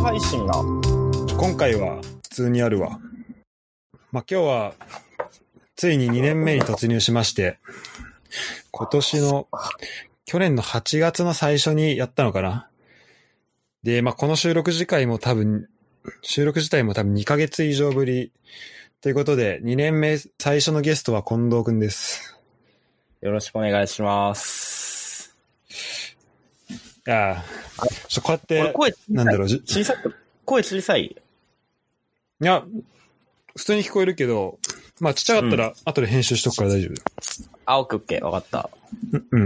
配信な。 今回は普通にあるわ。今日はついに2年目に突入しまして、去年の8月の最初にやったのかな。で、この収録自体も多分2ヶ月以上ぶりということで、2年目最初のゲストは近藤くんです。 よろしくお願いします。 いやこうやって、 声小さい。いや、普通に聞こえるけど、ちっちゃかったら後で編集しとくから大丈夫。 オッケー、わかった。 うん。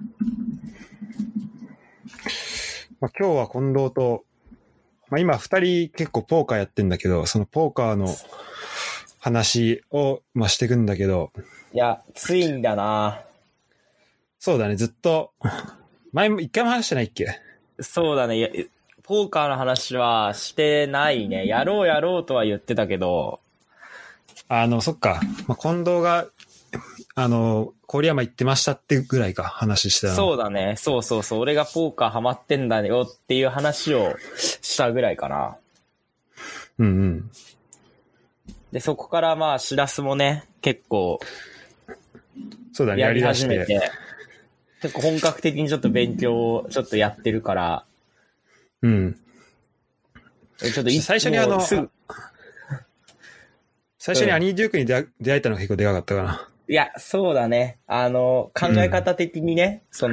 今日は近藤と、今二人結構ポーカーやってんだけど、そのポーカーの話を、していくんだけど。 いや、ついにだな。 そうだね、ずっと、前も一回も話してないっけ？ そうだね。いや、ポーカーの話はしてないね。やろうとは言ってたけど。 そっか。近藤が、郡山行ってましたってぐらいか、話したの。 そうだね。そう。俺がポーカーハマってんだよっていう話をしたぐらいかな。 うんうん。 で、そこからしらすもね、結構、 そうだね、 やり始めて、結構本格的にちょっと勉強をちょっとやってるから、 うん。 ちょっと最初に最初にアニー・デュークに出会えたのが結構でかかったかな。 いや、そうだね。考え方的にね、 そう。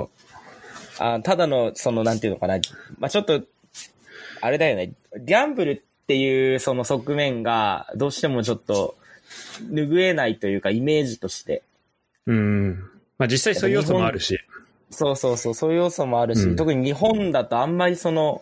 ただの、なんていうのかな。ちょっと、あれだよね。ギャンブルっていうその側面が、どうしてもちょっと、拭えないというか、イメージとして。 実際そういう要素もあるし。 そういう要素もあるし、特に日本だとあんまり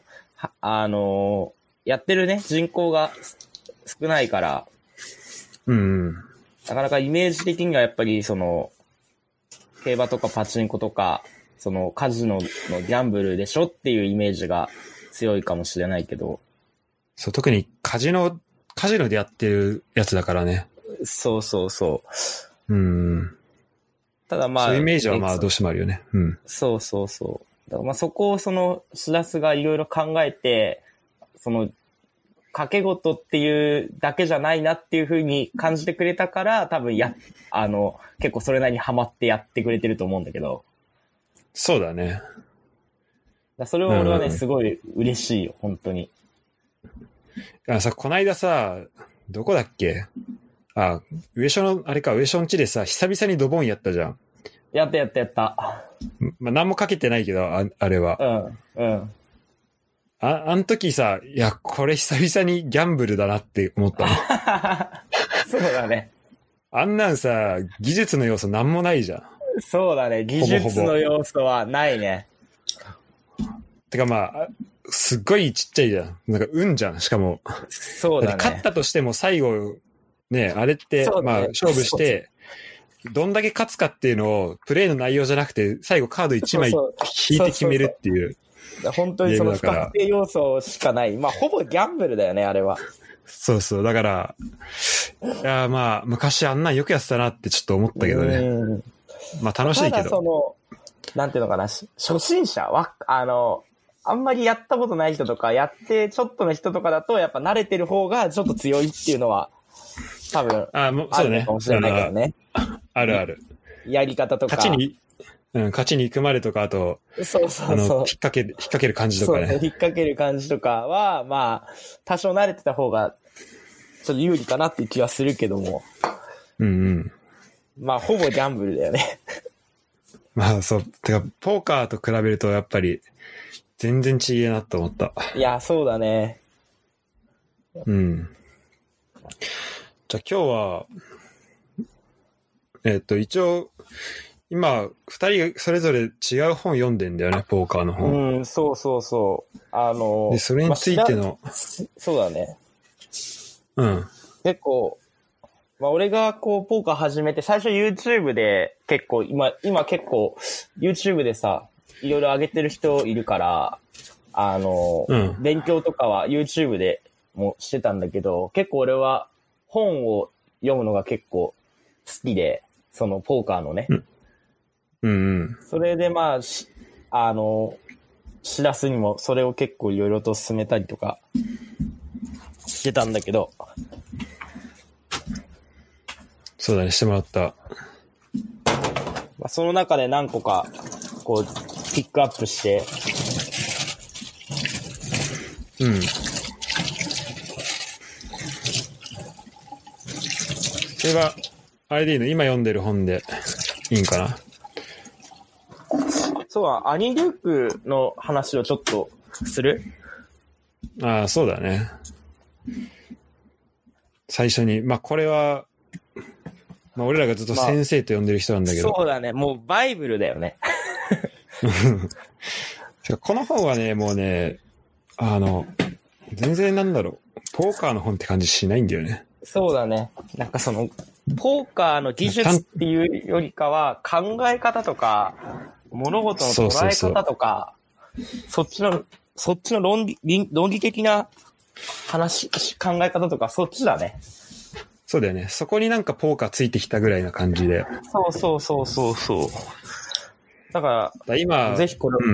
やってるね、人口が少ないから、なかなかイメージ的にはやっぱり競馬とかパチンコとか、カジノのギャンブルでしょっていうイメージが強いかもしれないけど。 そう、特にカジノでやってるやつだからね。 そう。ただそういうイメージはどうしてもあるよね。 そう。だからそこをしらすがいろいろ考えて、賭け事っていうだけじゃないなっていう風に感じてくれたから、多分結構それなりにハマってやってくれてると思うんだけど。 そうだね。 それは俺はね、すごい嬉しいよ、本当に。 こないださ、どこだっけ？上所の地でさ、久々にドボンやったじゃん。 やった。 何もかけてないけど、あれは。あん時さ、いや、これ久々にギャンブルだなって思ったの。 そうだね。 あんなんさ、技術の要素なんもないじゃん。 そうだね。技術の要素はないね。 てかすっごいちっちゃいじゃん。なんか運じゃん、しかも。 そうだね。 勝ったとしても最後、ね、あれって、勝負して、どんだけ勝つかっていうのを、プレイの内容じゃなくて、最後カード1枚引いて決めるっていう。 本当に不確定要素しかない。ほぼギャンブルだよね、あれは。 そう。だから、いや昔あんなんよくやってたなってちょっと思ったけどね。楽しいけど。 ただなんていうのかな、初心者は、あんまりやったことない人とか、やってちょっとの人とかだと、やっぱ慣れてる方がちょっと強いっていうのは、多分、あるかもしれないからね。 ある。 やり方とか。 勝ちに行くまでとか、あと、 そう。引っ掛ける感じとかね。 そう、引っ掛ける感じとかは、多少慣れてた方が、ちょっと有利かなっていう気はするけども。ほぼギャンブルだよね。 そう。てか、ポーカーと比べると、やっぱり、全然違えなと思った。 いや、そうだね。 じゃあ今日は、一応、今、二人それぞれ違う本読んでんだよね、ポーカーの本。 そう。 で、それについての。 そうだね。 結構、俺がポーカー始めて、最初 YouTube で結構、今結構 YouTube でさ、いろいろ上げてる人いるから、勉強とかは YouTube でもしてたんだけど、結構俺は本を読むのが結構好きで、ポーカーのね。 それでしらすにもそれを結構いろいろと進めたりとかしてたんだけど。 そうだね、してもらった。 まあ、その中で何個か、こう、ピックアップして。 うん。それは、ID の今読んでる本でいいんかな？ そうは、アニ・リュークの話をちょっとする？ ああ、そうだね。最初に。まあ、これは、まあ、俺らがずっと先生と呼んでる人なんだけど。 そうだね。もうバイブルだよね。 この本はね、もうね、全然なんだろう。ポーカーの本って感じしないんだよね。 そうだね。なんかその、ポーカーの技術っていうよりかは、考え方とか、物事の捉え方とか、そっちの論理的な話、考え方とか、そっちだね。 そうだよね。そこになんかポーカーついてきたぐらいな感じで。 そう。だから、 今、 ぜひこれを、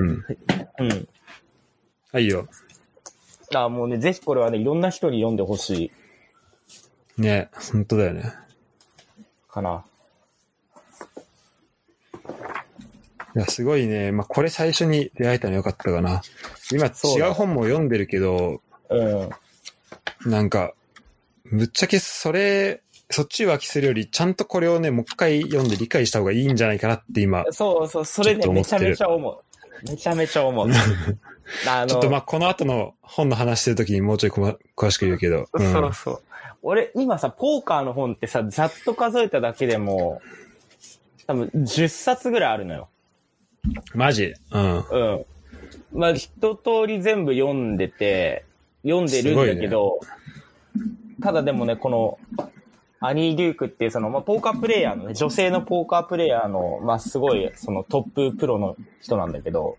はいいよ。 もうね、ぜひこれはね、いろんな人に読んでほしい。ね、本当だよね。 かな。 いや、すごいね。まあ、これ最初に出会えたのよかったかな。今違う本も読んでるけど、なんか、ぶっちゃけそっち浮気するより、ちゃんとこれをね、もう一回読んで理解した方がいいんじゃないかなって今。 そう、それね、めちゃめちゃ思う。ちょっとまあ、この後の本の話してるときにもうちょい詳しく言うけど。 そう。俺、今さ、ポーカーの本ってさ、ざっと数えただけでも、多分10冊ぐらいあるのよ。 マジ？ まあ、一通り全部読んでるんだけど、ただでもね、この、アニー・デュークっていうまあ、ポーカープレイヤーのね、女性のポーカープレイヤーの、まあ、すごい、トッププロの人なんだけど、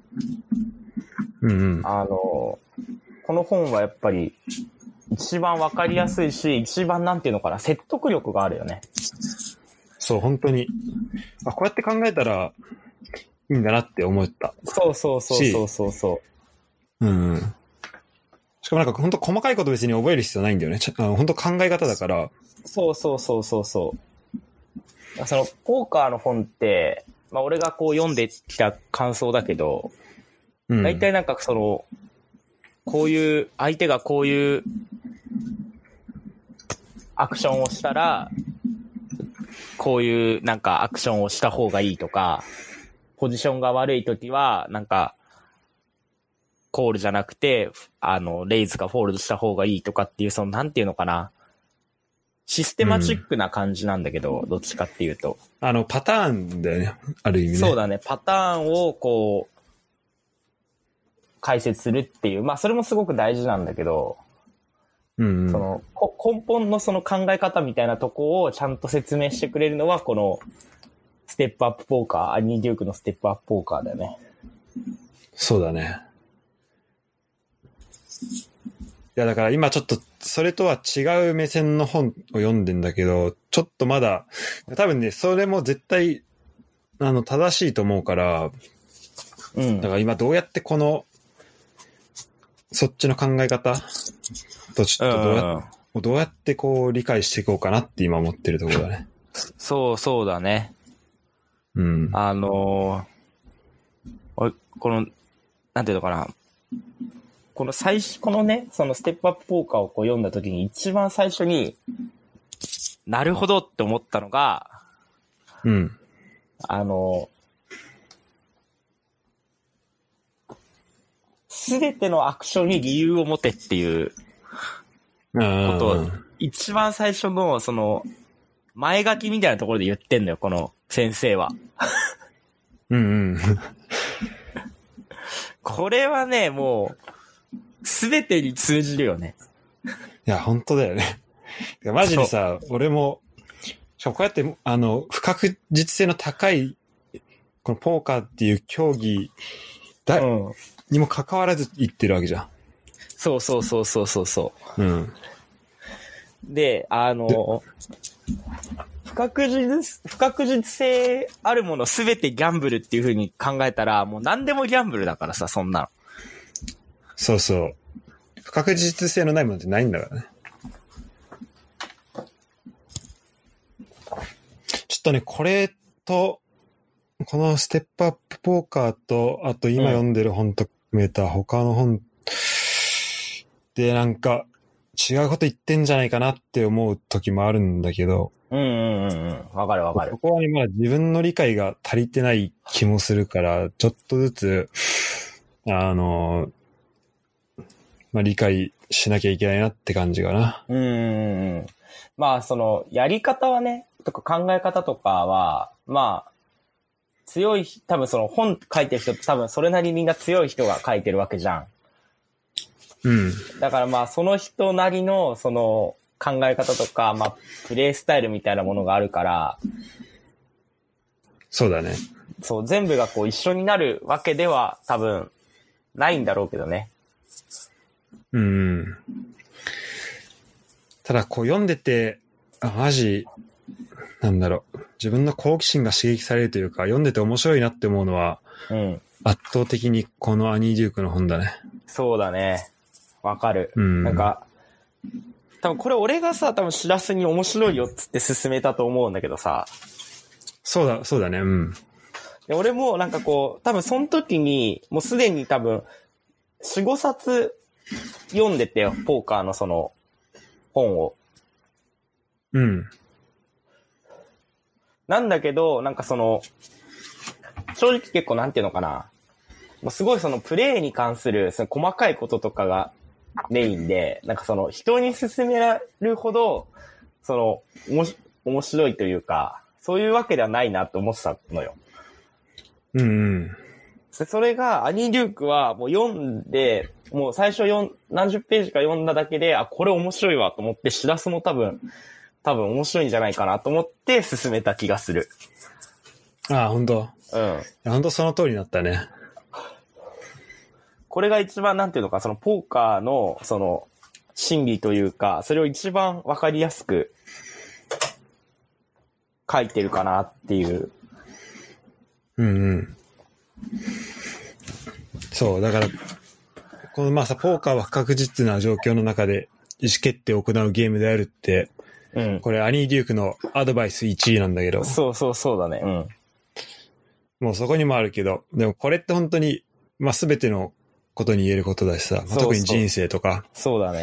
この本はやっぱり、一番わかりやすいし、一番なんていうのかな、説得力があるよね。 そう、本当に。こうやって考えたら、いいんだなって思った。 そう。 しかもなんか本当細かいこと別に覚える必要ないんだよね。本当考え方だから。 そう。ポーカーの本って、まあ俺がこう読んできた感想だけど、大体なんかこういう、相手がこういうアクションをしたら、こういうなんかアクションをした方がいいとか、ポジションが悪いときは、なんか、コールじゃなくて、レイズがフォールドした方がいいとかっていう、なんていうのかな。システマチックな感じなんだけど、どっちかっていうと。 パターンだよね。ある意味ね。 そうだね。パターンをこう、解説するっていう。まあ、それもすごく大事なんだけど、根本の考え方みたいなとこをちゃんと説明してくれるのは、この、ステップアップポーカー、アニー・デュークのステップアップポーカーだよね。 そうだね。いや、だから今ちょっと、それとは違う目線の本を読んでんだけど、ちょっとまだ、多分ね、それも絶対、正しいと思うから、だから今どうやってそっちの考え方とちょっとどうやってこう理解していこうかなって今思ってるところだね。 そうだね。この、なんていうのかな。このね、ステップアップポーカーをこう読んだときに一番最初になるほどって思ったのが、すべてのアクションに理由を持てっていうことを、一番最初の前書きみたいなところで言ってんのよ、この先生は。これはね、もう、すべてに通じるよね。 いや、本当だよね。マジでさ、俺も、しかもこうやって、不確実性の高い、このポーカーっていう競技にも関わらず言ってるわけじゃん。 そう。で、 不確実性あるものすべてギャンブルっていう風に考えたら、もう何でもギャンブルだからさ、そんなの。 そうそう。不確実性のないものってないんだからね。ちょっとね、これと、このステップアップポーカーと、あと今読んでる本と含めた他の本でなんか違うこと言ってんじゃないかなって思う時もあるんだけど。 わかるわかる。 ここはね、まだ自分の理解が足りてない気もするから、ちょっとずつ、理解しなきゃいけないなって感じかな。 まあ、その、やり方はね、とか考え方とかは、まあ、強い、多分その本書いてる人って多分それなりにみんな強い人が書いてるわけじゃん。 うん。 だからまあ、その人なりの、その、考え方とか、まあ、プレイスタイルみたいなものがあるから、 そうだね。 そう、全部がこう一緒になるわけでは多分、ないんだろうけどね。 ただ、こう読んでて、マジ、なんだろう。自分の好奇心が刺激されるというか、読んでて面白いなって思うのは、圧倒的にこのアニー・デュークの本だね。 そうだね。わかる。なんか、多分これ俺がさ、多分しらすに面白いよっつって勧めたと思うんだけどさ。 そうだね。 で俺もなんかこう、多分その時に、もうすでに多分、4、5冊読んでてよ、ポーカーのその、本を。なんだけど、なんかその、正直結構なんていうのかな。もうすごいそのプレイに関するその細かいこととかがメインで、なんかその人に勧められるほど、その、面白いというか、そういうわけではないなと思ってたのよ。それが、アニー・デュークはもう読んで、もう最初何十ページか読んだだけで、あ、これ面白いわと思って、しらすも多分面白いんじゃないかなと思って進めた気がする。 ああ、本当。本当その通りになったね。 これが一番なんていうのか、そのポーカーのその心理というか、それを一番わかりやすく書いてるかなっていう。 そう、だから、このまあさ、ポーカーは不確実な状況の中で意思決定を行うゲームであるって、これアニー・デュークのアドバイス1位なんだけど。 そうだね。 もうそこにもあるけど、でもこれって本当に、まあ全てのことに言えることだしさ、特に人生とか。 そうだね。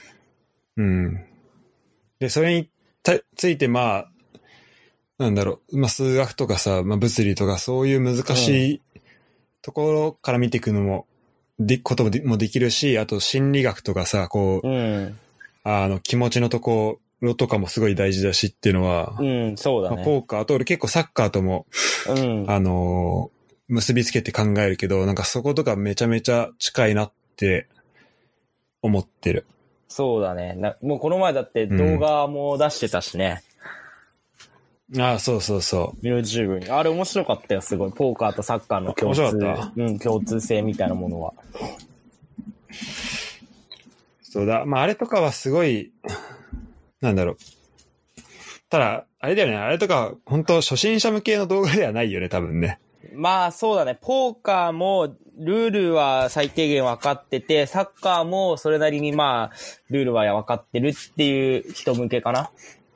で、それについてまあ、なんだろう、まあ数学とかさ、まあ物理とかそういう難しいところから見ていくのも、こともできるし、あと心理学とかさ、こう、気持ちのところとかもすごい大事だしっていうのは、 そうだね。 まあ、ポーカーと俺結構サッカーとも、結びつけて考えるけど、なんかそことかめちゃめちゃ近いなって思ってる。 そうだね。もうこの前だって動画も出してたしね。 ああ、そう。 YouTube に。あれ面白かったよ、すごい。ポーカーとサッカーの共通性みたいなものは。 そうだ。まああれとかはすごい、なんだろう。ただ、あれだよね。あれとか、本当初心者向けの動画ではないよね、多分ね。 まあそうだね。ポーカーもルールは最低限分かってて、サッカーもそれなりにまあ、ルールは分かってるっていう人向けかな。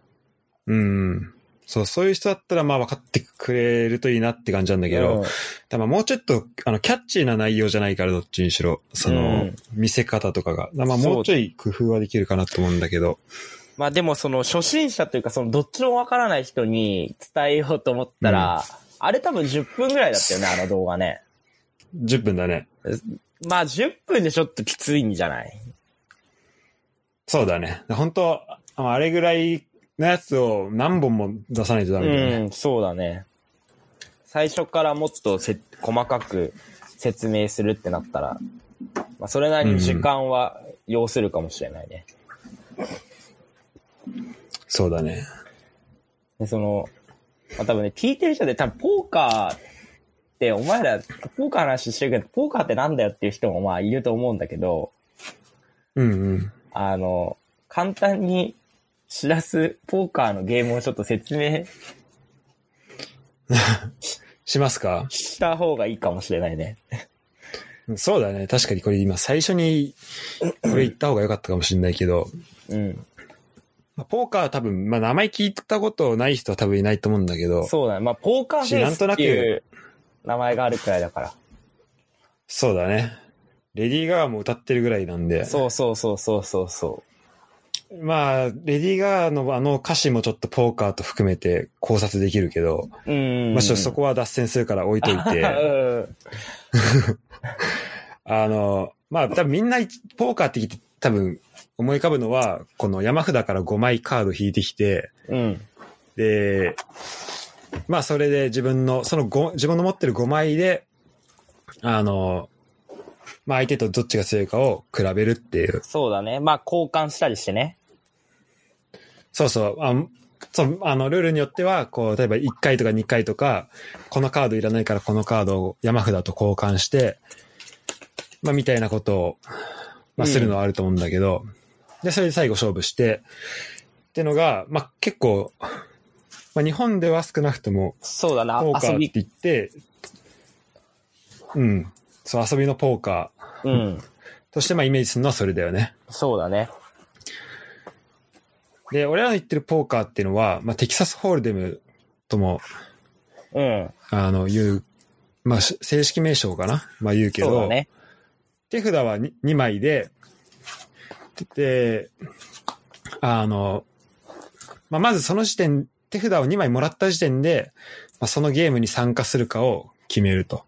そういう人だったらまあ分かってくれるといいなって感じなんだけど、ただもうちょっとキャッチーな内容じゃないからどっちにしろ、その、見せ方とかが、まあもうちょい工夫はできるかなと思うんだけど。 まあでもその初心者というかそのどっちも分からない人に伝えようと思ったら、あれ多分10分ぐらいだったよね、あの動画ね。 10分だね。 まあ10分でちょっときついんじゃない？ そうだね。本当あれぐらいのやつを何本も出さないとダメだよね。 そうだね。最初からもっと細かく説明するってなったら、まあそれなりに時間は要するかもしれないね。 そうだね。 で、まあ、多分ね、聞いてる人で多分ポーカーってお前らポーカーの話してるけど、ポーカーってなんだよっていう人もまあいると思うんだけど、簡単にしらす、ポーカーのゲームをちょっと説明しますか？ した方がいいかもしれないね。 そうだね。確かにこれ今最初にこれ言った方が良かったかもしれないけど、 うん。 ポーカーは多分、名前聞いたことない人は多分いないと思うんだけど。 そうだね。ポーカーフェイスっていう名前があるくらいだから。 そうだね。レディー・ガガも歌ってるぐらいなんで。 そう。 レディー・ガガの歌詞もちょっとポーカーと含めて考察できるけど、ちょっとそこは脱線するから置いといて。多分みんなポーカーって聞いて多分思い浮かぶのは、この山札から5枚カード引いてきて、で、それで自分の持ってる5枚で、相手とどっちが強いかを比べるっていう。 そうだね。交換したりしてね。 そう。ルールによっては、例えば1回とか2回とか、このカードいらないからこのカードを山札と交換して、みたいなことを、するのはあると思うんだけど、で、それで最後勝負して、ってのが、結構、日本では少なくとも、 そうだな、 ポーカーって言って、そう、遊びのポーカー。として、イメージするのはそれだよね。 そうだね。 で、俺らの言ってるポーカーっていうのは、テキサスホールデムとも、言う、正式名称かな言うけど、 そうだね。 手札は 2枚で、で、まずその時点、手札を2枚もらった時点で、そのゲームに参加するかを決めると。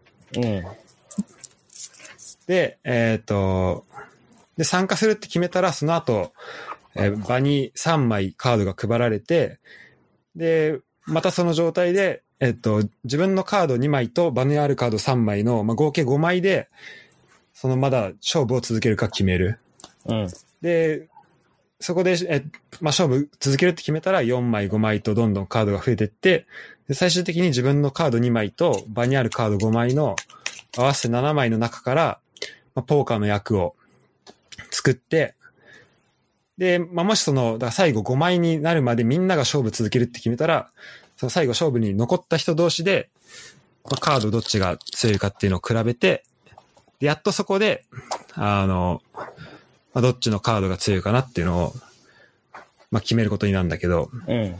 で、で、参加するって決めたら、その後、場に3枚カードが配られて、で、またその状態で、自分のカード2枚と場にあるカード3枚の、合計5枚で、まだ勝負を続けるか決める。で、そこで、勝負続けるって決めたら4枚5枚とどんどんカードが増えていって、で最終的に自分のカード2枚と場にあるカード5枚の合わせて7枚の中から、ポーカーの役を作って、で、もしだから最後5枚になるまでみんなが勝負続けるって決めたら、その最後勝負に残った人同士で、カードどっちが強いかっていうのを比べて、でやっとそこで、どっちのカードが強いかなっていうのを、決めることになるんだけど、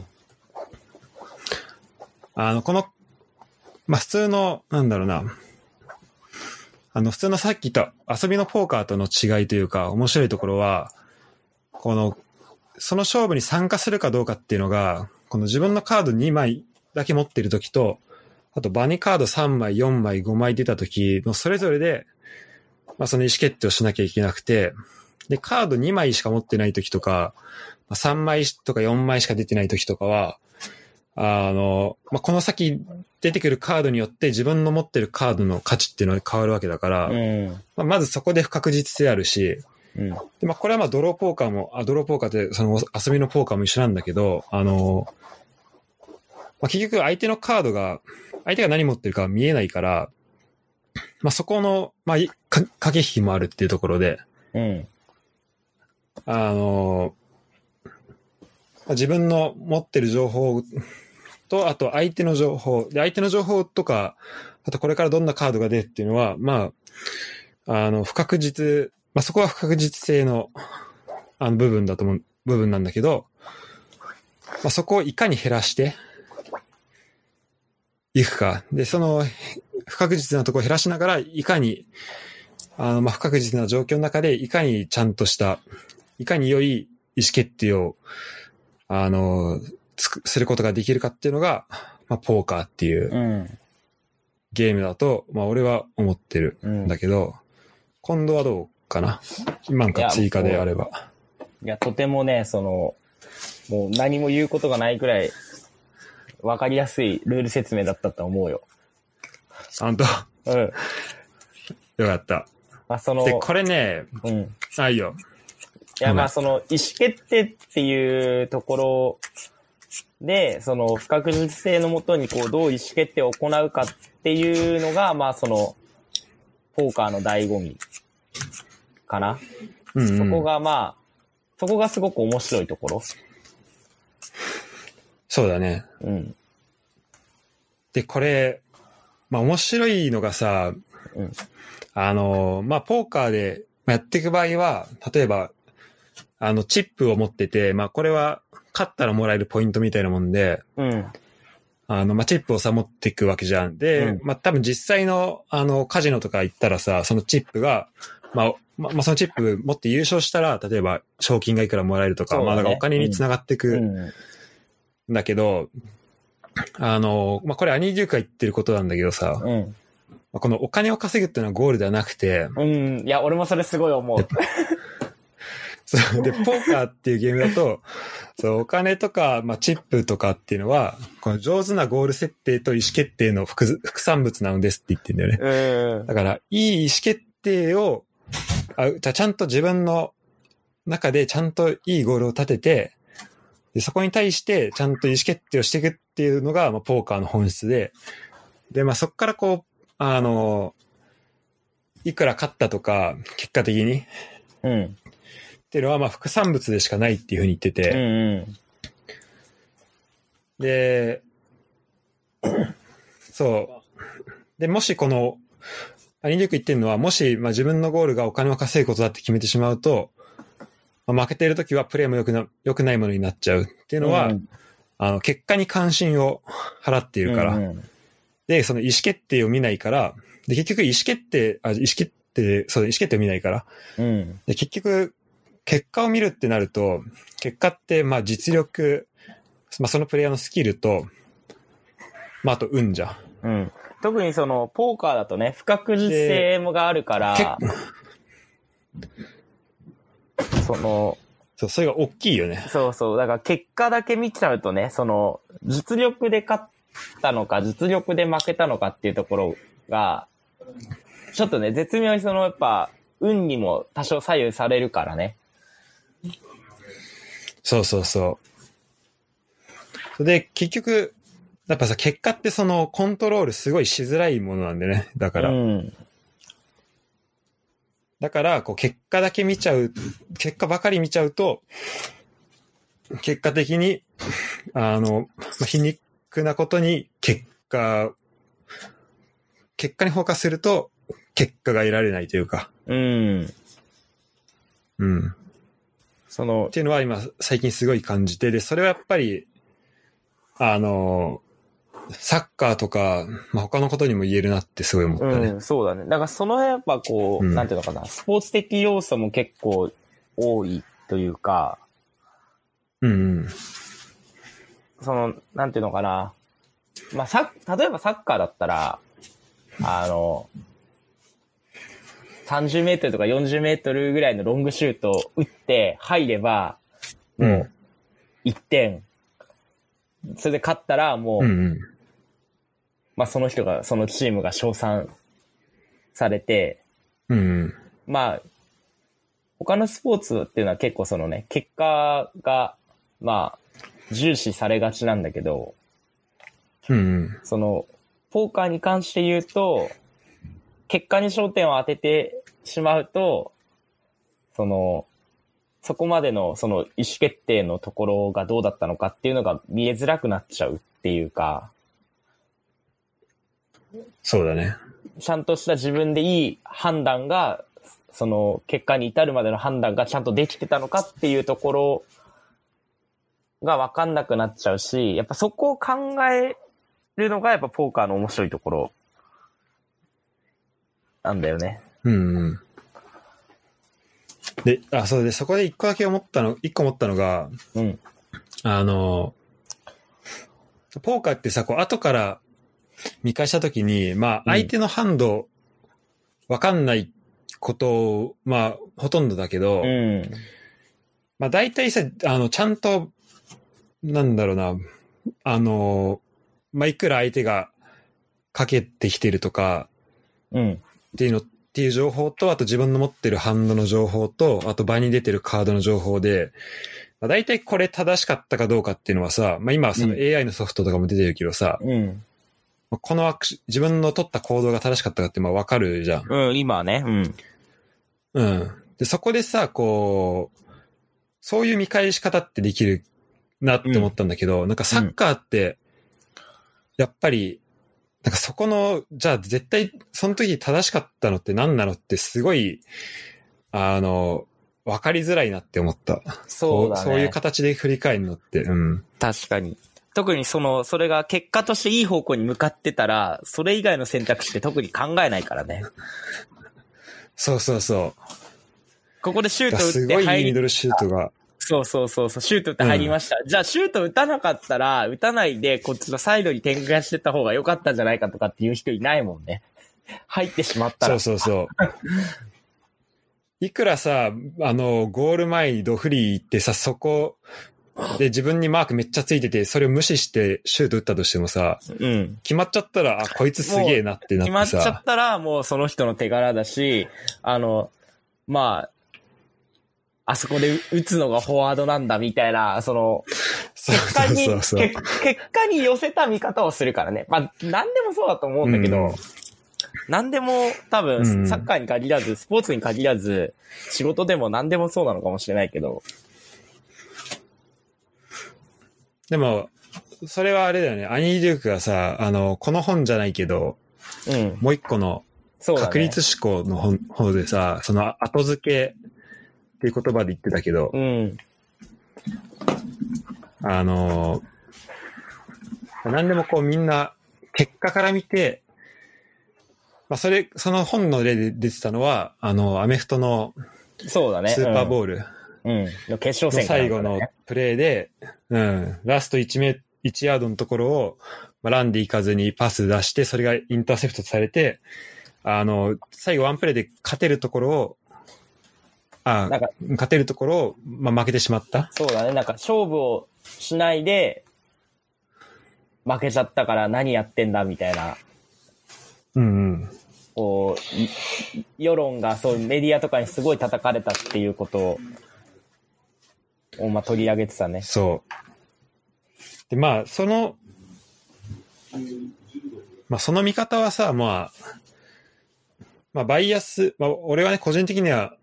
この、普通の、普通のさっき言った遊びのポーカーとの違いというか、面白いところは、その勝負に参加するかどうかっていうのが、この自分のカード2枚だけ持っているときと、あと場にカード3枚、4枚、5枚出たときのそれぞれで、その意思決定をしなきゃいけなくて、で、カード2枚しか持ってないときとか、3枚とか4枚しか出てないときとかは、この先出てくるカードによって自分の持ってるカードの価値っていうのが変わるわけだから、まずそこで不確実性あるし、でこれはドローポーカーってその遊びのポーカーも一緒なんだけど、結局相手のカードが、相手が何持ってるか見えないから、そこの、駆け引きもあるっていうところで、自分の持ってる情報と、あと相手の情報。で、相手の情報とか、あとこれからどんなカードが出るっていうのは、不確実、そこは不確実性の、部分なんだけど、そこをいかに減らしていくか。で、その不確実なところを減らしながら、いかに、不確実な状況の中で、いかにちゃんとした、いかに良い意思決定を、することができるかっていうのが、ポーカーっていうゲームだと、俺は思ってるんだけど、今度はどうかな？なんか追加であれば。 いや、とてもね、もう何も言うことがないくらい、わかりやすいルール説明だったと思うよ。 本当？よかった。で、これね、いいよ。 いや、意思決定っていうところで、不確実性のもとに、どう意思決定を行うかっていうのが、ポーカーの醍醐味かな。そこがすごく面白いところ。 そうだね。 うん。 で、これ、まあ面白いのがさ、 うん、 まあポーカーでやっていく場合は、例えば、チップを持ってて、まあこれは勝ったらもらえるポイントみたいなもんで、 うん。 まあチップをさ持っていくわけじゃん。で、 うん、 まあ多分実際のカジノとか行ったらさ、そのチップが、まあそのチップ持って優勝したら、例えば賞金がいくらもらえるとか、ね、まあだからお金につながっていくんだけど、まあこれアニーデュークが言ってることなんだけどさ、 うん、 このお金を稼ぐっていうのはゴールではなくて、 うん、いや、俺もそれすごい思う。 そうで、ポーカーっていうゲームだと、そう、お金とか、まあ、チップとかっていうのは、この上手なゴール設定と意思決定の副産物なのですって言ってんだよね。だから、いい意思決定を、ちゃんと自分の中でちゃんといいゴールを立てて、でそこに対してちゃんと意思決定をしていくっていうのが、まあ、ポーカーの本質で、で、まあ、そこからこう、いくら勝ったとか、結果的に、 うん。 っていうのはまあ副産物でしかないっていうふうに言ってて、 うんうん、 で、そうでもしこのアニデューク言ってるのは、もしまあ自分のゴールがお金を稼ぐことだって決めてしまうと、まあ、負けているときはプレーも良くないものになっちゃうっていうのは、結果に関心を払っているから、でその意思決定を見ないから、で結局意思決定を見ないから、で結局結果を見るってなると、結果ってまあ実力、まあそのプレイヤーのスキルと、まああと運じゃん。 うん。特にそのポーカーだとね、不確実性もがあるから、 それが大きいよね。 そうそう。だから結果だけ見ちゃうとね、その実力で勝ったのか、実力で負けたのかっていうところが、ちょっとね、絶妙にそのやっぱ運にも多少左右されるからね。 そうそうそう。で、結局、やっぱさ、結果ってそのコントロールすごいしづらいものなんでね。だから。だから、こう結果だけ見ちゃう、結果ばかり見ちゃうと、結果的に、皮肉なことに結果にフォーカスすると、結果が得られないというか。っていうのは今、最近すごい感じて、で、それはやっぱり、サッカーとか、まあ、他のことにも言えるなってすごい思ったね。 そうだね。だからその辺やっぱこう、なんていうのかな、スポーツ的要素も結構多いというか、その、なんていうのかな、まあ、例えばサッカーだったら、30メートルとか40メートルぐらいのロングシュートを打って入れば、もう、1点。それで勝ったらもう、まあそのチームが称賛されて、まあ、他のスポーツっていうのは結構そのね、結果が、まあ、重視されがちなんだけど、その、ポーカーに関して言うと、結果に焦点を当ててしまうと、そこまでのその意思決定のところがどうだったのかっていうのが見えづらくなっちゃうっていうか、 そうだね。 ちゃんとした自分でいい判断が、その結果に至るまでの判断がちゃんとできてたのかっていうところが分かんなくなっちゃうし、やっぱそこを考えるのがやっぱポーカーの面白いところなんだよね。 で、そうで、そこで一個思ったのが、ポーカーってさ、こう後から見返したときに、まあ相手のハンドわかんないことを、まあほとんどだけど、まあ大体さ、ちゃんと、なんだろうな、まあいくら相手がかけてきてるとか、っていう情報と、あと自分の持ってるハンドの情報と、あと場に出てるカードの情報で、まあ、大体これ正しかったかどうかっていうのはさ、まあ今はその AI のソフトとかも出てるけどさ、この自分の取った行動が正しかったかってまあわかるじゃん。 今はね。 で、そこでさ、こう、そういう見返し方ってできるなって思ったんだけど、なんかサッカーって、やっぱり、なんかそこの、じゃあ絶対その時正しかったのって何なのってすごい、わかりづらいなって思った。 そうだね。 そういう形で振り返るのって、 確かに。特にそれが結果としていい方向に向かってたら、それ以外の選択肢って特に考えないからね。 そうそうそう。 ここでシュート打ってすごいいいミドルシュートが。 そう、シュート打って入りました。じゃあシュート打たなかったら、打たないでこっちのサイドに展開してた方が良かったんじゃないかとかっていう人いないもんね。入ってしまったら。 そう。いくらさ、ゴール前にドフリー行ってさ、そこで自分にマークめっちゃついてて、それを無視してシュート打ったとしてもさ、決まっちゃったら、こいつすげえなってなってさ。 決まっちゃったら、もうその人の手柄だし、まあ、あそこで打つのがフォワードなんだみたいな、結果に寄せた見方をするからね。まあ、何でもそうだと思うんだけど、何でも多分、サッカーに限らず、スポーツに限らず、仕事でも何でもそうなのかもしれないけど。 でも、それはあれだよね。アニー・デュークがさ、この本じゃないけど、もう一個の、確率思考の方でさ、その後付けっていう言葉で言ってたけど、何でもこうみんな結果から見て、まあその本の例で出てたのは、アメフトのそうだね。 スーパーボールの決勝戦の最後のプレーで、ラスト1ヤードのところを、ランで行かずにパス出して、それがインターセプトされて、最後ワンプレーで勝てるところを、負けてしまった。 そうだね。なんか勝負をしないで、負けちゃったから何やってんだみたいな。こう、世論がそういうメディアとかにすごい叩かれたっていうことを、取り上げてたね。 そう。で、その見方はさ、バイアス、俺はね、個人的には、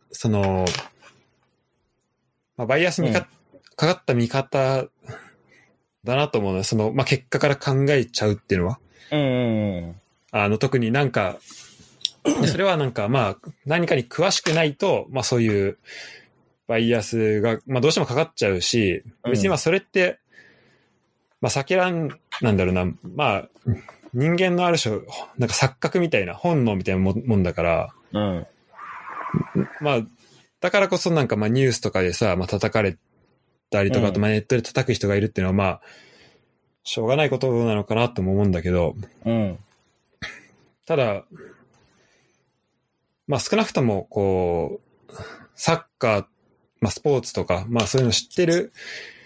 バイアスにかかった見方だなと思うのは、結果から考えちゃうっていうのは。特になんか、それはなんか、何かに詳しくないと、そういうバイアスが、どうしてもかかっちゃうし、別にそれって、避けらん、なんだろうな、人間のある種、なんか錯覚みたいな、本能みたいなもんだから、だからこそなんかニュースとかでさ、叩かれたりとか、あとネットで叩く人がいるっていうのはしょうがないことなのかなとも思うんだけど、ただ、少なくともこう、サッカー、スポーツとか、そういうの知ってる、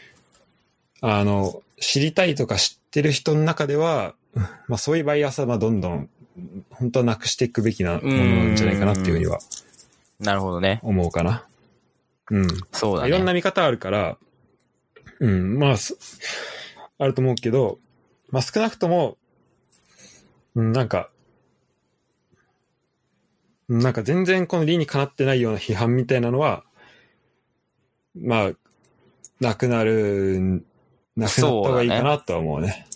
知りたいとか知ってる人の中では、そういうバイアスはどんどん、本当はなくしていくべきなものなんじゃないかなっていうふうには。 なるほどね。 思うかな。 そうだね。 いろんな見方あるから、あると思うけど、少なくとも、なんか全然この理にかなってないような批判みたいなのは、なくなった方がいいかなとは思うね。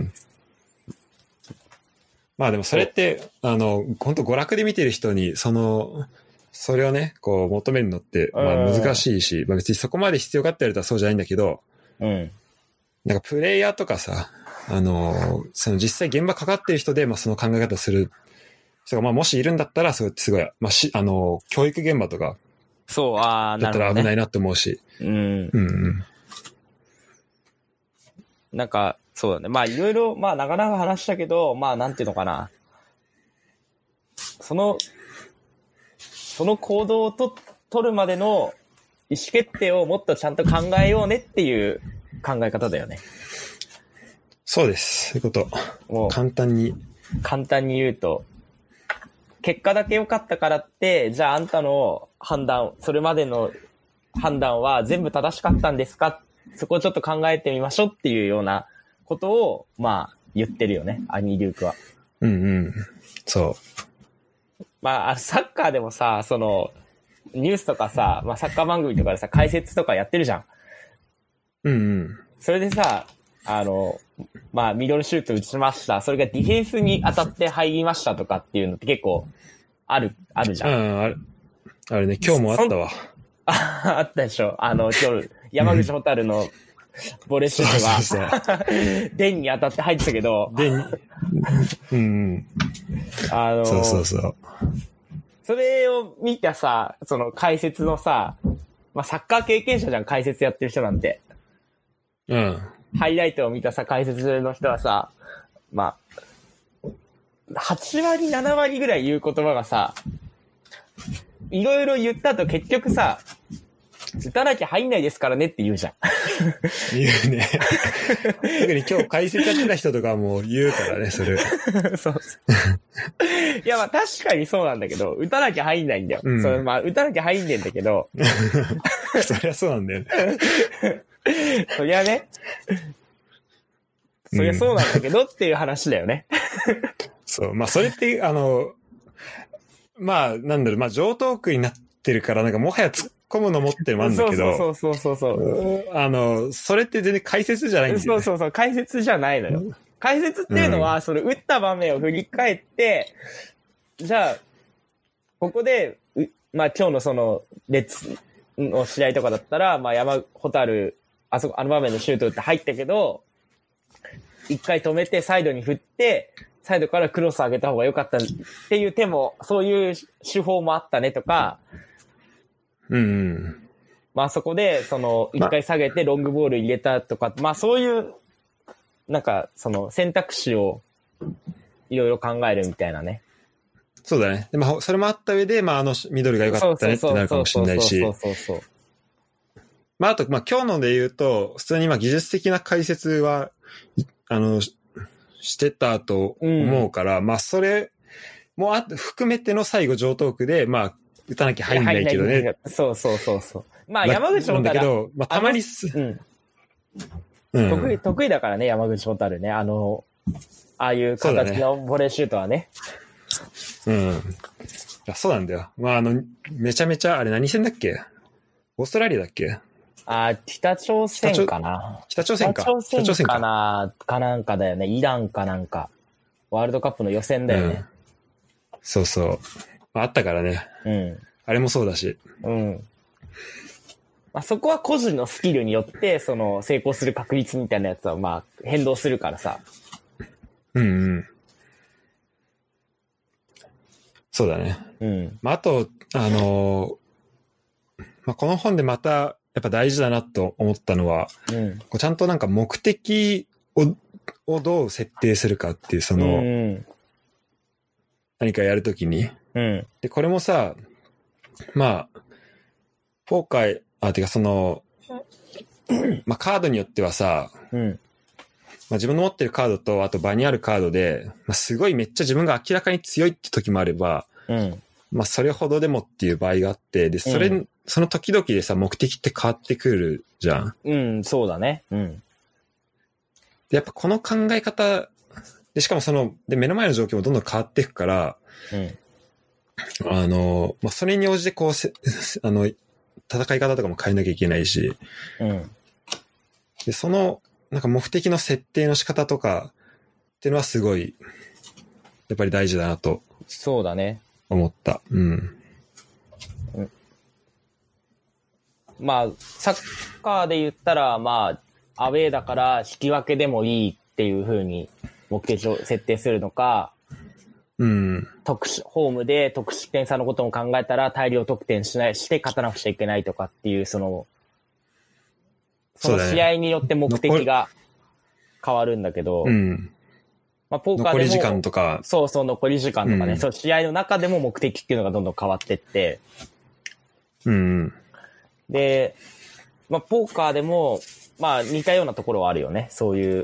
でもそれって、本当娯楽で見てる人に、それをね、こう求めるのって、難しいし、別にそこまで必要かって言われたらそうじゃないんだけど、なんかプレイヤーとかさ、実際現場かかってる人で、その考え方する人が、もしいるんだったら、すごい、教育現場とか、だったら危ないなって思うし。 なんか、そうだね。いろいろ、なかなか話したけど、なんていうのかな。その行動を取るまでの意思決定をもっとちゃんと考えようねっていう考え方だよね。 そうです。そういうこと。もう簡単に言うと、結果だけ良かったからって、じゃああんたの判断、それまでの判断は全部正しかったんですか？そこをちょっと考えてみましょうっていうようなことを、言ってるよね、アニー・リュークは。 そう。 サッカーでもさ、ニュースとかさ、サッカー番組とかでさ、解説とかやってるじゃん。 それでさ、まあ、ミドルシュート打ちました。それがディフェンスに当たって入りましたとかっていうのって結構、あるじゃん。 うん、あれね、今日もあったわ。 あったでしょ。今日、山口ホタルのボレーシュートが、電に当たって入ってたけど、 うん。そう。 それを見たさ、その解説のさ、まあ、サッカー経験者じゃん、解説やってる人なんて。 うん。 ハイライトを見たさ、解説の人はさ、まあ、8割、7割ぐらい言う言葉がさ、いろいろ言ったと結局さ、打たなきゃ入んないですからねって言うじゃん。 言うね。特に今日解説やってた人とかも言うからね、それ。 そう。いや、まあ確かにそうなんだけど、打たなきゃ入んないんだよ。 うん、 まあ打たなきゃ入んねえんだけど。 そりゃそうなんだよね。 そりゃね。そりゃそうなんだけどっていう話だよね。 そう。まあそれって、まあなんだろう、まあ上等句になってるから、なんかもはや突っ込むの持ってるもあるんだけど。 そう。 それって全然解説じゃないんだよね。 そう、解説じゃないのよ。解説っていうのは、その打った場面を振り返って、じゃあ、ここで、まあ今日のその列の試合とかだったら、まあ山ホタル、あの場面のシュート打って入ったけど、一回止めてサイドに振って、サイドからクロス上げた方が良かったっていう手も、そういう手法もあったねとか、まあそこで、その、一回下げてロングボール入れたとか、まあそういう、なんか、その選択肢をいろいろ考えるみたいなね。 そうだね。でも、それもあった上で、まあミドルが良かったねってなるかもしれないし。まああと、まあ今日ので言うと、普通にまあ技術的な解説は、してたと思うから、まあそれも含めての最後上等句で、まあ打たなきゃ入んないけどね。 そう。まあ山口もだけど、まあたまに得意だからね、山口ホタルね。ああいう形のボレーシュートはね。 そうなんだよ。まあめちゃめちゃ、あれ何戦だっけ？オーストラリアだっけ？ 北朝鮮かな。 北朝鮮かな、かなんかだよね。イランかなんか。ワールドカップの予選だよね。 そう。あったからね。あれもそうだし。 まあ、そこは個人のスキルによって、その、成功する確率みたいなやつは、まあ、変動するからさ。 そうだね。まあ、あと、まあ、この本でまた、やっぱ大事だなと思ったのは、こうちゃんとなんか目的をどう設定するかっていう、その、何かやるときに。で、これもさ、まあ、ポーカー、てかその、まあカードによってはさ、まあ自分の持ってるカードと、あと場にあるカードで、まあすごいめっちゃ自分が明らかに強いって時もあれば、まあそれほどでもっていう場合があって、で、その時々でさ、目的って変わってくるじゃん。 そうだね。 で、やっぱこの考え方、で、しかもで、目の前の状況もどんどん変わっていくから、まあそれに応じてこう、戦い方とかも変えなきゃいけないし、で、なんか目的の設定の仕方とかっていうのはすごい、やっぱり大事だなと。 そうだね。 思った。 まあ、サッカーで言ったら、まあ、アウェーだから引き分けでもいいっていう風に目的を設定するのか、ホームで得失点差のことも考えたら大量得点して勝たなくちゃいけないとかっていう、その試合によって目的が変わるんだけど、まあ、ポーカーでも残り時間とか。 そう、残り時間とかね、そう、試合の中でも目的っていうのがどんどん変わってって、で、まあ、ポーカーでも、まあ、似たようなところはあるよね、そういう。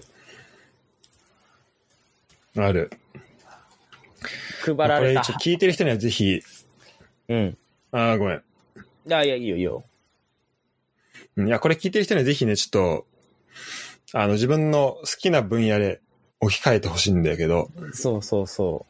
ある。 配られた。 これ聞いてる人にはぜひ。ごめん。 いや、いいよ。 いや、これ聞いてる人にはぜひね、ちょっと、自分の好きな分野で置き換えてほしいんだけど。 そう。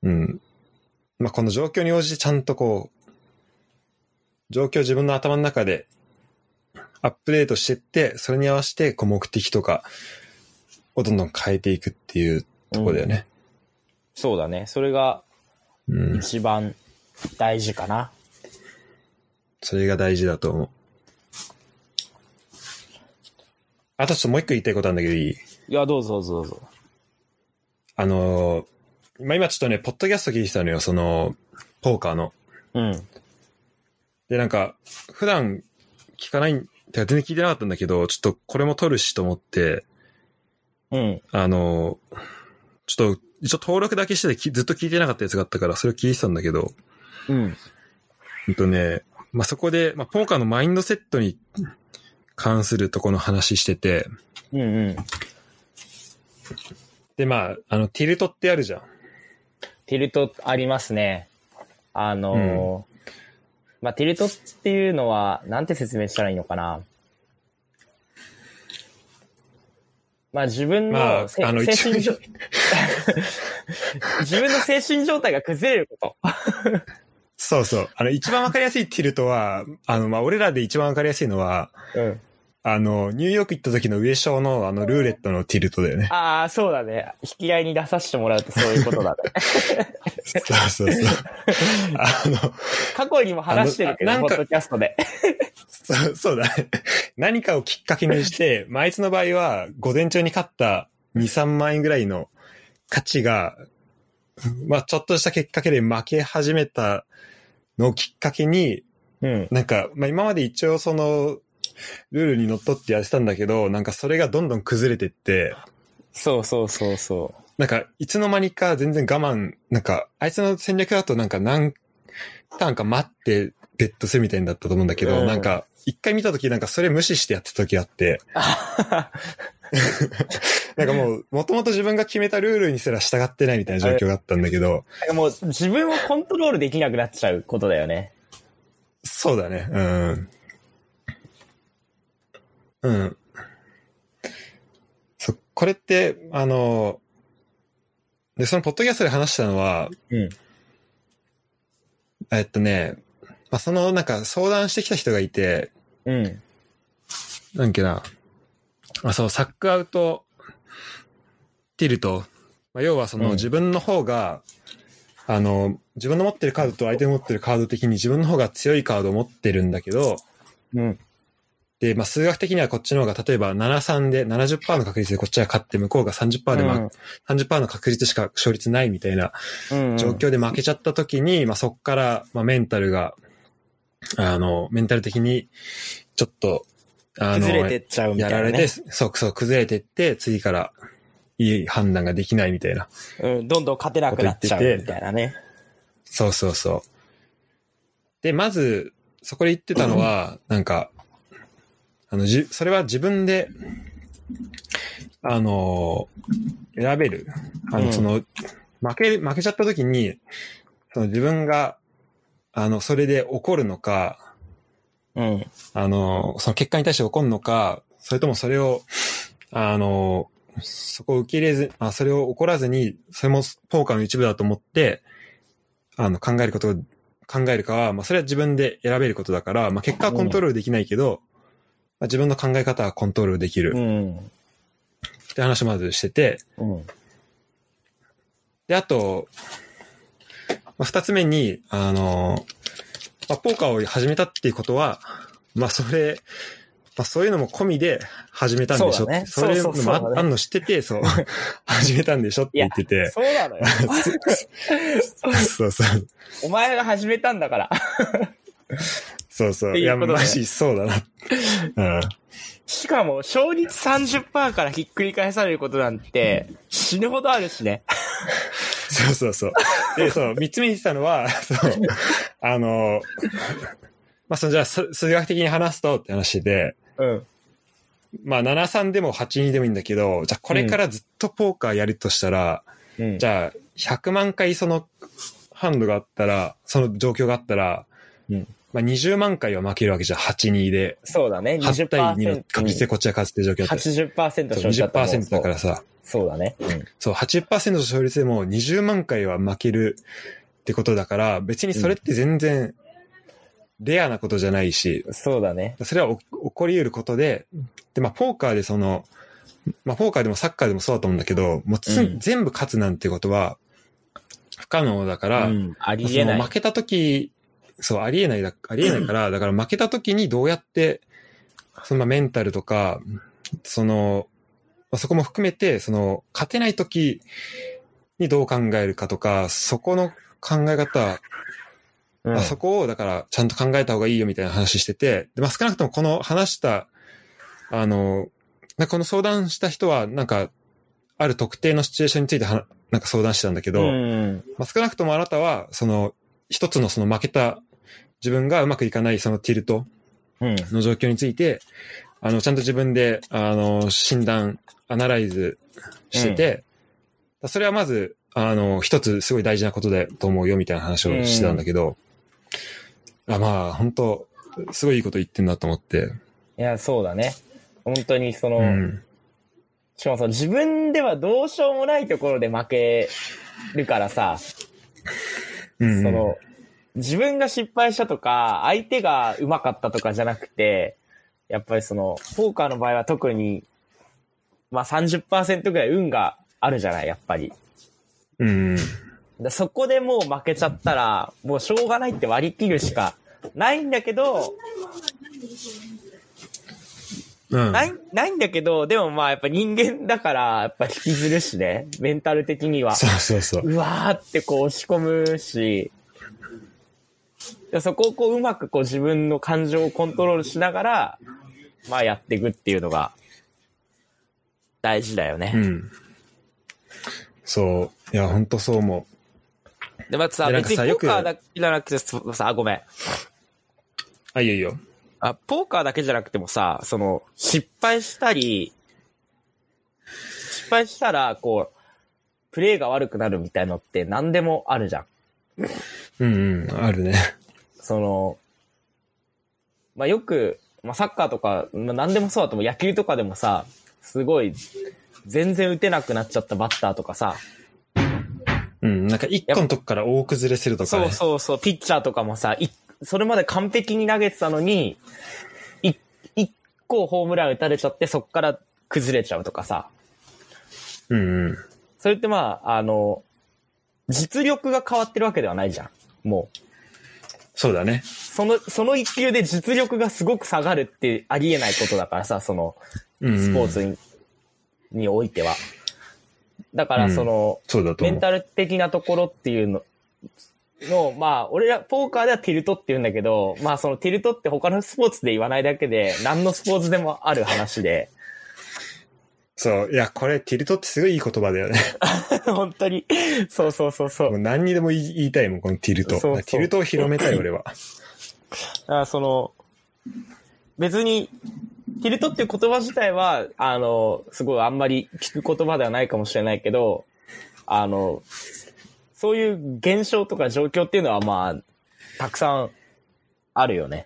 まあ、この状況に応じてちゃんとこう、状況を自分の頭の中でアップデートしてって、それに合わせてこう目的とかをどんどん変えていくっていうところだよね。 そうだね。それが一番大事かな。 それが大事だと思う。あとちょっともう一個言いたいことなんだけどいい？ いや、どうぞどうぞどうぞ。 今ちょっとね、ポッドキャスト聞いてたのよ、ポーカーの。 うん。 で、なんか、普段聞かない、てか全然聞いてなかったんだけど、ちょっとこれも撮るしと思って、 うん。 ちょっと、一応登録だけしててずっと聞いてなかったやつがあったから、それを聞いてたんだけど、 うん。 まあ、そこで、まあ、ポーカーのマインドセットに関するとこの話してて、 うんうん。 で、まあ、ティルトってあるじゃん。 ティルトありますね。まあ、ティルトっていうのは、なんて説明したらいいのかな。まあ、自分の精神自分の精神状態が崩れること。 そうそう。一番わかりやすいティルトは、まあ、俺らで一番わかりやすいのは、 うん。 ニューヨーク行った時の上昇のルーレットのティルトだよね。 ああ、そうだね。引き合いに出させてもらうとそういうことだね。 そう。 過去にも話してるけど、ポッドキャストで。 そうだね。何かをきっかけにして、まあ、あいつの場合は、午前中に勝った2、3万円ぐらいの価値が、まあ、ちょっとしたきっかけで負け始めたのをきっかけに、 うん、 なんか、まあ、今まで一応ルールにのっとってやってたんだけど、なんかそれがどんどん崩れてって、 そう。 なんか、いつの間にか全然我慢、なんか、あいつの戦略だとなんか何ターンか待ってベットするみたいになったと思うんだけど、なんか、一回見たときなんかそれ無視してやってたときあって、なんかもともと自分が決めたルールにすら従ってないみたいな状況があったんだけど、 もう自分をコントロールできなくなっちゃうことだよね。 そうだね。これって、で、そのポッドキャストで話したのは、まあ、なんか相談してきた人がいて、なんけな、サックアウトティルト、まあ、要は自分の方が、自分の持ってるカードと相手の持ってるカード的に自分の方が強いカードを持ってるんだけど、で、まあ、数学的にはこっちの方が、例えば7-3で 70% の確率でこっちが勝って向こうが 30% で、30% の確率しか勝率ないみたいな状況で負けちゃった時に、まあ、そっから、まあ、メンタル的に、ちょっと、 崩れてっちゃうみたいな、ね。 やられて、そう、崩れてって、次からいい判断ができないみたいな。 どんどん勝てなくなっちゃうみたいなね。 そう。で、まず、そこで言ってたのは、なんか、それは自分で、選べる。負けちゃった時に、自分が、それで怒るのか、その結果に対して怒るのか、それともそれを、そこを受け入れず、それを怒らずに、それもポーカーの一部だと思って、考えるかは、まあ、それは自分で選べることだから、まあ、結果はコントロールできないけど、まあ、自分の考え方はコントロールできる。って話をまずしてて、で、あと、まあ、二つ目に、まあ、ポーカーを始めたっていうことは、まあ、そういうのも込みで始めたんでしょって。そういうのもあんの知ってて、そう、始めたんでしょって言ってて。 そうなのよ。 そう。 お前が始めたんだから。 そう。いや、マジそうだな。 しかも、勝率 30% からひっくり返されることなんて、死ぬほどあるしね。 そう。で、三つ目に言ってたのは、まあ、じゃあ、数学的に話すとって話で、まあ、7-3でも8-2でもいいんだけど、じゃあ、これからずっとポーカーやるとしたら、じゃあ、100万回そのハンドがあったら、その状況があったら、まあ、20万回は負けるわけじゃん、8-2で。 そうだね。 8対2の確率でこっちが勝つって状況だったら。 80% 勝率だと思う。 20% だからさ。 そうだね。 そう、80% の勝率でも20万回は負けるってことだから、別にそれって全然、 レアなことじゃないし。 そうだね。 それは起こり得ることで、で、まあ、ポーカーでまあ、ポーカーでもサッカーでもそうだと思うんだけど、もう全部勝つなんてことは不可能だから、 ありえない。 負けた時、そう、ありえないから、だから負けた時にどうやって、メンタルとか、そこも含めて、勝てない時にどう考えるかとか、そこの考え方、そこを、だから、ちゃんと考えた方がいいよみたいな話してて、で、まあ、少なくともこの話した、この相談した人は、なんか、ある特定のシチュエーションについてなんか相談してたんだけど、まあ、少なくともあなたは、一つの負けた、自分がうまくいかないティルトの状況について、ちゃんと自分で、診断、アナライズしてて、それはまず、一つすごい大事なことだと思うよみたいな話をしてたんだけど、まあ、本当すごいいいこと言ってんだと思って。 いや、そうだね。本当にしかも自分ではどうしようもないところで負けるからさ、自分が失敗したとか、相手が上手かったとかじゃなくて、やっぱりポーカーの場合は特に、まあ 30% ぐらい運があるじゃない、やっぱり。そこでもう負けちゃったら、もうしょうがないって割り切るしかないんだけど、ないんだけど、でもまあやっぱ人間だから、やっぱ引きずるしね、メンタル的には。 そう。 うわーって押し込むし、そこをうまく自分の感情をコントロールしながら、まあやっていくっていうのが大事だよね。 そう。いや、ほんとそう思う。で、またさ、別にポーカーだけじゃなくてさ、ごめん。 いいよ。 ポーカーだけじゃなくてもさ、失敗したら、プレーが悪くなるみたいのって何でもあるじゃん。 あるね。 まあよく、まあサッカーとか、まあ何でもそうだと思う。野球とかでもさ、すごい、全然打てなくなっちゃったバッターとかさ。 なんか一個のとこから大崩れするとかね。 そう、ピッチャーとかもさ、それまで完璧に投げてたのに、一個ホームラン打たれちゃって、そっから崩れちゃうとかさ。それってまあ、実力が変わってるわけではないじゃん。もう。 そうだね。 その一球で実力がすごく下がるってありえないことだからさ、スポーツにおいては。だからメンタル的なところっていうの、まあ、俺ら、ポーカーではティルトって言うんだけど、まあティルトって他のスポーツで言わないだけで、何のスポーツでもある話で。 そう。いや、これ、ティルトってすごいいい言葉だよね。 本当に。そう。 もう何にでも言いたいもん、このティルト。ティルトを広めたい、俺は。 別に、ティルトっていう言葉自体は、すごいあんまり聞く言葉ではないかもしれないけど、そういう現象とか状況っていうのはまあ、たくさんあるよね。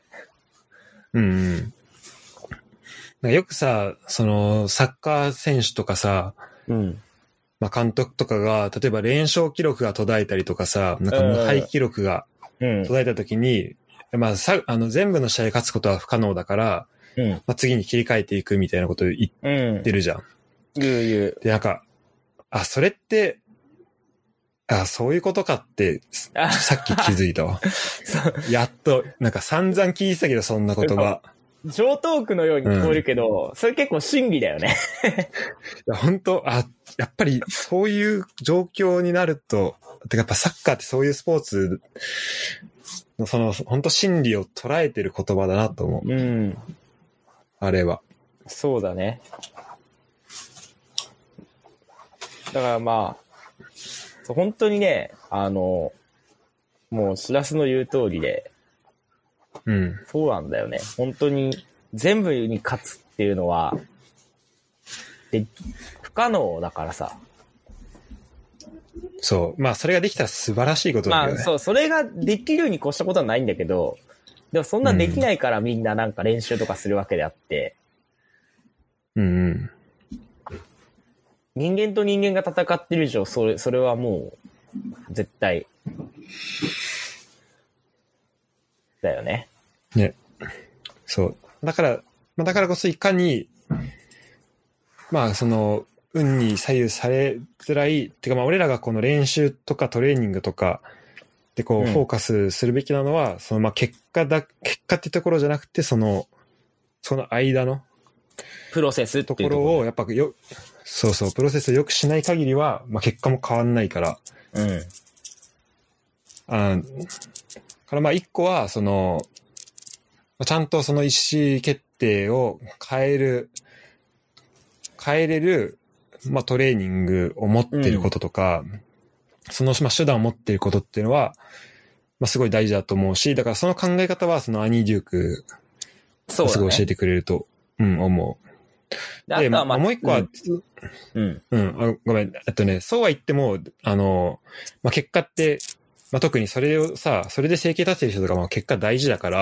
よくさ、サッカー選手とかさ、まあ監督とかが、例えば連勝記録が途絶えたりとかさ、なんか無敗記録が途絶えた時に、まあ全部の試合勝つことは不可能だから、まあ、次に切り替えていくみたいなことを言ってるじゃん。 言う。 で、なんか、それって、そういうことかって、さっき気づいたわ。やっと、なんか散々聞いてたけど、そんな言葉。 常套句のように聞こえるけど、それ結構真理だよね。 いや、本当やっぱりそういう状況になると、てかやっぱサッカーってそういうスポーツの本当真理を捉えてる言葉だなと思う。あれは。 そうだね。だからまあ、本当にね、もうしらすの言う通りで、そうなんだよね。本当に全部に勝つっていうのは、不可能だからさ。 そう。まあ、それができたら素晴らしいことだけどね。 まあ、そう、それができるに越したことはないんだけど、でもそんなできないからみんななんか練習とかするわけであって。人間と人間が戦ってる以上、それはもう、絶対、だよね。 ね。そう。だからこそいかに、まあその、運に左右されづらい、てかまあ俺らがこの練習とかトレーニングとかでこうフォーカスするべきなのは、そのまあ結果ってところじゃなくて、その間のプロセスっていうところをやっぱそうそう、プロセスを良くしない限りは、まあ結果も変わんないから。 うん。 からまあ一個は、その、ちゃんとその意思決定を変えれる、まあトレーニングを持っていることとか、そのまあ手段を持っていることっていうのは、まあすごい大事だと思うし、だからその考え方はそのアニー・デュークがすごい教えてくれると、思う。で、まあもう一個は、ごめん。そうは言っても、まあ結果って、まあ特にそれで生計立てる人とかも結果大事だから、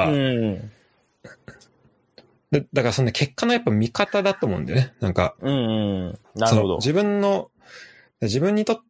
だからその結果のやっぱ見方だと思うんだよね。なんか、 なるほど。 自分にとって、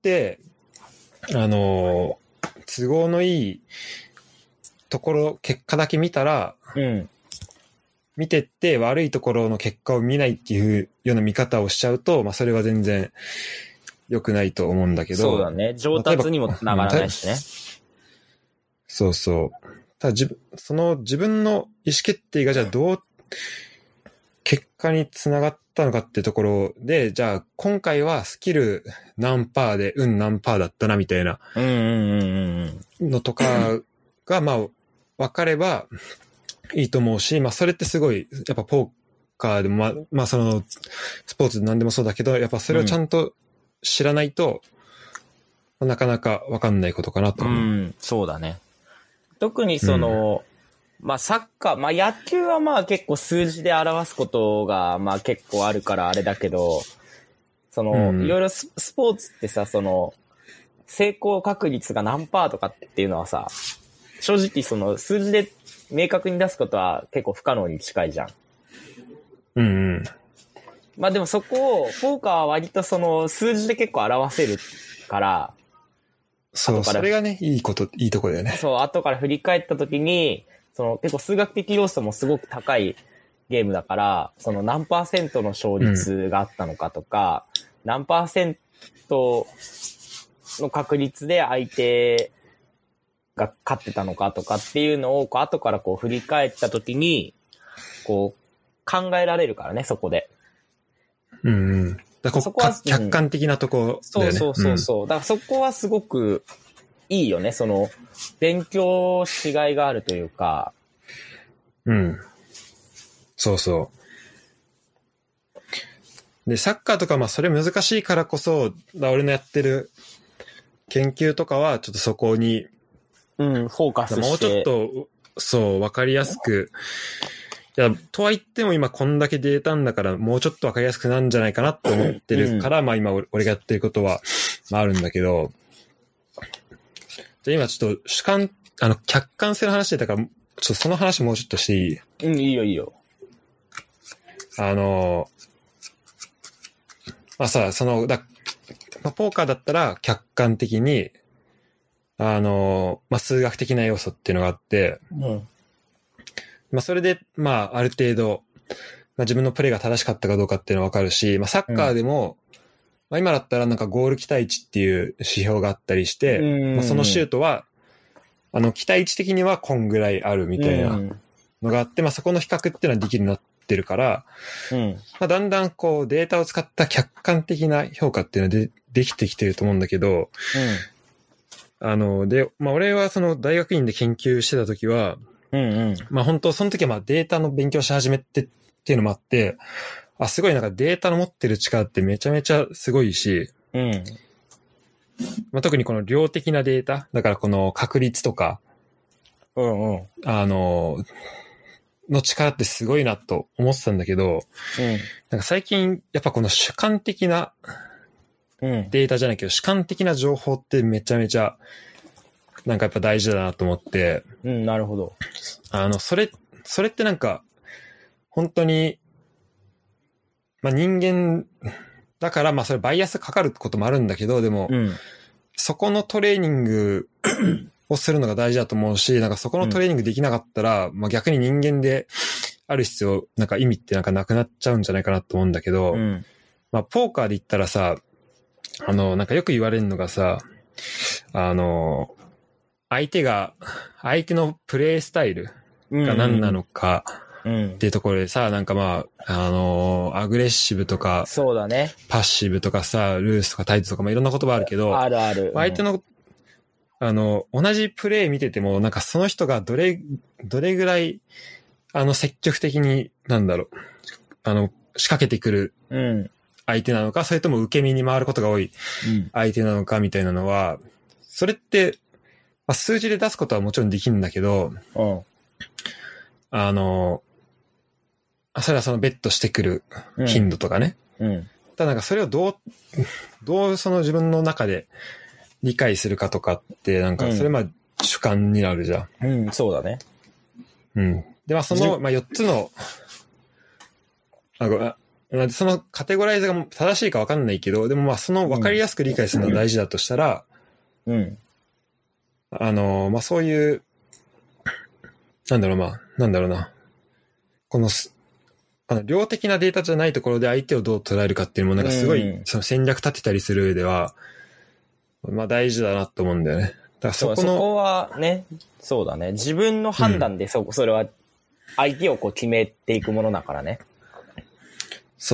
都合のいいところ、結果だけ見たら、見てって悪いところの結果を見ないっていうような見方をしちゃうと、まあそれは全然良くないと思うんだけど。 そうだね。上達にもつながらないしね。 そうそう。ただその自分の意思決定がじゃあどう結果につながったのかってところで、じゃあ今回はスキル何パーで何パーだったなみたいなのとかがまあ分かればいいと思うし、まあそれってすごいやっぱポーカーでもまあそのスポーツで何でもそうだけど、やっぱそれをちゃんと知らないと、なかなか分かんないことかなと思う。 そうだね。特にその、まあサッカー、まあ野球はまあ結構数字で表すことがまあ結構あるからあれだけど、その、いろいろスポーツってさ、その、成功確率が何パーとかっていうのはさ、正直その数字で明確に出すことは結構不可能に近いじゃん。まあでもそこを、ポーカーは割とその数字で結構表せるから、 そう、それがね、いいとこだよね。 そう、後から振り返った時に、その結構数学的要素もすごく高いゲームだから、その何%の勝率があったのかとか、何%の確率で相手が勝ってたのかとかっていうのをこう後からこう振り返った時に、こう考えられるからね、そこで。 だからそこは客観的なとこだよね。 そう。だからそこはすごくいいよね。その勉強しがいがあるというか。 そうそう。で、サッカーとかまあそれ難しいからこそ、俺のやってる研究とかはちょっとそこに、 フォーカスして。 もうちょっと、そう、わかりやすく、いや、とは言っても今こんだけデータんだからもうちょっとわかりやすくなるんじゃないかなって思ってるから、まあ今俺がやってることは、まああるんだけど、じゃあ今ちょっと客観性の話でたから、ちょっとその話もうちょっとしていい？ いいよ。 まあさ、ポーカーだったら客観的に、まあ数学的な要素っていうのがあって、まあそれで、まあある程度、まあ自分のプレーが正しかったかどうかっていうのはわかるし、まあサッカーでも、まあ今だったらなんかゴール期待値っていう指標があったりして、まあそのシュートは、期待値的にはこんぐらいあるみたいなのがあって、まあそこの比較っていうのはできるようになってるから、まあだんだんこうデータを使った客観的な評価っていうのはできてきてると思うんだけど、で、まあ俺はその大学院で研究してた時は、まあ本当その時はまあデータの勉強し始めてっていうのもあって、すごいなんかデータの持ってる力ってめちゃめちゃすごいし、まあ特にこの量的なデータ、だからこの確率とか、の力ってすごいなと思ってたんだけど、なんか最近やっぱこの主観的なデータじゃないけど、主観的な情報ってめちゃめちゃなんかやっぱ大事だなと思って。 なるほど。 それってなんか、本当に、まあ人間だから、まあそれバイアスかかることもあるんだけど、でも、そこのトレーニングをするのが大事だと思うし、なんかそこのトレーニングできなかったら、まあ逆に人間である必要、なんか意味ってなんかなくなっちゃうんじゃないかなと思うんだけど、まあポーカーで言ったらさ、なんかよく言われるのがさ、相手のプレイスタイルが何なのかっていうところでさ、なんかまあ、アグレッシブとか、 そうだね。 パッシブとかさ、ルースとかタイトとかまあいろんな言葉あるけど、 あるある。 相手の、同じプレイ見てても、なんかその人がどれぐらい、積極的に、なんだろう、仕掛けてくる相手なのか、それとも受け身に回ることが多い相手なのかみたいなのは、それって、まあ、数字で出すことはもちろんできるんだけど、それはそのベットしてくる頻度とかね。ただなんかそれをどうその自分の中で理解するかとかって、なんかそれまあ主観になるじゃん。そうだね。 で、まあその、まあ4つの、そのカテゴライズが正しいか分かんないけど、でもまあその分かりやすく理解するのが大事だとしたら、まあそういう、なんだろうな。この、量的なデータじゃないところで相手をどう捉えるかっていうのもなんかすごい、その戦略立てたりする上では、まあ大事だなと思うんだよね。だからそこはね、そうだね。自分の判断でそれは相手をこう決めていくものだからね。 そう。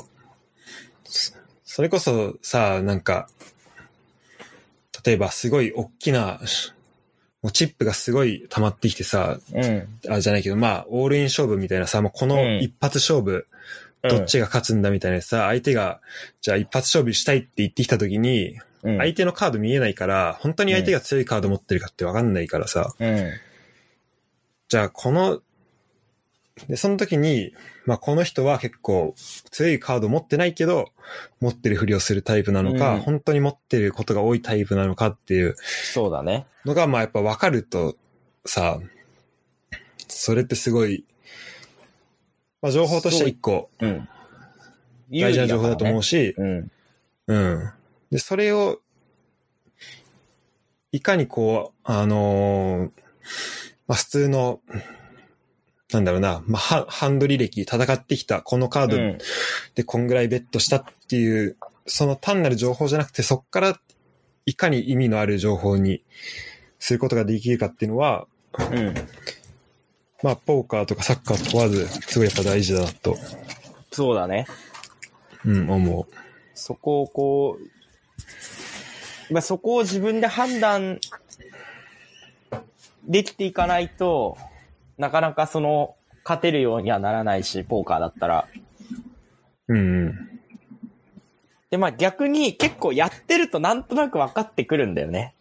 それこそさ、なんか、例えばすごい大きな、もうチップがすごい溜まってきてさ、じゃないけど、まあ、オールイン勝負みたいなさ、もうこの一発勝負、どっちが勝つんだみたいなさ、相手が、じゃあ一発勝負したいって言ってきた時に、相手のカード見えないから、本当に相手が強いカード持ってるかって分かんないからさ、じゃあで、その時に、まあこの人は結構強いカード持ってないけど、持ってるふりをするタイプなのか、本当に持ってることが多いタイプなのかっていう。 そうだね。 のが、まあやっぱ分かるとさ、それってすごい、まあ情報としては一個、大事な情報だと思うし、で、それを、いかにこう、まあ普通の、なんだろうな、まあ、ハンド履歴、戦ってきた、このカードでこんぐらいベットしたっていう、その単なる情報じゃなくて、そこからいかに意味のある情報にすることができるかっていうのは、まあ、ポーカーとかサッカー問わず、すごいやっぱ大事だなと。 そうだね。 思う。 そこをこう、まあ、そこを自分で判断できていかないと、なかなか勝てるようにはならないし、ポーカーだったら。で、まあ逆に結構やってるとなんとなく分かってくるんだよね。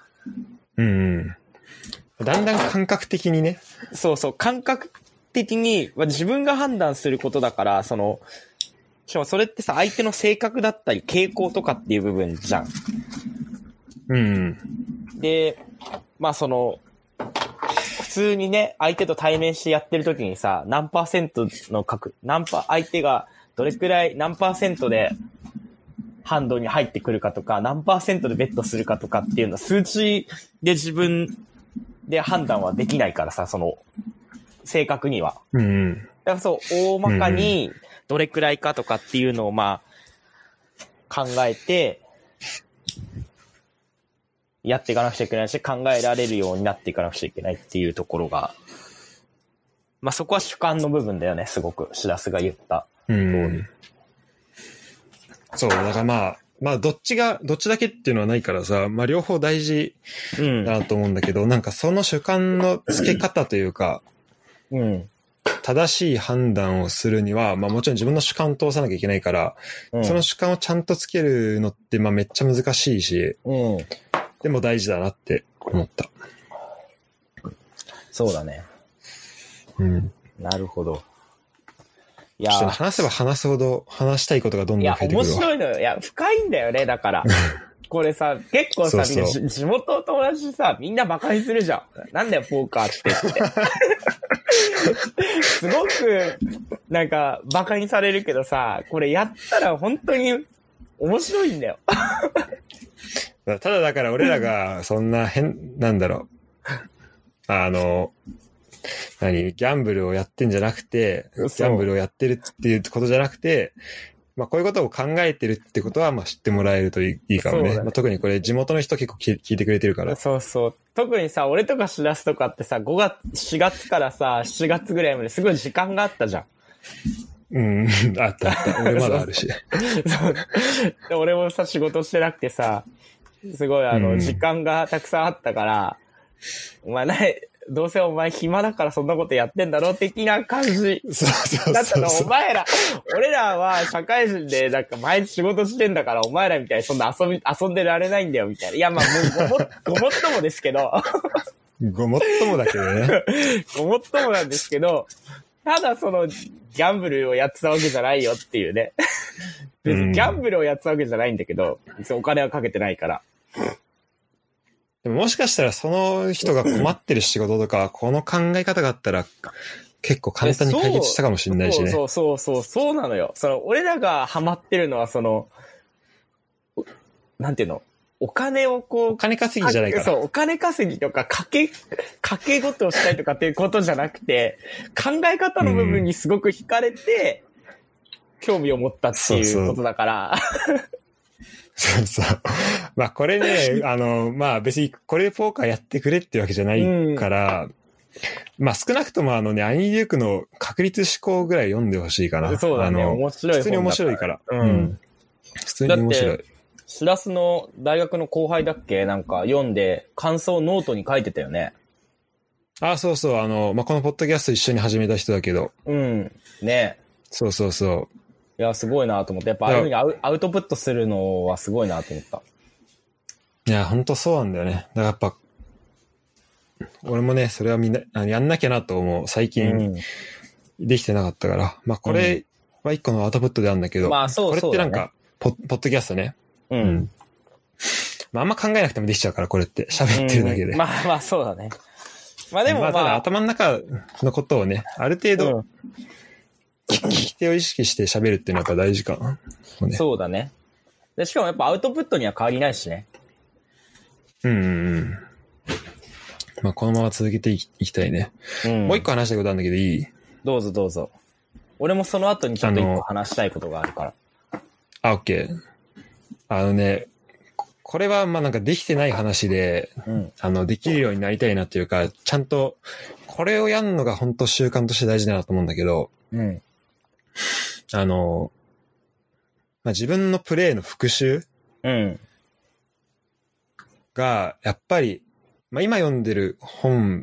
だんだん感覚的にね。 そう、感覚的に、自分が判断することだから、しかもそれってさ、相手の性格だったり傾向とかっていう部分じゃん。で、まあ普通にね、相手と対面してやってる時にさ、何%の相手がどれくらい何%でハンドに入ってくるかとか、何%でベットするかとかっていうのは数値で自分で判断はできないからさ、正確には。だから大まかにどれくらいかとかっていうのをまあ考えて、やっていかなくちゃいけないし、考えられるようになっていかなくちゃいけないっていうところが、まあそこは主観の部分だよね、すごく、しらすが言った通り。 そう、だからまあどっちだけっていうのはないからさ、まあ両方大事だなと思うんだけど、なんかその主観の付け方というか、正しい判断をするには、まあもちろん自分の主観を通さなきゃいけないから、その主観をちゃんとつけるのってまあめっちゃ難しいし、でも大事だなって思った。 そうだね。なるほど。 いや、話せば話すほど話したいことがどんどん増えてくるわ。 いや、面白いのよ。いや、深いんだよね、だから。これさ、結構さ、みんな地元の友達さ、みんなバカにするじゃん。なんだよ、ポーカーって。すごく、なんか、バカにされるけどさ、これやったら本当に面白いんだよ。 ただだから俺らがそんななんだろう。ギャンブルをやってんじゃなくて、ギャンブルをやってるっていうことじゃなくて、まあこういうことを考えてるってことはまあ知ってもらえるといいかもね。まあ、特にこれ地元の人結構聞いてくれてるから。 そうそう。特にさ、俺とかしらすとかってさ、4月からさ、7月ぐらいまですごい時間があったじゃん。 うん、あった。俺まだあるし。 そうで俺もさ、仕事してなくてさ、すごい時間がたくさんあったから、どうせお前暇だからそんなことやってんだろ的な感じだったの。俺らは社会人でなんか毎日仕事してんだからお前らみたいにそんな遊んでられないんだよみたいな。いやまあもうごもっともですけど。 ごもっともだけどね。 ごもっともなんですけど、ただそのギャンブルをやってたわけじゃないよっていうね。別にギャンブルをやってたわけじゃないんだけど、別にお金はかけてないから。 でももしかしたらその人が困ってる仕事とか、この考え方があったら結構簡単に解決したかもしれないしね。 そうなのよ。俺らがハマってるのはなんていうの、お金をお金稼ぎじゃないから。 そう、お金稼ぎとか賭け事をしたいとかっていうことじゃなくて、考え方の部分にすごく惹かれて、興味を持ったっていうことだから。 そう。まあこれね、まあ別にこれでポーカーやってくれってわけじゃないから、まあ少なくともアニー・デュークの確率思考ぐらい読んでほしいかな。 そうだね、面白い。 普通に面白いから。普通に面白い。だってしらすの大学の後輩だっけなんか読んで感想をノートに書いてたよね。 あ、そうそう。まあこのポッドキャスト一緒に始めた人だけど。 ね。 そう。 いや、すごいなと思って。やっぱああいうふうにアウトプットするのはすごいなと思った。 いや、ほんとそうなんだよね。だからやっぱ、俺もね、それはみんな、やんなきゃなと思う。最近、できてなかったから。まあこれは一個のアウトプットであるんだけど、まあそう、これってなんか、ポッドキャストね。まああんま考えなくてもできちゃうから、これって。喋ってるだけで。 まあそうだね。まあでもただ頭の中のことをね、ある程度、聞き手を意識して喋るっていうのはやっぱ大事かな、ね。 そうだね。で、しかもやっぱアウトプットには変わりないしね。 まあこのまま続けていきたいね。もう一個話したいことあるんだけどいい？ どうぞ。俺もその後にちょっと一個話したいことがあるから。 オッケー。これはまあなんかできてない話で、できるようになりたいなっていうか、ちゃんとこれをやるのが本当習慣として大事だなと思うんだけど、まあ、自分のプレイの復習が、やっぱり、まあ今読んでる本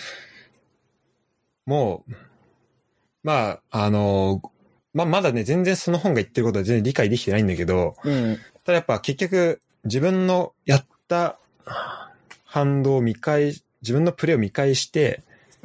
も、まあ、まだね、全然その本が言ってることは全然理解できてないんだけど、ただやっぱ結局、自分のやった反動を自分のプレイを見返して、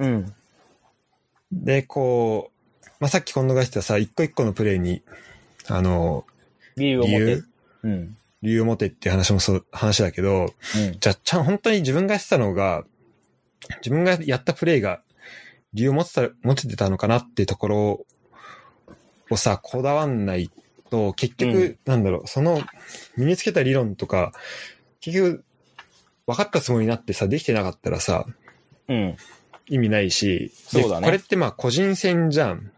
で、こう、まあ、さっき近藤が言ってたさ、一個一個のプレイに、 理由を持てっていう話だけど、じゃあ、本当に自分がやってたのが、自分がやったプレイが理由を持ててたのかなっていうところをさ、こだわんないと、結局、なんだろう、その身につけた理論とか、結局、分かったつもりになってさ、できてなかったらさ、意味ないし、 そうだね。 これってまあ個人戦じゃん。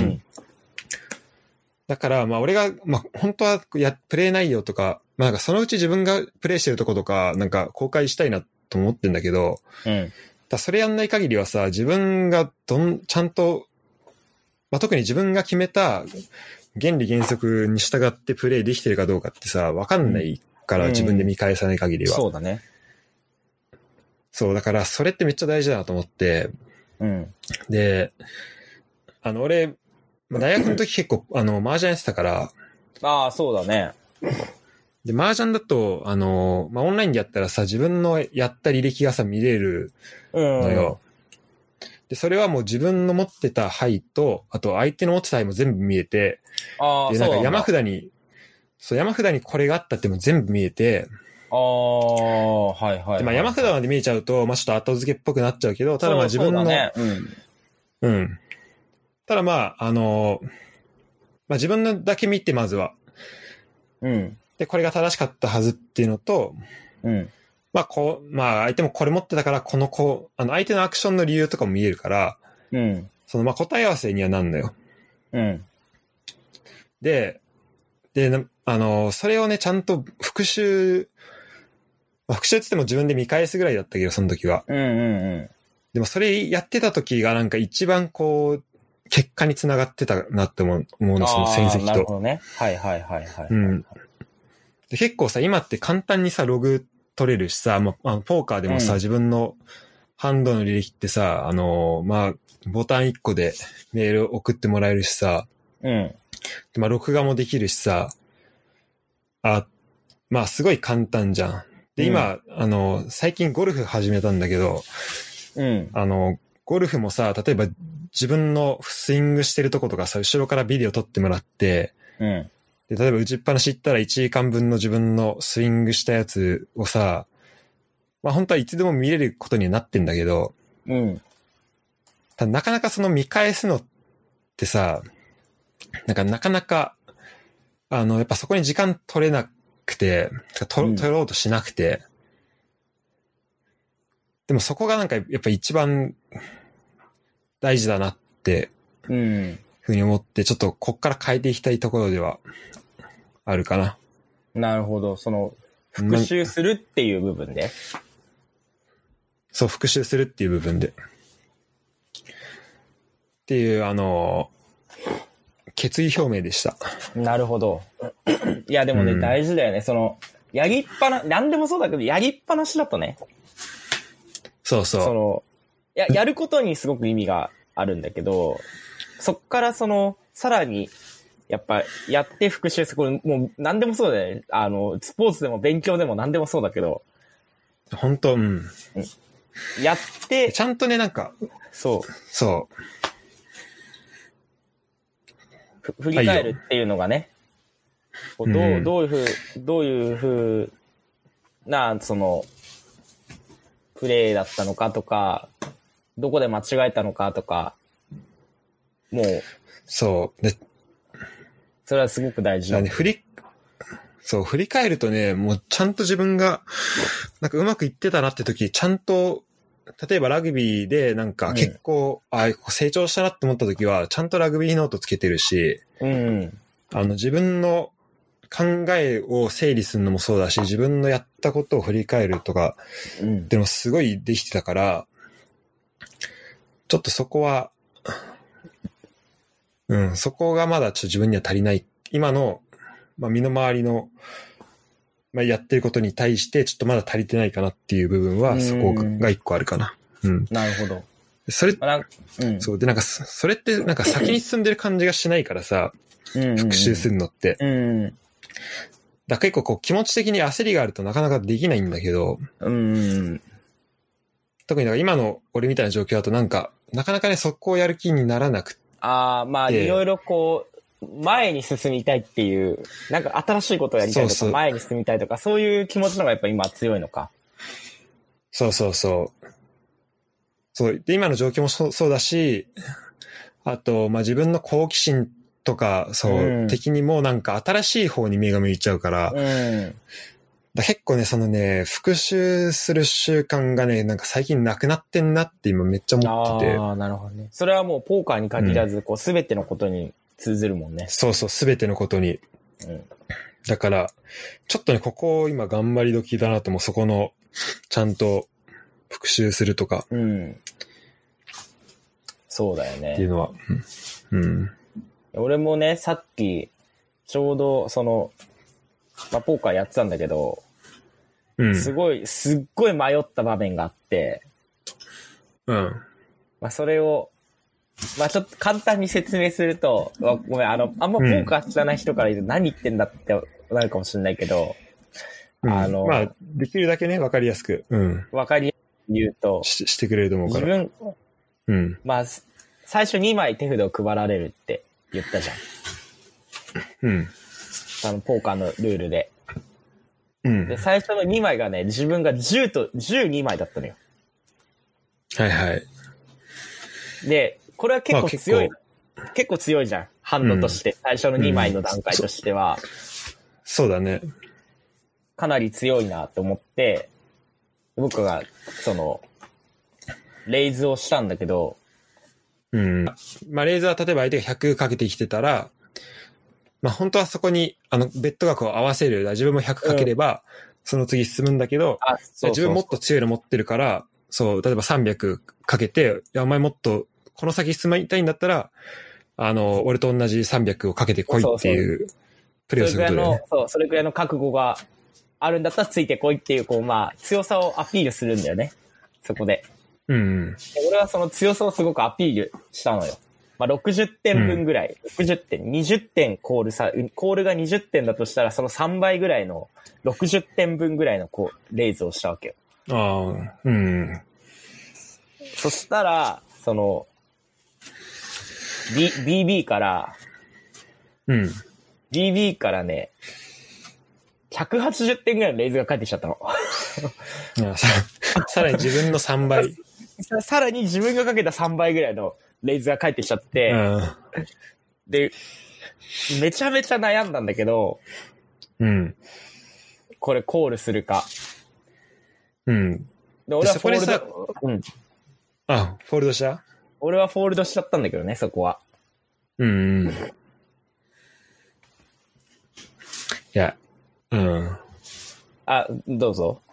だからまあ俺が、まあ本当はプレイ内容とか、まあなんかそのうち自分がプレイしてるとことか、なんか公開したいなと思ってんだけど、それやんない限りはさ、自分がちゃんと、まあ特に自分が決めた原理原則に従ってプレイできてるかどうかってさ、わかんないから、自分で見返さない限りは。 そうだね。 そう、だからそれってめっちゃ大事だなと思って、で、俺、大学の時結構、麻雀やってたから。 ああ、そうだね。 で、麻雀だと、まあ、オンラインでやったらさ、自分のやった履歴がさ、見れるのよ。で、それはもう自分の持ってた牌と、あと相手の持ってた牌も全部見えて、で、なんか山札にこれがあったっても全部見えて、で、まあ、山札まで見えちゃうと、まあ、ちょっと後付けっぽくなっちゃうけど、ただまあ自分の、ただまあ、まあ自分のだけ見てまずは、 で、これが正しかったはずっていうのと、 うん。 まあ相手もこれ持ってたから、相手のアクションの理由とかも見えるから、 うん。 答え合わせにはなんのよ。 うん。 で、それをね、ちゃんと復習って言っても自分で見返すぐらいだったけど、その時は。 うんうんうん。 でもそれやってた時がなんか一番結果につながってたなって思うの、その戦績と。 なるほどね。はいはいはいはい。 うん。で結構さ、今って簡単にさ、ログ取れるしさ、ポーカーでもさ、自分のハンドの履歴ってさ、ボタン1個でメール送ってもらえるしさ、 うん。 録画もできるしさ、すごい簡単じゃん。で、今、最近ゴルフ始めたんだけど、 うん。 ゴルフもさ、例えば自分のスイングしてるとことかさ、後ろからビデオ撮ってもらって、 うん。 で、例えば打ちっぱなし行ったら1時間分の自分のスイングしたやつをさ、本当はいつでも見れることにはなってんだけど、 うん。 なかなかその見返すのってさ、なかなか、やっぱそこに時間取れなくて、取ろうとしなくて、でもそこがなんかやっぱ一番大事だなってふうに思って、ちょっとこっから変えていきたいところではあるかな。 なるほど。復習するっていう部分で。 そう、復習するっていう部分で。っていう、決意表明でした。 なるほど。いや、でもね、大事だよね。やりっぱな、なんでもそうだけど、やりっぱなしだとね。 そうそう。 やることにすごく意味があるんだけど、そっからさらに、やっぱ、やって復習する。これ、もう、なんでもそうだよね。スポーツでも勉強でもなんでもそうだけど。 本当、うん。 やって、 ちゃんとね、なんか、 そう。 そう。 振り返るっていうのがね、どういうふうな、プレーだったのかとか、どこで間違えたのかとか、もう、 そう。で、 それはすごく大事だね。 振り返るとね、もうちゃんと自分が、なんかうまくいってたなって時、ちゃんと、例えばラグビーでなんか結構、成長したなって思った時は、ちゃんとラグビーノートつけてるし、自分の考えを整理するのもそうだし、自分のやったことを振り返るとか、でもすごいできてたから、ちょっとそこは、そこがまだちょっと自分には足りない。今の、身の回りの、やってることに対してちょっとまだ足りてないかなっていう部分は、そこが一個あるかな。 なるほど。 それ、そう。で、なんか、それってなんか先に進んでる感じがしないからさ、復習するのって。だから結構気持ち的に焦りがあるとなかなかできないんだけど、特になんか今の俺みたいな状況だとなんか、なかなかね、そこをやる気にならなくて。 いろいろ前に進みたいっていう、なんか新しいことをやりたいとか、前に進みたいとか、そういう気持ちの方がやっぱ今強いのか。 そう。で、今の状況もそうだし、あと、自分の好奇心とか、的にもなんか新しい方に目が向いちゃうから、結構ね、復習する習慣がね、なんか最近なくなってんなって今めっちゃ思ってて。 なるほどね。それはもうポーカーに限らず、すべてのことに通ずるもんね。 そう、すべてのことに。だから、ちょっとね、ここ今頑張り時だなとも、そこの、ちゃんと復習するとか。 そうだよね。 っていうのは。 俺もね、さっき、ちょうど、ポーカーやってたんだけど、すっごい迷った場面があって、それを、ちょっと簡単に説明すると、ごめん、あんまポーカー知らない人から言うと何言ってんだってなるかもしれないけど、 できるだけね、わかりやすく。 わかりやすく言うと、 してくれると思うから。 最初2枚手札を配られるって言ったじゃん。ポーカーのルールで。で、最初の2枚がね、自分が12枚だったのよ。 はいはい。 で、これは結構強いじゃん。ハンドとして。最初の2枚の段階としては。 そうだね。 かなり強いなと思って、僕が、レイズをしたんだけど、 うん。まあ、レイズは例えば相手が100かけてきてたら、まあ、本当はそこに、ベッド額を合わせる、自分も100かければ、その次進むんだけど、自分もっと強いの持ってるから、そう、例えば300かけて、いや、お前もっと、この先進みたいんだったら、俺と同じ300をかけてこいっていうプレーをすることだよね。 それくらいの覚悟があるんだったらついてこいっていう、強さをアピールするんだよね。そこで。 うん。 俺はその強さをすごくアピールしたのよ。まあ、60点分ぐらい、60点、20点コールが20点だとしたら、その3倍ぐらいの、60点分ぐらいのレイズをしたわけよ。 ああ、うん。 そしたら、BB から、BB からね、180点ぐらいのレイズが返ってきちゃったの。 さらに自分の3倍。 さらに自分がかけた3倍ぐらいのレイズが返ってきちゃって、で、めちゃめちゃ悩んだんだけど、これコールするか。で、俺はフォールド、 フォールドした？ 俺はフォールドしちゃったんだけどね、そこは。 いや、 どうぞ。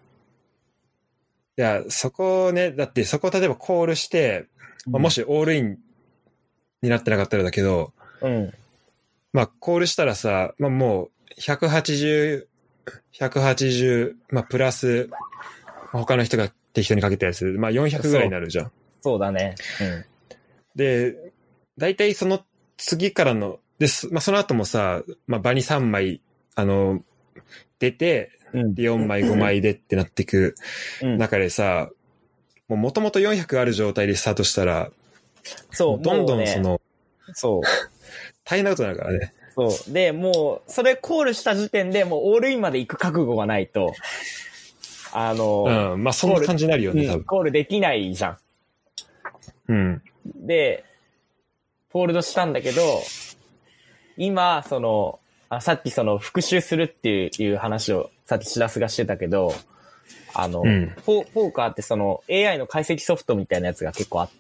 いや、そこね、だってそこ例えばコールして、もしオールインになってなかったらだけど、まあコールしたらさ、まあもう180、まあプラス、他の人が適当にかけたやつ、まあ400ぐらいになるじゃん。 そうだね。 で、大体その次からの、まあその後もさ、まあ場に3枚、出て、4枚5枚でってなっていく中でさ、もともと400ある状態でスタートしたら、どんどん大変なことになるからね。 そう。で、もう、それコールした時点でもうオールインまで行く覚悟がないと、 まあそんな感じになるよね、多分。 コールできないじゃん。で、フォールドしたんだけど、今、さっき復習するっていう話をさっきしらすがしてたけど、ポーカーってAI の解析ソフトみたいなやつが結構あって、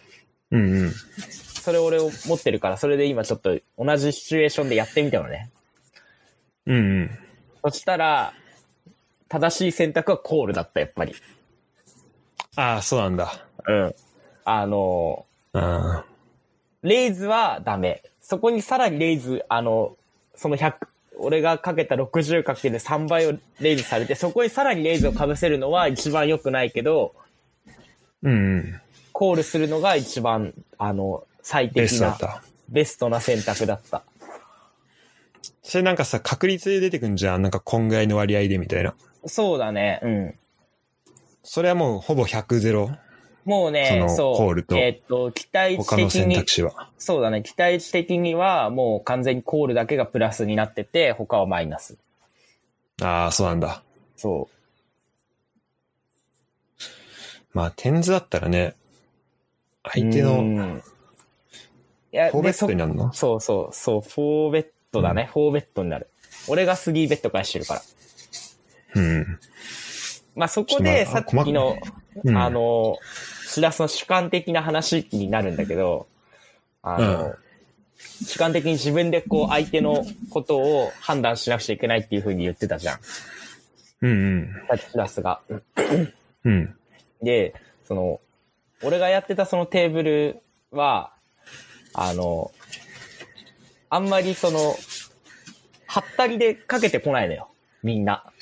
それ俺を持ってるから、それで今ちょっと同じシチュエーションでやってみたのね。そしたら、正しい選択はコールだった、やっぱり。 ああ、そうなんだ。 レイズはダメ。そこにさらにレイズ、俺がかけた 60×3 倍をレイズされて、そこにさらにレイズを被せるのは一番良くないけど、コールするのが一番、最適な、ベストな選択だった。 それなんかさ、確率で出てくんじゃん。なんかこんぐらいの割合でみたいな。 そうだね。 それはもうほぼ100-0。 もうね、そう。 コールと。 期待値的に。 他の選択肢は。 そうだね。期待値的にはもう完全にコールだけがプラスになってて、他はマイナス。 ああ、そうなんだ。 そう。 まあ、テンズだったらね、相手の、 いや、 4ベットになるの？ そう、4ベットだね。4ベットになる。俺が3ベット返してるから。まあそこでさっきの、しらすの主観的な話になるんだけど、主観的に自分で相手のことを判断しなくちゃいけないっていう風に言ってたじゃん。さっきしらすが。で、俺がやってたそのテーブルは、あんまりはったりでかけてこないのよ。みんな。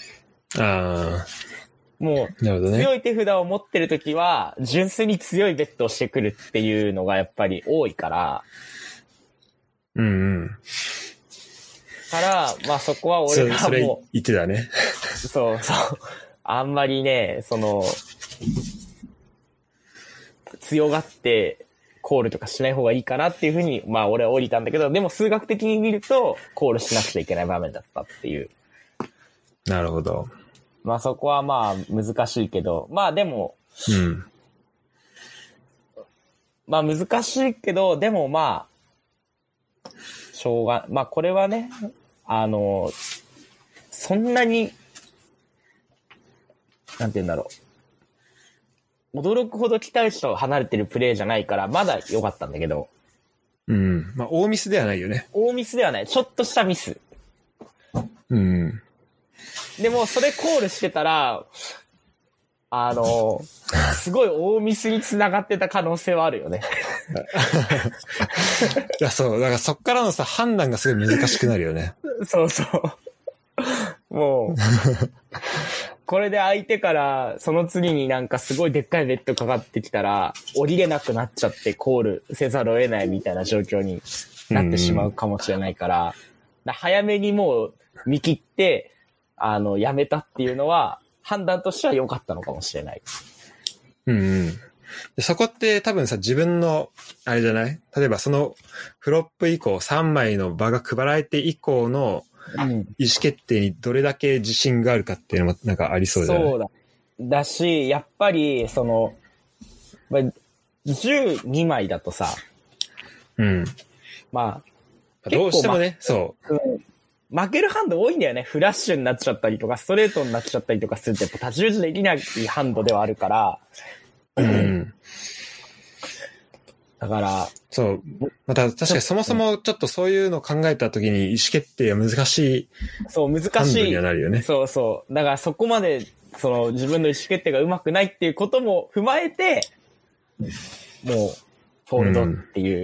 もう、強い手札を持ってるときは、純粋に強いベットをしてくるっていうのがやっぱり多いから。から、まあそこは俺がもう。 それ言ってたね。 そう。あんまりね、強がってコールとかしない方がいいかなっていうふうに、まあ俺は降りたんだけど、でも数学的に見ると、コールしなくちゃいけない場面だったっていう。 なるほど。 まあそこはまあ難しいけど、まあでも、まあ難しいけど、でもまあ、まあこれはね、 そんなに、なんて言うんだろう。驚くほど期待値と離れてるプレーじゃないから、まだ良かったんだけど。 うん。まあ、大ミスではないよね。 大ミスではない。ちょっとしたミス。 うん。 でも、それコールしてたら、すごい大ミスに繋がってた可能性はあるよね。 いや、そう。だからそっからのさ、判断がすごい難しくなるよね。 そうそう。もう、これで相手からその次になんかすごいでっかいベッドかかってきたら、降りれなくなっちゃってコールせざるを得ないみたいな状況になってしまうかもしれないから、早めにもう見切って、やめたっていうのは、判断としては良かったのかもしれない。 うんうん。そこって多分さ、自分の、あれじゃない？例えばそのフロップ以降、3枚の場が配られて以降の意思決定にどれだけ自信があるかっていうのもなんかありそうじゃない？ そうだ。だし、やっぱり、12枚だとさ、 うん。 まあ、 どうしてもね、そう。 負けるハンド多いんだよね。フラッシュになっちゃったりとか、ストレートになっちゃったりとかすると、やっぱ太刀打ちできないハンドではあるから。 うん。 だから。 そう。また確かにそもそもちょっとそういうのを考えたときに意思決定は難しい。 そう、難しい。 ハンドにはなるよね。 そうそう。だからそこまで、自分の意思決定が上手くないっていうことも踏まえて、もう、フォールドっていう。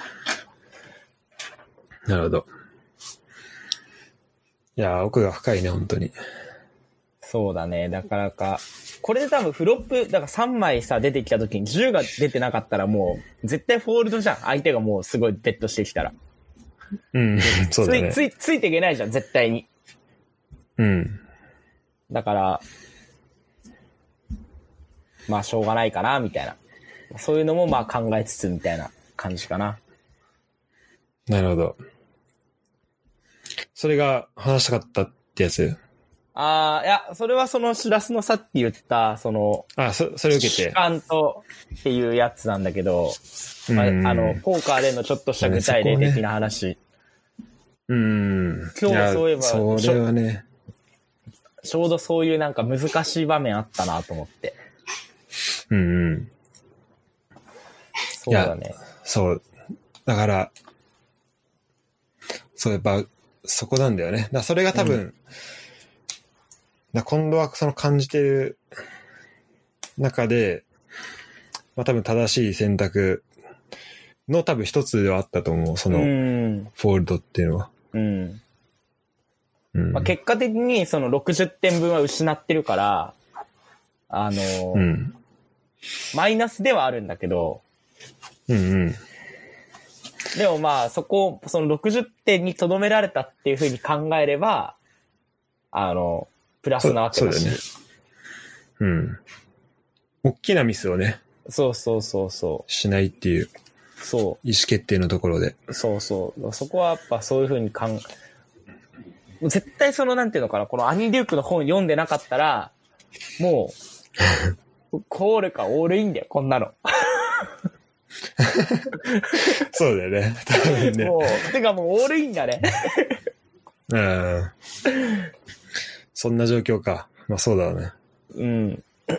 なるほど。いやー、奥が深いね、本当に。 そうだね。だからこれで多分フロップ、だから3枚さ、出てきた時に10が出てなかったらもう、絶対フォールドじゃん。相手がもうすごいベットしてきたら。 うん、そうだね。 ついていけないじゃん、絶対に。 うん。 だから、まあ、しょうがないかな、みたいな。そういうのもまあ考えつつ、みたいな感じかな。 なるほど。それが話したかったってやつ？ いや、それはそのしらすのさっき言った、それを受けて。主観とっていうやつなんだけど、まあ、ポーカーでのちょっとした具体例的な話。今日そういえば、 それはね。 ちょうどそういうなんか難しい場面あったなと思って。そうだね。 そう。だから、そうやっぱ、そこなんだよね。だからそれが多分、今度はその感じてる中で、まあ多分正しい選択の多分一つではあったと思う。その、フォールドっていうのは。 まあ、結果的にその60点分は失ってるから、マイナスではあるんだけど、でもまあその60点にとどめられたっていう風に考えれば、プラスなわけだし。 そうだね。大きなミスをね。 そう。 しないっていう。 そう。 意思決定のところで。 そう。そこはやっぱそういう風に絶対なんていうのかな、このアニ・デュークの本読んでなかったら、もう、コールかオールインだよ、こんなの。 そうだよね。多分ね。 もう、てかもうオールインだね。 そんな状況か。まあそうだね。 だ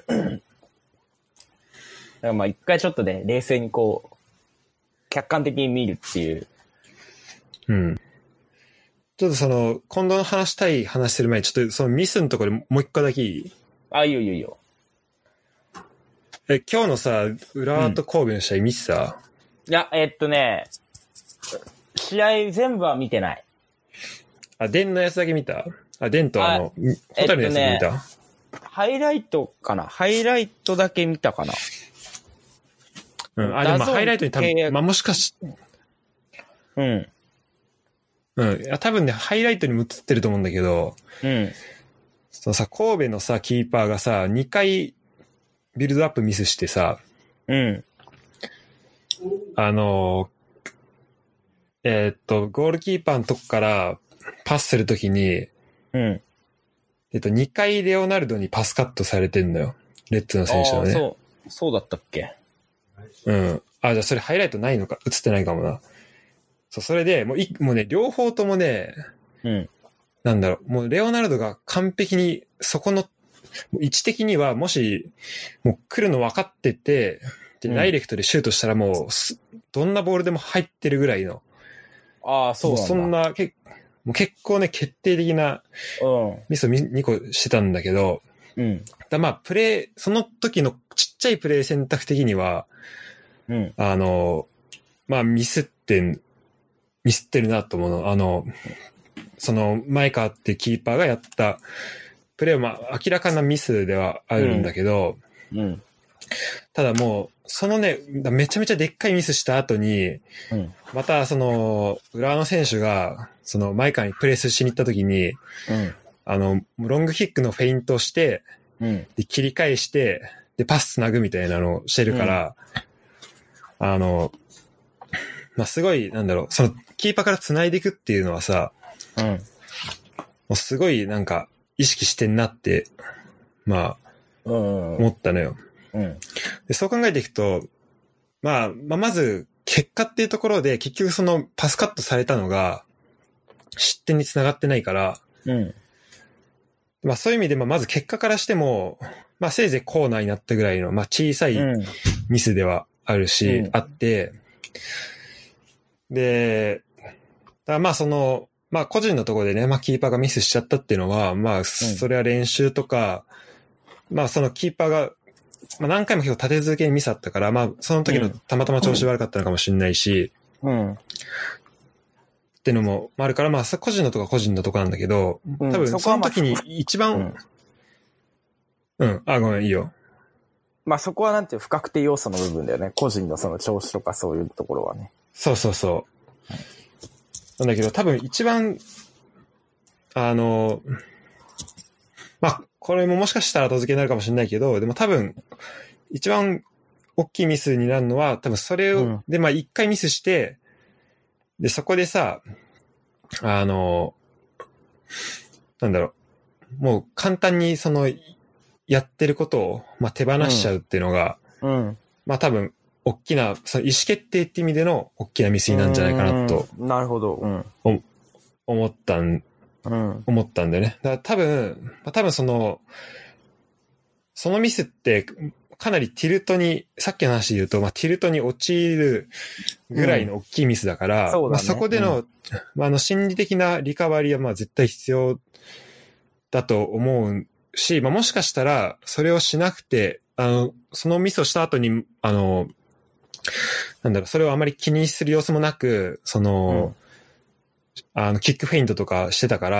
からまあ一回ちょっとね、冷静に客観的に見るっていう。 ちょっと今度の話したい話する前に、ちょっとそのミスのところでもう一個だけいい？ いいよ。 今日のさ、浦和と神戸の試合見てた？ いや、試合全部は見てない。 デンのやつだけ見た？デンとホタルのやつだけ見た？ ハイライトかな？ハイライトだけ見たかな？ でもハイライトに多分、もしかし、多分ね、ハイライトにも映ってると思うんだけど、そのさ、神戸のさ、キーパーがさ、2回ビルドアップミスしてさ、ゴールキーパーのとこからパスするときに、2回レオナルドにパスカットされてんのよ。レッツの選手のね。 そうだったっけ？ じゃあそれハイライトないのか、映ってないかもな。それで、もうね、両方ともね、 うん。 なんだろう、もうレオナルドが完璧に、そこの、位置的にはもし、もう来るの分かってて、で、ダイレクトでシュートしたらもう、どんなボールでも入ってるぐらいの。 ああ、そうなんだ。 そんな、もう結構ね、決定的なミスを2個してたんだけど、 うん。 まあ、その時のちっちゃいプレー選択的には、 うん。 まあ、ミスってるなと思うの。その、前川ってキーパーがやったプレーは、まあ、明らかなミスではあるんだけど、 うん。 ただもう、そのね、めちゃめちゃでっかいミスした後に、 うん、 またその、浦和の選手が、その前川にプレスしに行った時に、 うん、 ロングキックのフェイントをして、 うん、 で切り返して、で、パス繋ぐみたいなのをしてるから、まあ、すごい、なんだろう、その、キーパーから繋いでいくっていうのはさ、 うん、 もうすごいなんか、意識してんなって、まあ、思ったのよ。 うん、 でそう考えていくと、まあ、まず、結果っていうところで、結局そのパスカットされたのが、失点につながってないから、 うん、 まあそういう意味で、まず結果からしても、まあせいぜいコーナーになったぐらいの、まあ小さいミスではあるし、あって、で、だからまあその、まあ個人のところでね、まあキーパーがミスしちゃったっていうのは、まあそれは練習とか、まあそのキーパーが、まあ何回も結構立て続けにミスあったから、まあその時のたまたま調子悪かったのかもしれないし、っていうのもあるから、まあ個人のとこは個人のとこなんだけど、多分その時に一番、ごめん、いいよ。 まあそこはなんていう不確定要素の部分だよね。個人のその調子とかそういうところはね。 そうそうそう。なんだけど多分一番、まあこれももしかしたら後付けになるかもしれないけど、でも多分一番大きいミスになるのは多分それを、でまあ一回ミスして、でそこでさ、なんだろう、もう簡単にそのやってることを、まあ、手放しちゃうっていうのが、まあ多分大きなその意思決定って意味での大きなミスになるんじゃないかなと、 なるほど、 思ったんだよね。だから多分そのミスってかなりティルトに、さっきの話で言うと、まあ、ティルトに陥るぐらいの大きいミスだから、まあ、そこでの、まあ、心理的なリカバリーはまあ絶対必要だと思うし、まあ、もしかしたらそれをしなくて、そのミスをした後に、なんだろう、それをあまり気にする様子もなく、キックフェイントとかしてたから、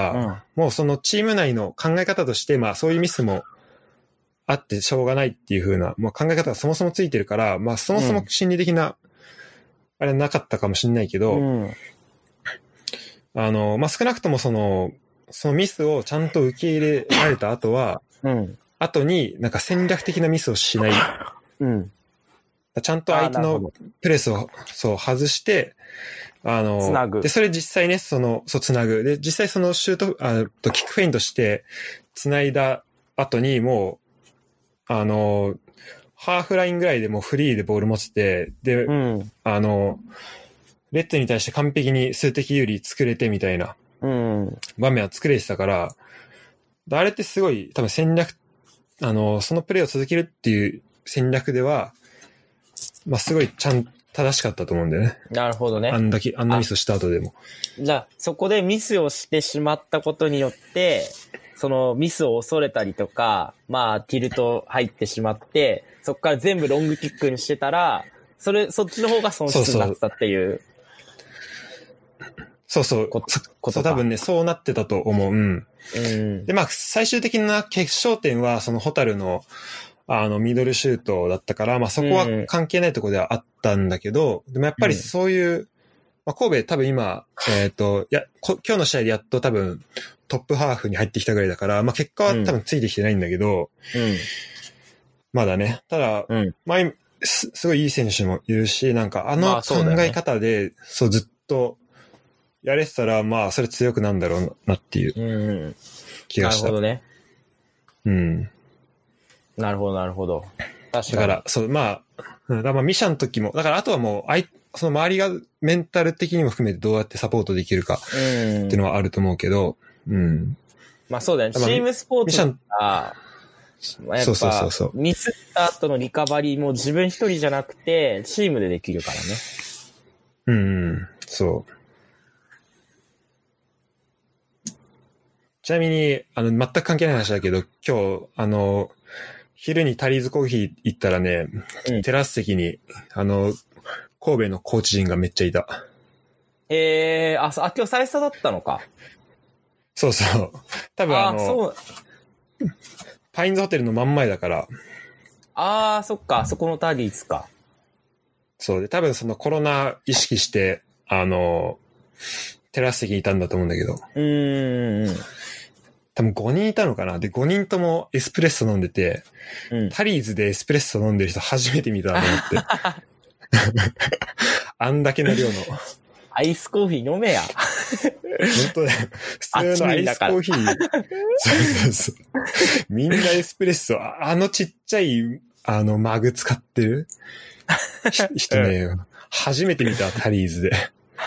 もうそのチーム内の考え方として、まあそういうミスもあってしょうがないっていう風な、もう考え方がそもそもついてるから、まあそもそも心理的な、あれはなかったかもしれないけど、まあ少なくともそのミスをちゃんと受け入れられた後は、後になんか戦略的なミスをしない。ちゃんと相手のプレスを外して、つなぐ。で、それ実際ね、つなぐ。で、実際そのシュート、キックフェイントして、つないだ後にもう、ハーフラインぐらいでもうフリーでボール持ってて、で、レッドに対して完璧に数的有利作れてみたいな、場面は作れてたから、あれってすごい多分戦略、そのプレーを続けるっていう戦略では、まあすごい正しかったと思うんだよね。 なるほどね。 あんなミスした後でも。 じゃあ、そこでミスをしてしまったことによって、そのミスを恐れたりとか、まあ、ティルト入ってしまって、そこから全部ロングキックにしてたら、そっちの方が損失になったっていう。 そう。多分ね、そうなってたと思う。で、まあ、最終的な決勝点は、そのホタルの、ミドルシュートだったから、まあそこは関係ないところではあったんだけど、でもやっぱりそういう、まあ神戸多分今、今日の試合でやっと多分トップハーフに入ってきたぐらいだから、まあ結果は多分ついてきてないんだけど、まだね、ただ、まあすごいいい選手もいるし、なんか考え方で、ずっとやれてたら、まあそれ強くなんだろうなっていう気がした。 なるほどね。なるほど。 確かに。だから、まあミシャの時も、だからあとはもう、 その周りがメンタル的にも含めてどうやってサポートできるかっていうのはあると思うけど、うん。 まあそうだよね。チームスポーツだったら、やっぱミスった後のリカバリーも自分一人じゃなくて、チームでできるからね。 うん、そう。ちなみに、全く関係ない話だけど、今日、昼にタリーズコーヒー行ったらね、テラス席に、神戸のコーチ陣がめっちゃいた。 今日最初だったのか。 そうそう。多分そう。パインズホテルの真ん前だから。 そっか、そこのタリーズか。 そうで、多分そのコロナ意識して、テラス席にいたんだと思うんだけど。多分5人いたのかな。で、5人ともエスプレッソ飲んでて、タリーズでエスプレッソ飲んでる人初めて見たなと思って。あんだけの量の。 アイスコーヒー飲めや。 本当だよ。普通のアイスコーヒー。そう。みんなエスプレッソ、ちっちゃい、マグ使ってる人ね、初めて見たタリーズで。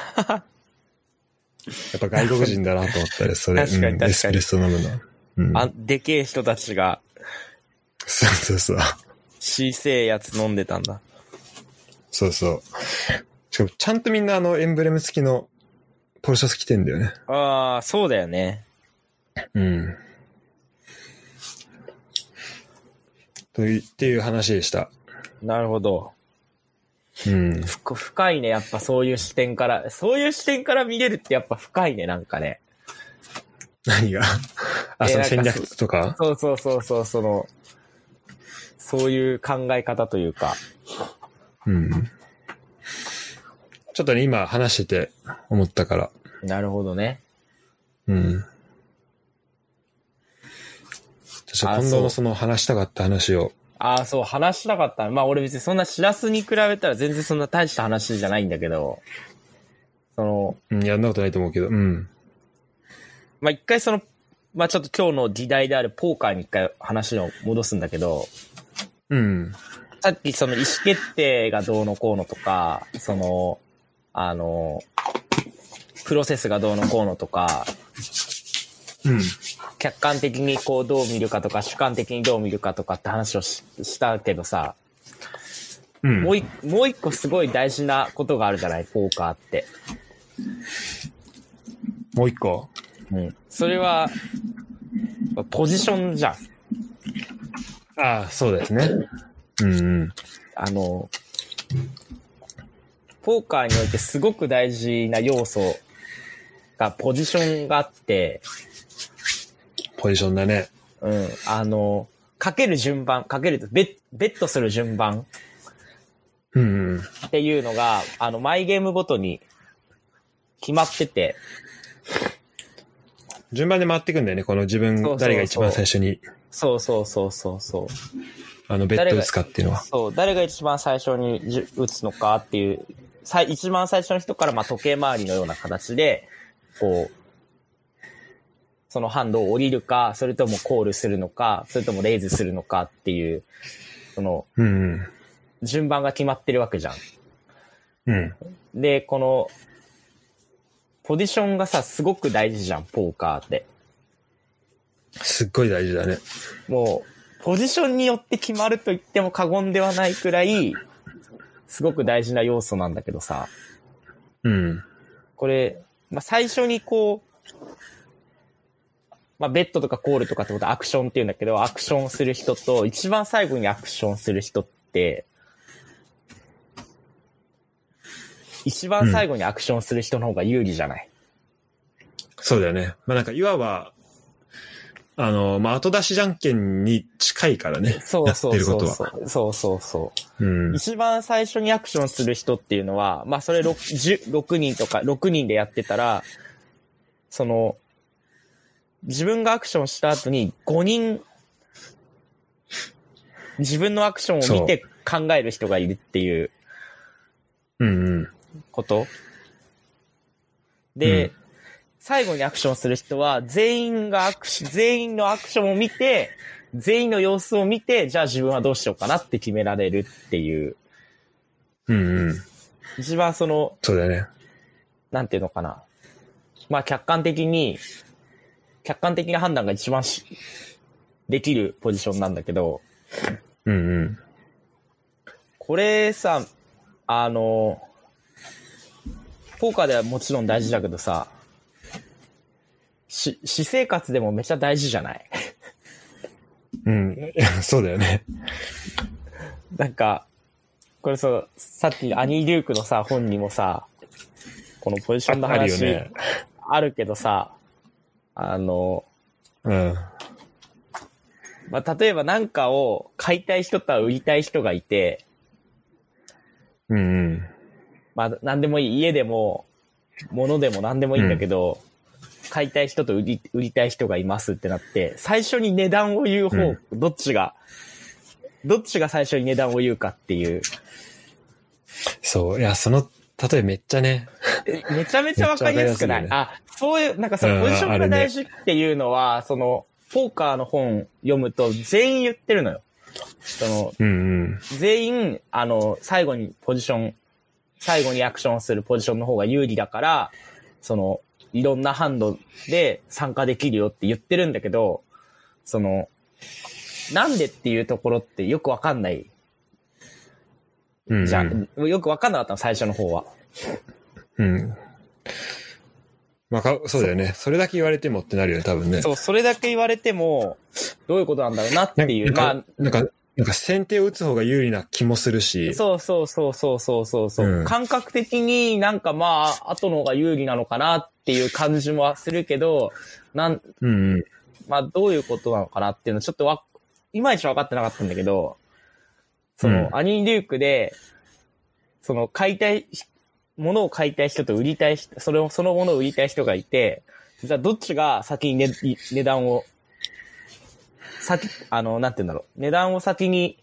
やっぱ外国人だなと思ったら、それ、 確かにエスプレッソ飲むの。 でけえ人たちが。 そう。 小せえやつ飲んでたんだ。 そう。しかも、ちゃんとみんなエンブレム付きのポロシャツ着てんだよね。 そうだよね。 うん。っていう話でした。 なるほど。 うん。 深いね、やっぱそういう視点から見れるってやっぱ深いね、なんかね。 何がその戦略とかそう、そういう考え方というか。 うん。ちょっとね、今話してて思ったから。 なるほどね。 うん。今度のその話したかった話を。 そう、話したかった。まあ俺別にそんなシラスに比べたら全然そんな大した話じゃないんだけど、 いや、そんなことないと思うけど、うん。 まあ一回まあちょっと今日の議題であるポーカーに一回話を戻すんだけど、 うん。 さっき意思決定がどうのこうのとか、プロセスがどうのこうのとか、客観的にどう見るかとか、主観的にどう見るかとかって話をしたけどさ、もう一個すごい大事なことがあるじゃない、ポーカーって。 もう一個？ それは、ポジションじゃん。 そうですね。 ポーカーにおいてすごく大事な要素がポジションがあって、 ポジションだね。 かける順番、ベットする順番っていうのが、マイゲームごとに決まってて。 順番で回っていくんだよね、この自分、誰が一番最初に。 そう。 ベッド打つかっていうのは。 そう、誰が一番最初に打つのかっていう、一番最初の人から時計回りのような形で、そのハンドを降りるか、それともコールするのか、それともレイズするのかっていう、順番が決まってるわけじゃん。で、この、ポジションがすごく大事じゃん、ポーカーって。 すっごい大事だね。 もう、ポジションによって決まると言っても過言ではないくらい、すごく大事な要素なんだけどさ。これ、最初にベッドとかコールとかってことはアクションって言うんだけど、アクションする人と、一番最後にアクションする人って、一番最後にアクションする人の方が有利じゃない？ そうだよね。いわば、後出しじゃんけんに近いからね。 そう。 やってることは。 そう。一番最初にアクションする人っていうのは、それ6人とか、6人でやってたら、自分がアクションした後に5人、自分のアクションを見て考える人がいるっていうことで、最後にアクションする人は全員のアクションを見て、全員の様子を見て、じゃあ自分はどうしようかなって決められるっていう一番そうだよね。 なんていうのかな。まあ客観的な判断が一番できるポジションなんだけど。 うんうん。 これさ、ポーカーではもちろん大事だけどさ、私生活でもめっちゃ大事じゃない？ うん。そうだよね。 なんか、これさっきアニー・デュークのさ、本にもさ、このポジションの話あるけどさ、 うん。 まあ、例えばなんかを買いたい人と売りたい人がいて、 うんうん。 まあ、なんでもいい。家でも、物でもなんでもいいんだけど、買いたい人と売りたい人がいますってなって、最初に値段を言う方、どっちが最初に値段を言うかっていう。 そう。いや、その、例えめっちゃね。 めちゃめちゃわかりやすくない？そういう、なんかそのポジションが大事っていうのは、ポーカーの本読むと全員言ってるのよ。全員、最後にアクションするポジションの方が有利だから、いろんなハンドで参加できるよって言ってるんだけど、なんでっていうところってよくわかんない。じゃん。よくわかんなかったの、最初の方は。 うん。まあ、そうだよね。それだけ言われてもってなるよね、多分ね。 そう、それだけ言われても、どういうことなんだろうなっていう。 なんか先手を打つ方が有利な気もするし。 そう。感覚的になんかまあ、後の方が有利なのかなっていう感じもするけど、まあ、どういうことなのかなっていうのちょっといまいち分かってなかったんだけど、アニー・デュークで、物を買いたい人と売りたい人、そのものを売りたい人がいて、じゃあどっちが先に値段を、なんて言うんだろう。値段を先に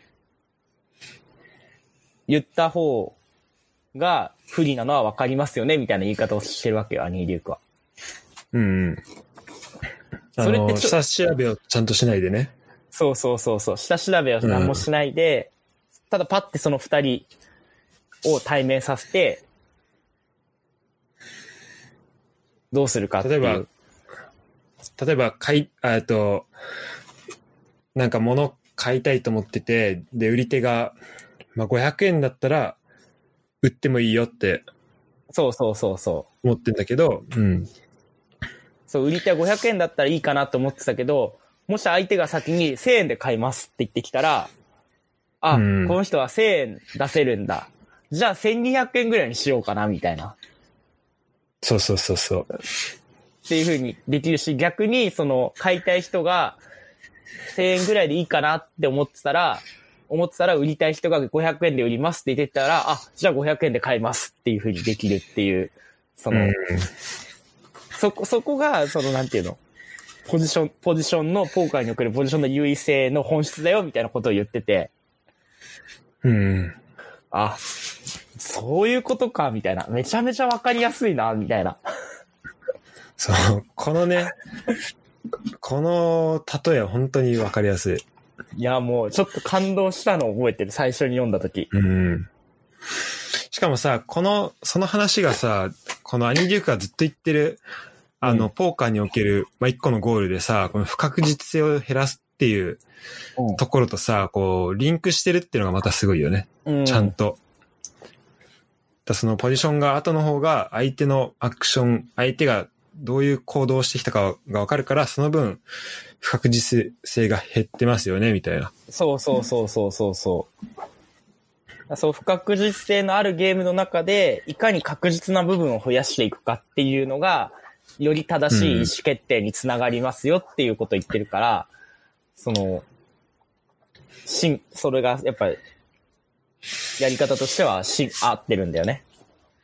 言った方が不利なのは分かりますよねみたいな言い方をしてるわけよ、アニー・デュークは。 それって下調べをちゃんとしないでね。 そう。下調べを何もしないで、ただパッてその二人を対面させて、どうするかっていう。 例えばなんか物買いたいと思ってて、で、売り手が、まあ、500円だったら、売ってもいいよって。 そう。 思ってんだけど、 そう、売り手は500円だったらいいかなと思ってたけど、もし相手が先に1000円で買いますって言ってきたら、この人は1000円出せるんだ。じゃあ1200円ぐらいにしようかな、みたいな。 そう。 っていう風にできるし、逆に買いたい人が1000円ぐらいでいいかなって思ってたら、売りたい人が500円で売りますって言ってたら、じゃあ500円で買いますっていう風にできるっていう、そこが、なんていうの、ポジションの、ポーカーにおけるポジションの優位性の本質だよ、みたいなことを言ってて。そういうことか、みたいな。めちゃめちゃわかりやすいな、みたいな。 そう、この例えは本当にわかりやすい。 いや、もうちょっと感動したのを覚えてる、最初に読んだとき。 しかもさ、その話がさ、このアニー・デュークがずっと言ってる、ポーカーにおける、一個のゴールでさ、この不確実性を減らすっていうところとさ、リンクしてるっていうのがまたすごいよね。ちゃんと。そのポジションが後の方が相手のアクション、相手がどういう行動をしてきたかがわかるから、その分不確実性が減ってますよね、みたいな。 そう。不確実性のあるゲームの中で、いかに確実な部分を増やしていくかっていうのが、より正しい意思決定につながりますよっていうことを言ってるから、それがやっぱり、やり方としては合ってるんだよね。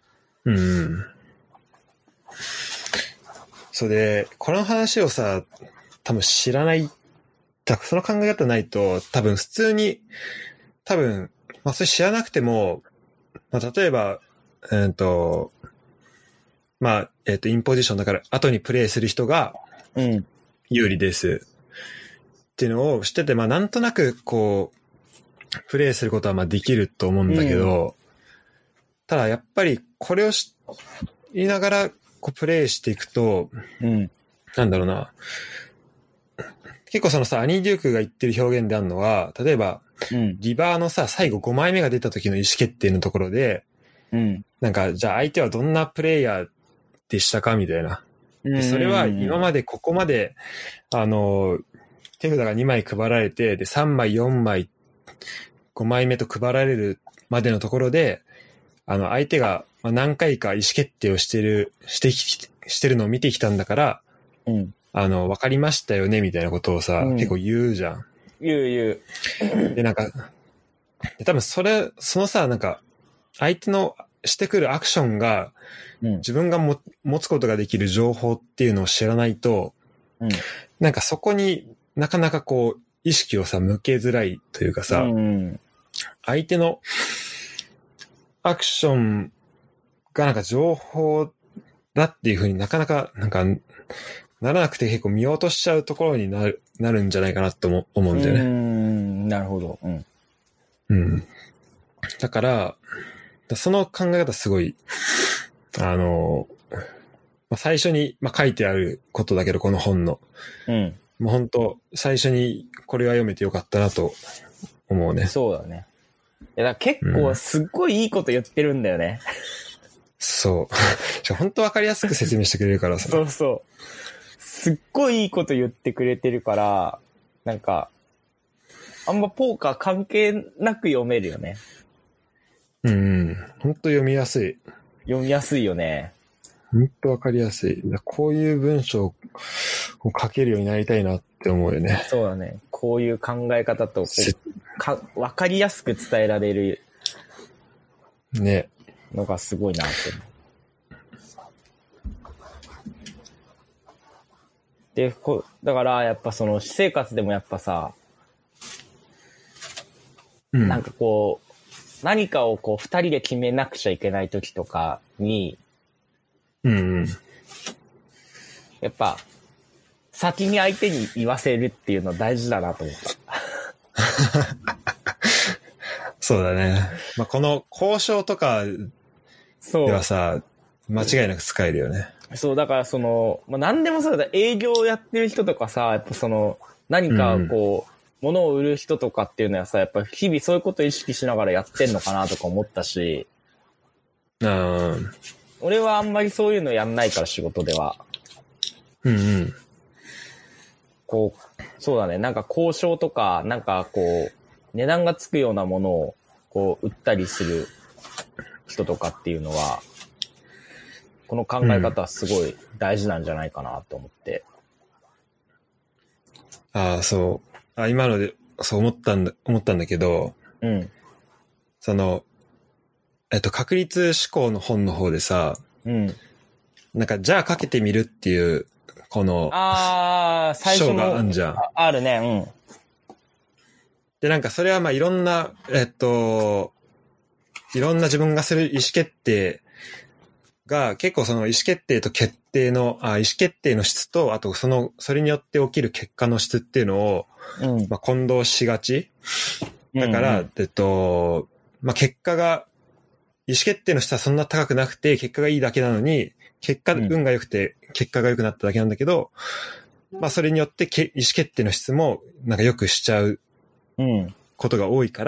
それで、この話をさ、多分知らない、その考え方ないと、多分普通に、それ知らなくても、例えば、インポジションだから後にプレイする人が有利です。っていうのを知ってて、なんとなくプレイすることはできると思うんだけど、 ただやっぱりこれを言いながらこうプレイしていくと、なんだろうな。結構そのさ、アニー・デュークが言ってる表現であるのは、例えば、リバーのさ、最後5枚目が出た時の意思決定のところで、なんか、じゃあ相手はどんなプレイヤーでしたかみたいな。でそれは今までここまで、手札が2枚配られて、で、3枚、4枚、5枚目と配られるまでのところで、相手が何回か意思決定をしてるのを見てきたんだから、わかりましたよね、みたいなことをさ、結構言うじゃん。 言う。 で、なんか、多分そのさ、なんか、相手のしてくるアクションが、自分が持つことができる情報っていうのを知らないと、なんかそこになかなかこう、意識をさ、向けづらいというかさ、相手のアクションがなんか情報だっていうふうになかなか、なんか、ならなくて結構見落としちゃうところになるんじゃないかなと思うんだよね。 なるほど。 だから、その考え方すごい、最初に、書いてあることだけど、この本の。もう本当最初にこれは読めてよかったなと思うね。 そうだね。いや、だから結構すっごいいいこと言ってるんだよね。 そう。本当わかりやすく説明してくれるからさ。 そう。すっごいいいこと言ってくれてるから、なんか、あんまポーカー関係なく読めるよね。 本当読みやすい。 読みやすいよね。 本当わかりやすい。こういう文章を書けるようになりたいなって思うよね。 そうだね。こういう考え方とわかりやすく伝えられるねのがすごいなって思う。で、だからやっぱその私生活でもやっぱさ、なんかこう、何かをこう二人で決めなくちゃいけない時とかに、やっぱ先に相手に言わせるっていうの大事だなと思った。 そうだね。この交渉とかではさ、間違いなく使えるよね。 そう、だからその、何でもそうだ、営業やってる人とかさ、やっぱその、何かこう、物を売る人とかっていうのはさ、やっぱ日々そういうことを意識しながらやってんのかなとか思ったし、俺はあんまりそういうのやんないから仕事では。こう、そうだね、なんか交渉とか、なんかこう、値段がつくようなものをこう売ったりする人とかっていうのは、この考え方はすごい大事なんじゃないかなと思って。 そう。今ので、そう思ったんだけど、その、確率思考の本の方でさ、なんか、じゃあかけてみるっていう、この、 最初の章があんじゃん。 あるね、 で、なんかそれはいろんな、いろんな自分がする意思決定が結構その意思決定と決定の、意思決定の質と、あとそれによって起きる結果の質っていうのを、混同しがち。だから、結果が、意思決定の質はそんな高くなくて、結果がいいだけなのに、運が良くて、結果が良くなっただけなんだけど、それによって意思決定の質も、なんか良くしちゃうことが多いから、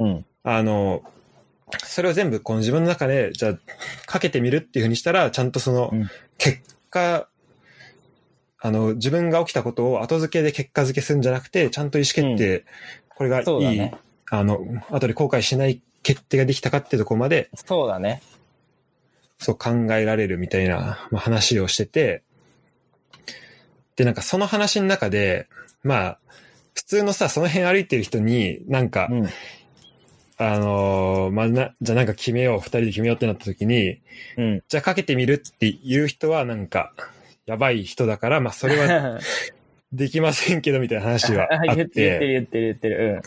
それを全部この自分の中で、じゃあ、かけてみるっていう風にしたら、ちゃんとその、結果、自分が起きたことを後付けで結果付けするんじゃなくて、ちゃんと意思決定、これがいい、後で後悔しない決定ができたかっていうところまで、 そうだね。 そう考えられるみたいな、話をしてて、で、なんかその話の中で、普通のさ、その辺歩いてる人に、なんか、じゃあなんか決めよう、二人で決めようってなった時に、じゃあかけてみるっていう人はなんか、やばい人だから、それはできませんけどみたいな話はあって。 言ってる。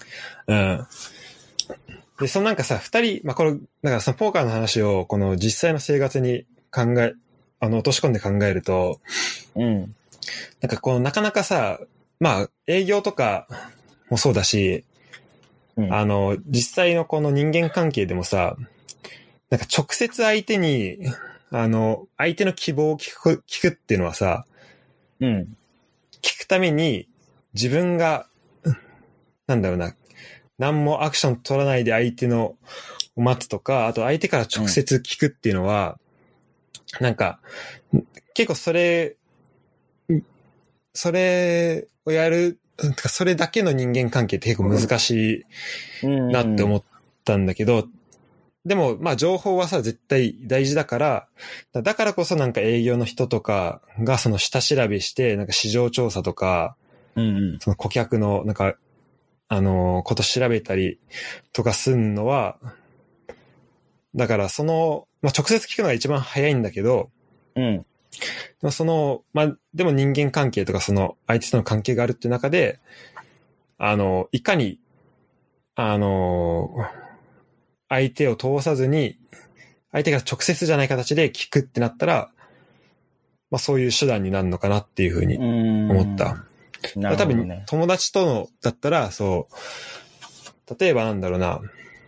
で、そのなんかさ、二人、これ、なんかそのポーカーの話を、この実際の生活に落とし込んで考えると、なんかこのなかなかさ、営業とかもそうだし、実際のこの人間関係でもさ、 なんか直接相手に、相手の希望を聞くっていうのはさ、 うん。 聞くために自分が、なんだろうな、何もアクション取らないで相手のを待つとか、あと相手から直接聞くっていうのは、なんか、結構それをやる、それだけの人間関係って結構難しいなって思ったんだけど、でも、まあ情報はさ、絶対大事だから、だからこそなんか営業の人とかがその下調べして、なんか市場調査とか、その顧客のなんか、こと調べたりとかすんのは、だからその、まあ直接聞くのが一番早いんだけど、その、まあ、でも人間関係とかその相手との関係があるっていう中で、いかに、相手を通さずに、相手が直接じゃない形で聞くってなったら、まあそういう手段になるのかなっていうふうに思った。なるほどね。多分友達とのだったら、そう、例えばなんだろうな、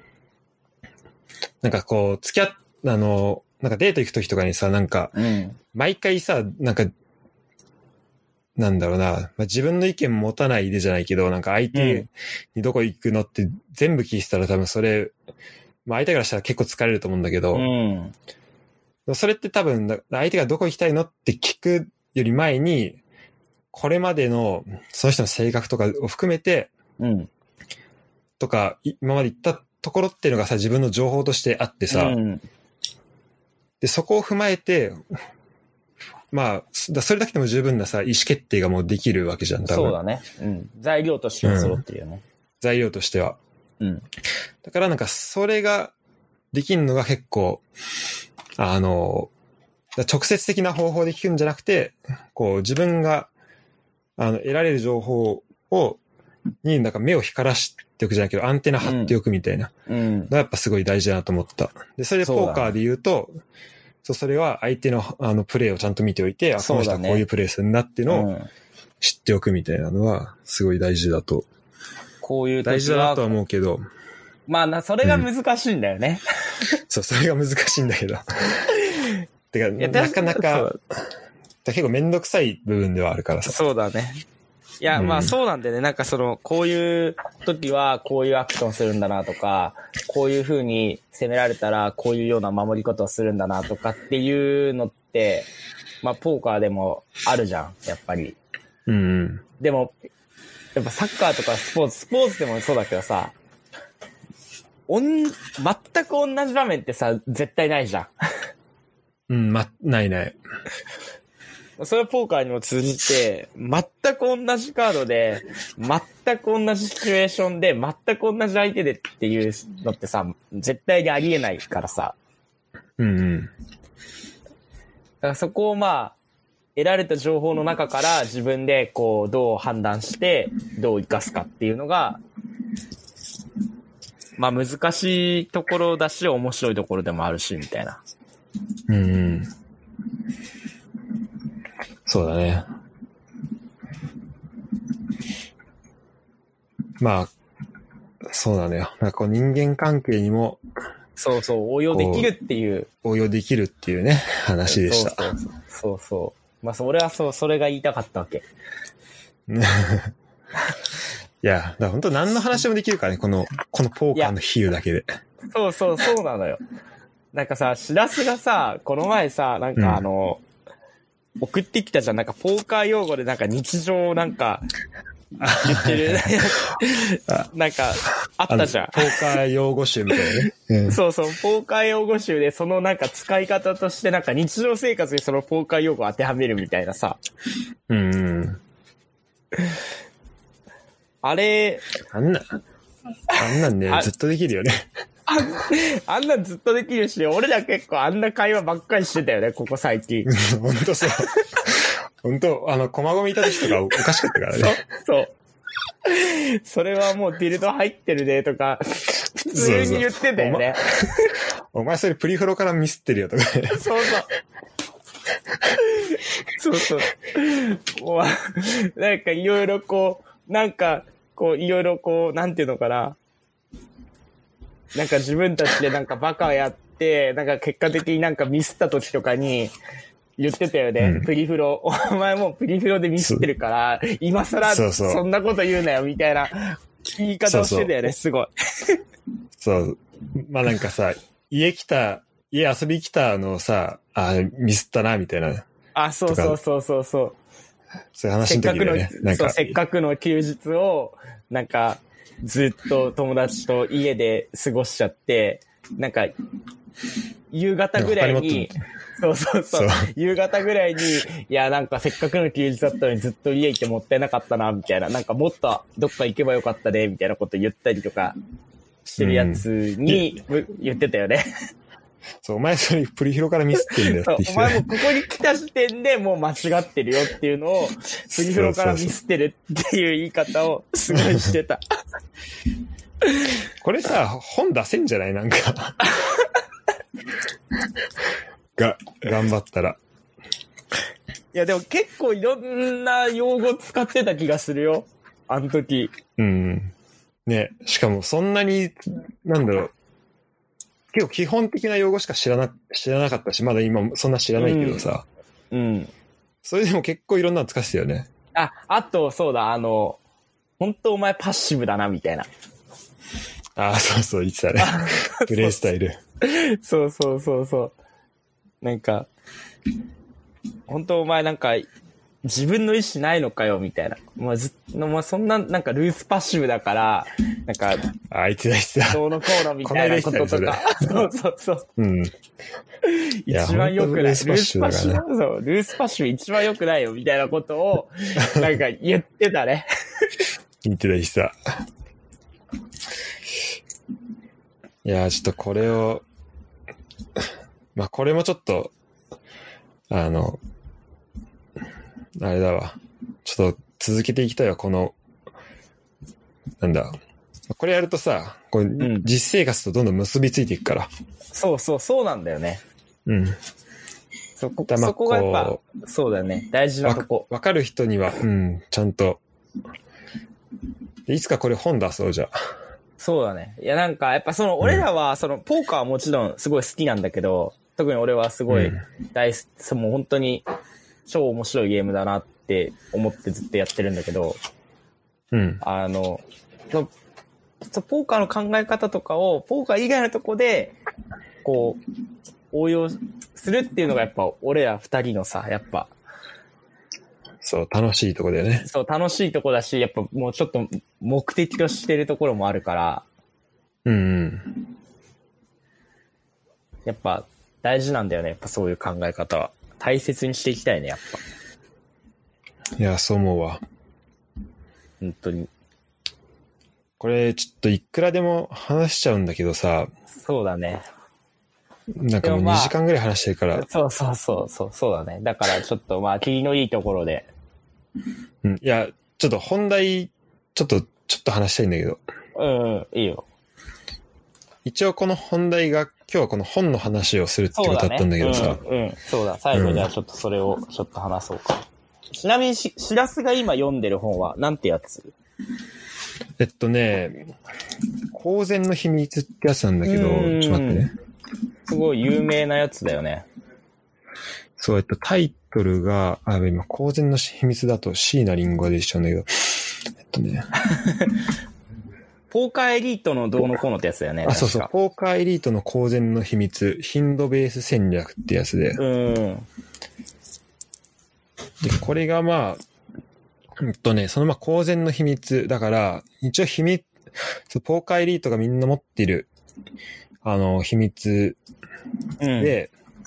なんかこう、なんかデート行くときとかにさ、なんか、毎回さ、なんか、なんだろうな、まあ、自分の意見持たないでじゃないけど、なんか相手にどこ行くのって全部聞いてたら多分それ、まあ相手からしたら結構疲れると思うんだけど、それって多分、相手がどこ行きたいのって聞くより前に、これまでのその人の性格とかを含めて、とか、今まで行ったところっていうのがさ、自分の情報としてあってさ、で、そこを踏まえて、まあ、それだけでも十分なさ、意思決定がもうできるわけじゃん、多分。 そうだね。材料としては揃ってるよね。 材料としては。だからなんか、それができるのが結構、直接的な方法で聞くんじゃなくて、こう、自分が、得られる情報になんか目を光らしておくじゃないけど、アンテナ張っておくみたいな。がやっぱすごい大事だなと思った。で、それでポーカーで言うと、それは相手のプレイをちゃんと見ておいて、この人はこういうプレイするんだっていうのを知っておくみたいなのは、すごい大事だと。 こういう大事だなとは思うけど。 まあそれが難しいんだよね。 そう、それが難しいんだけど。てか、なかなか、結構めんどくさい部分ではあるからさ。 そうだね。いや、まあそうなんだよね。なんかこういう時はこういうアクションするんだなとか、こういう風に攻められたらこういうような守り方をするんだなとかっていうのって、まあポーカーでもあるじゃん、やっぱり。でも、やっぱサッカーとかスポーツでもそうだけどさ、全く同じ場面ってさ、絶対ないじゃん。 ないない。 それはポーカーにも通じて、全く同じカードで、全く同じシチュエーションで、全く同じ相手でっていうのってさ、絶対にありえないからさ。だからそこをまあ、得られた情報の中から自分でこう、どう判断して、どう生かすかっていうのが、まあ難しいところだし、面白いところでもあるし、みたいな。 そうだね。まあ、そうだね。なんかこう人間関係にも、 応用できるっていう。 応用できるっていうね、話でした。 そう。まあ、俺はそれが言いたかったわけ。 いや、だから本当何の話もできるからね、このポーカーの比喩だけで。 そうなのよ。なんかさ、しらすがさ、この前さ、なんか送ってきたじゃん。なんかポーカー用語でなんか日常なんか言ってるなんかあったじゃん。 ポーカー用語集みたいなね。 そう、ポーカー用語集でそのなんか使い方としてなんか日常生活にそのポーカー用語を当てはめるみたいなさ。あれ、 あんなんね、ずっとできるよね。 あんなんずっとできるし、俺ら結構あんな会話ばっかりしてたよね、ここ最近。 本当そう。本当駒込いた時とかおかしかったからね。 そう。それはもうティルド入ってるねとか、普通に言ってたよね。 お前それプリフロからミスってるよとかね。 そう。なんかいろいろこう、なんていうのかな。なんか自分たちでなんかバカやって 、なんか結果的になんかミスった時とかに言ってたよね。うん、プリフロ。お前もうプリフロでミスってるから、今更そんなこと言うなよ、みたいな言い方をしてたよね、すごい。 そう。まあなんかさ、家遊び来たのをさ、ミスったな、みたいな。 そう。 そういう話の時だよね。 せっかくの休日を、なんか、ずっと友達と家で過ごしちゃって、なんか、夕方ぐらいに、そう。夕方ぐらいに、いや、なんかせっかくの休日だったのにずっと家行ってもったいなかったな、みたいな。なんかもっとどっか行けばよかったね、みたいなこと言ったりとかしてるやつに言ってたよね。 そう、お前それプリヒロからミスってんだよってお前もここに来た時点でもう間違ってるよっていうのを、プリヒロからミスってるっていう言い方をすごいしてた。 これさ、本出せんじゃないなんか。頑張ったら。 いやでも結構いろんな用語使ってた気がするよ。あの時。 うん。ね、しかもそんなに、なんだろう。結構基本的な用語しか知らなかったし、まだ今そんな知らないけどさ。 うん。 それでも結構いろんなの使ってたよね。 あと、そうだ、本当お前パッシブだな、みたいな。 そう、言ってたね。プレイスタイル。 そう。なんか、本当お前なんか、自分の意思ないのかよ、みたいな。まあ、そんな、なんかルースパッシブだから、なんか、 言ってた。 どうのこうのみたいなこととか。そう。うん。一番良くない。ルースパッシブ一番良くないよ、みたいなことを、なんか言ってたね。 言ってた。いや、ちょっとこれを、まあ、これもちょっと、あれだわ。ちょっと続けていきたいわ、この、なんだ。これやるとさ、実生活とどんどん結びついていくから。 そうなんだよね。 うん。 そこがやっぱ、そうだよね。大事なとこ。 わかる人には、ちゃんと。いつかこれ本出そうじゃ。 そうだね。いやなんか、やっぱ俺らは、ポーカーはもちろんすごい好きなんだけど、特に俺はすごいもう本当に超面白いゲームだなって思ってずっとやってるんだけど、ポーカーの考え方とかをポーカー以外のとこでこう応用するっていうのがやっぱ俺ら二人のさ、やっぱそう楽しいとこだよね。 そう楽しいとこだし、やっぱもうちょっと目的としてるところもあるから、やっぱ大事なんだよね。やっぱそういう考え方は大切にしていきたいね、やっぱ。 いや、そう思うわ。 本当に。 これちょっといくらでも話しちゃうんだけどさ。 そうだね。 なんかもう2時間ぐらい話してるから。 そうだね。だからちょっとまあ切りのいいところで。 いや、ちょっと本題ちょっと話したいんだけど。 いいよ。 一応この本題が今日はこの本の話をするってことだったんだけどさ。 そうだ。最後じゃあちょっとそれをちょっと話そうか。ちなみにしらすが今読んでる本はなんてやつ？ 公然の秘密ってやつなんだけど、ちょっと待ってね。 すごい有名なやつだよね。 そう、タイトルが、今、公然の秘密だと椎名林檎が出てきちゃうんだけど、 ポーカーエリートのどうのこうのってやつだよね。 そう、ポーカーエリートの公然の秘密、頻度ベース戦略ってやつで。で、これがまあ、その公然の秘密、だから、一応ポーカーエリートがみんな持っている、秘密で、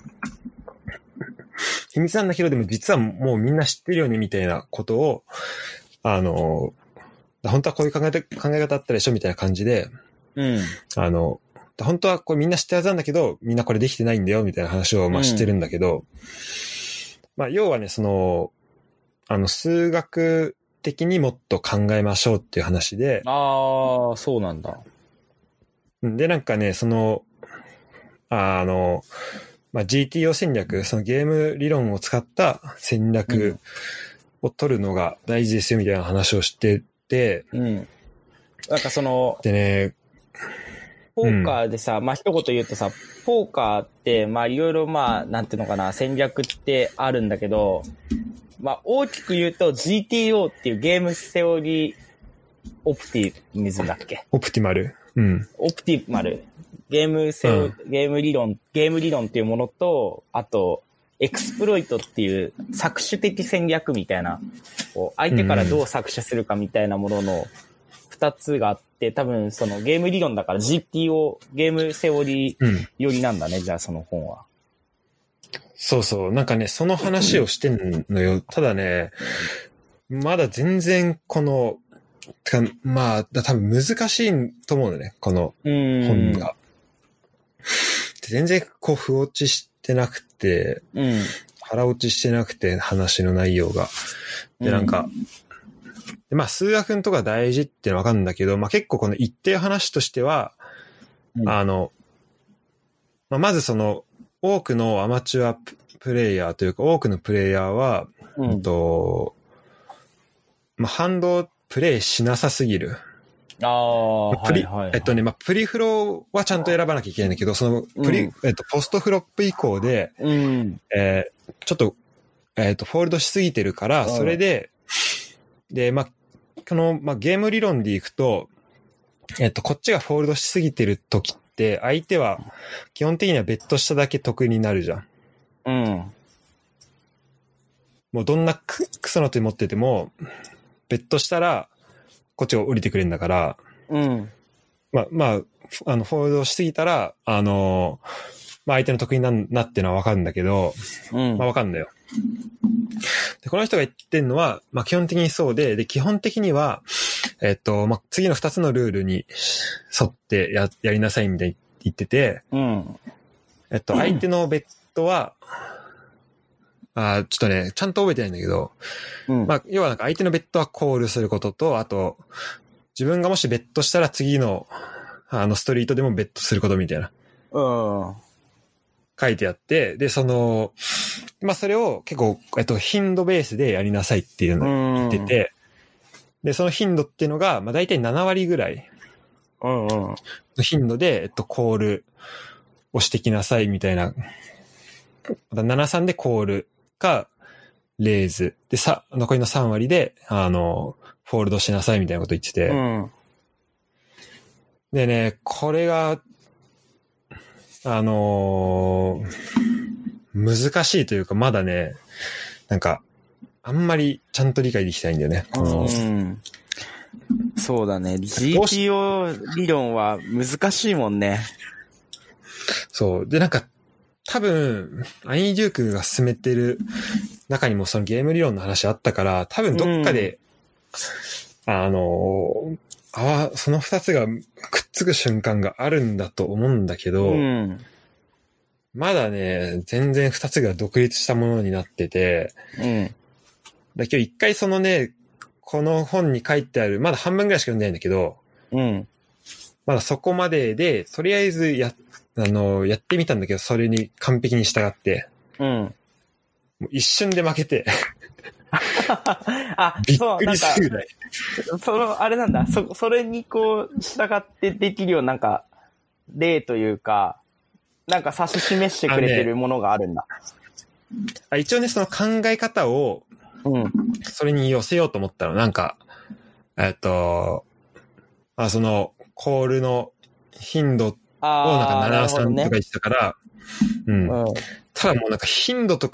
秘密なんだけど、でも実はもうみんな知ってるよねみたいなことを、本当はこういう考え方あったでしょみたいな感じで、本当はこれみんな知ってるはずなんだけど、みんなこれできてないんだよみたいな話をしてるんだけど、要はね、数学的にもっと考えましょうっていう話で。 そうなんだ。 で、なんかね、GTO 戦略、そのゲーム理論を使った戦略を取るのが大事ですよみたいな話をしてて、 なんかでね、 ポーカーでさ、まあ、一言言うとさ、ポーカーって、まあ、いろいろまあ、なんていうのかな、戦略ってあるんだけど、まあ、大きく言うと GTO っていうゲームセオリーオプティミズムだっけ？ オプティマル。うん。 オプティマル。ゲーム理論っていうものと、あと、エクスプロイトっていう搾取的戦略みたいな、こう相手からどう搾取するかみたいなものの二つがあって、多分そのゲーム理論だから GTO、ゲームセオリー寄りなんだね、じゃあその本は。 そうそう。なんかね、その話をしてんのよ。ただね、まだ全然この、まあ、多分難しいと思うのね、この本が。全然こう、不落ちしてなくて、腹落ちしてなくて、話の内容が。で、なんか、まあ、数学とか大事ってのはわかるんだけど、まあ結構この一定話としては、まあ、まずその、多くのアマチュアプレイヤーというか、多くのプレイヤーは、まあ、ハンドプレイしなさすぎる。まあ、プリフロはちゃんと選ばなきゃいけないんだけど、そのポストフロップ以降で、ちょっと、フォールドしすぎてるから、それで、まあ、この、まあ、ゲーム理論でいくと、こっちがフォールドしすぎてる時って、相手は基本的にはベットしただけ得になるじゃん。もうどんなクソの手持ってても、ベットしたら、こっちが降りてくれるんだから、まあ、フォールドしすぎたら、まあ、相手の得になってのはわかるんだけど、まあわかるんだよ。で、この人が言ってんのは、まあ基本的にそうで、基本的には、まあ次の2つのルールに沿ってやりなさいみたいに言ってて、相手のベットは、ちょっとね、ちゃんと覚えてないんだけど、まあ、要はなんか相手のベットはコールすることと、あと、自分がもしベットしたら次の、ストリートでもベットすることみたいな。書いてあって、で、まあ、それを結構、頻度ベースでやりなさいっていうのを言ってて、で、その頻度っていうのが、まあ、大体7割ぐらいの頻度で、コールをしてきなさいみたいな。73でコールか、レーズ。で、残りの3割で、フォールドしなさいみたいなこと言ってて。でね、これが、難しいというか、まだね、なんか、あんまりちゃんと理解できてないんだよね。 そうだね。GTO 理論は難しいもんね。 そう。で、なんか、多分、アニー・デュークが進めてる中にもそのゲーム理論の話あったから、多分どっかで、その二つがくっつく瞬間があるんだと思うんだけど、まだね、全然二つが独立したものになってて、だ今日一回そのね、この本に書いてある、まだ半分ぐらいしか読んでないんだけど、まだそこまでで、とりあえずやってみたんだけど、それに完璧に従って、もう一瞬で負けて、びっくりするぐらい。 あれなんだ、それにこう、従ってできるようななんか、例というか、なんか指し示してくれてるものがあるんだ。 一応ね、その考え方を、それに寄せようと思ったの。なんか、その、コールの頻度をなんか73とか言ってたから、ただもうなんか頻度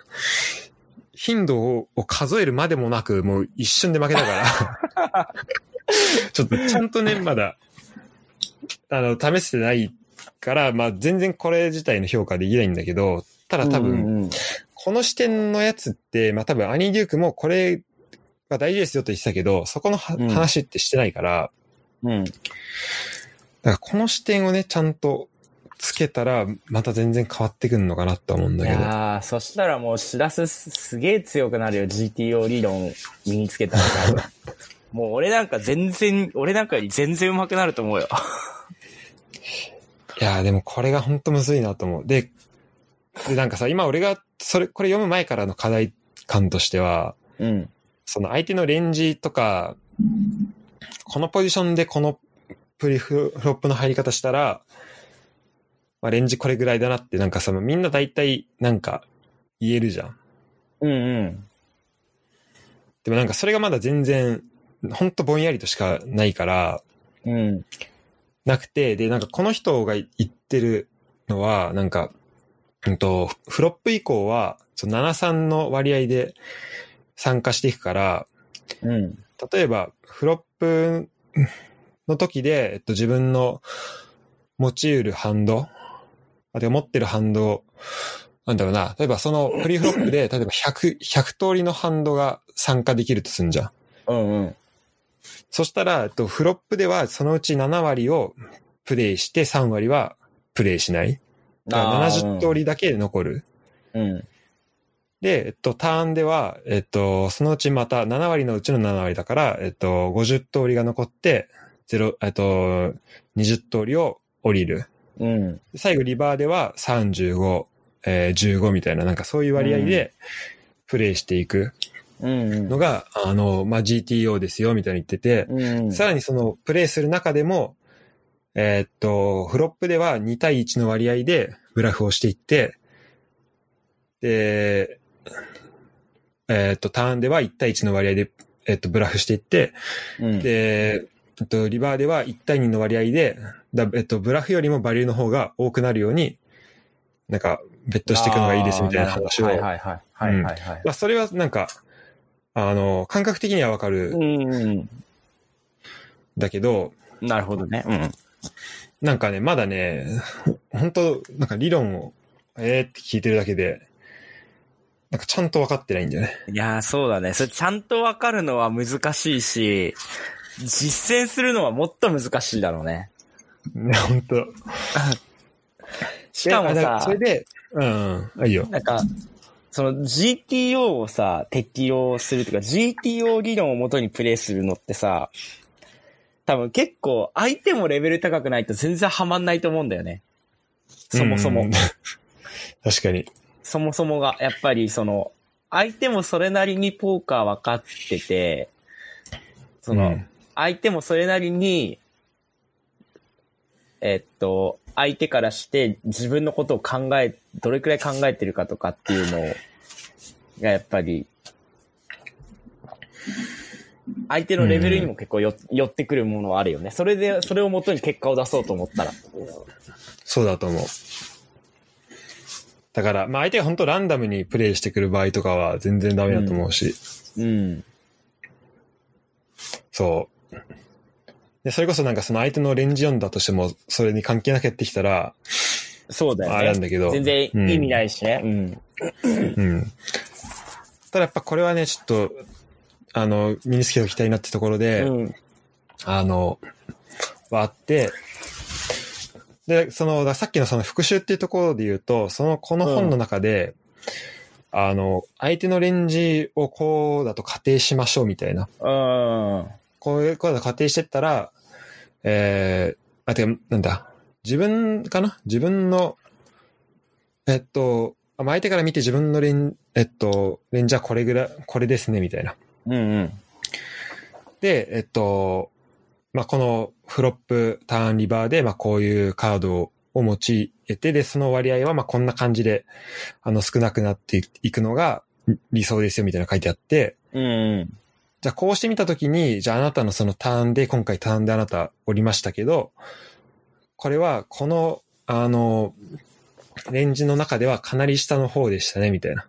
を数えるまでもなく、もう一瞬で負けたから、ちょっとちゃんとね、まだ、試せてないから、まあ全然これ自体の評価できないんだけど、ただ多分、この視点のやつって、まあ多分アニー・デュークもこれが大事ですよと言ってたけど、そこの話ってしてないから、だからこの視点をね、ちゃんとつけたら、また全然変わってくるのかなと思うんだけど。 そしたらもうしらすげえ強くなるよ、GTO 理論身につけたら。もう俺なんかより全然上手くなると思うよ。 いやでもこれがほんとむずいなと思う。で、なんかさ、今俺がこれ読む前からの課題感としては、その相手のレンジとか、このポジションでこのフロップの入り方したら、まあ、レンジこれぐらいだなって、なんかさ、みんな大体なんか言えるじゃん。 うんうん。 でもなんかそれがまだ全然、ほんとぼんやりとしかないから、 うん。 なくて、で、なんかこの人が言ってるのは、なんか、フロップ以降は、7-3の割合で参加していくから、 うん。 例えば、フロップの時で、自分の持ち得るハンド、持ってるハンド、なんだろうな、例えばそのフリーフロップで、例えば100通りのハンドが参加できるとすんじゃん。 うんうん。 そしたら、フロップではそのうち7割をプレイして3割はプレイしない。だから70通りだけ残る。 うん。 で、ターンでは、そのうちまた7割のうちの7割だから、50通りが残って、20通りを降りる。 うん。 最後リバーでは35、15みたいな、なんかそういう割合でプレイしていくのが、まあ、GTO ですよ、みたいに言ってて、さらにそのプレイする中でも、フロップでは2対1の割合でブラフをしていって、で、ターンでは1対1の割合で、ブラフしていって、で、リバーでは1対2の割合で、ブラフよりもバリューの方が多くなるように、なんか、ベットしていくのがいいですみたいな話を。はいはいはい。はいはいはい。まあ、それはなんか、感覚的にはわかる。だけど。 なるほどね。うん。 なんかね、まだね、本当なんか理論を、って聞いてるだけで、なんかちゃんと分かってないんだよね。 いやー、そうだね。それちゃんと分かるのは難しいし、実践するのはもっと難しいだろうね。 ね、本当しかもさ、 それで、いいよ。 なんか、その GTO をさ、適用するというか、GTO 理論をもとにプレイするのってさ、多分結構相手もレベル高くないと全然ハマんないと思うんだよね。そもそも。 確かに。 そもそもが、やっぱりその、相手もそれなりにポーカー分かってて、その、相手もそれなりに、相手からして自分のことをどれくらい考えてるかとかっていうのがやっぱり、相手のレベルにも結構寄ってくるものはあるよね。それをもとに結果を出そうと思ったら。 そうだと思う。だから、まあ相手が本当ランダムにプレイしてくる場合とかは全然ダメだと思うし。そう。で、それこそなんかその相手のレンジ読んだとしても、それに関係なくやってきたら、 そうだよね。 あれなんだけど。 全然意味ないしね。 ただやっぱこれはね、ちょっと、身につけておきたいなってところで、はあって、で、さっきのその復習っていうところで言うと、この本の中で、相手のレンジをこうだと仮定しましょうみたいな。こうだと仮定してったら、なんだ、自分の、相手から見て自分のレンジはこれぐらい、これですね、みたいな。で、まあ、このフロップ、ターン、リバーで、まあ、こういうカードを用いて、で、その割合は、まあ、こんな感じで、少なくなっていくのが理想ですよ、みたいな書いてあって、じゃあ、こうしてみたときに、じゃあ、あなたのその今回ターンであなた降りましたけど、これは、この、レンジの中ではかなり下の方でしたね、みたいな。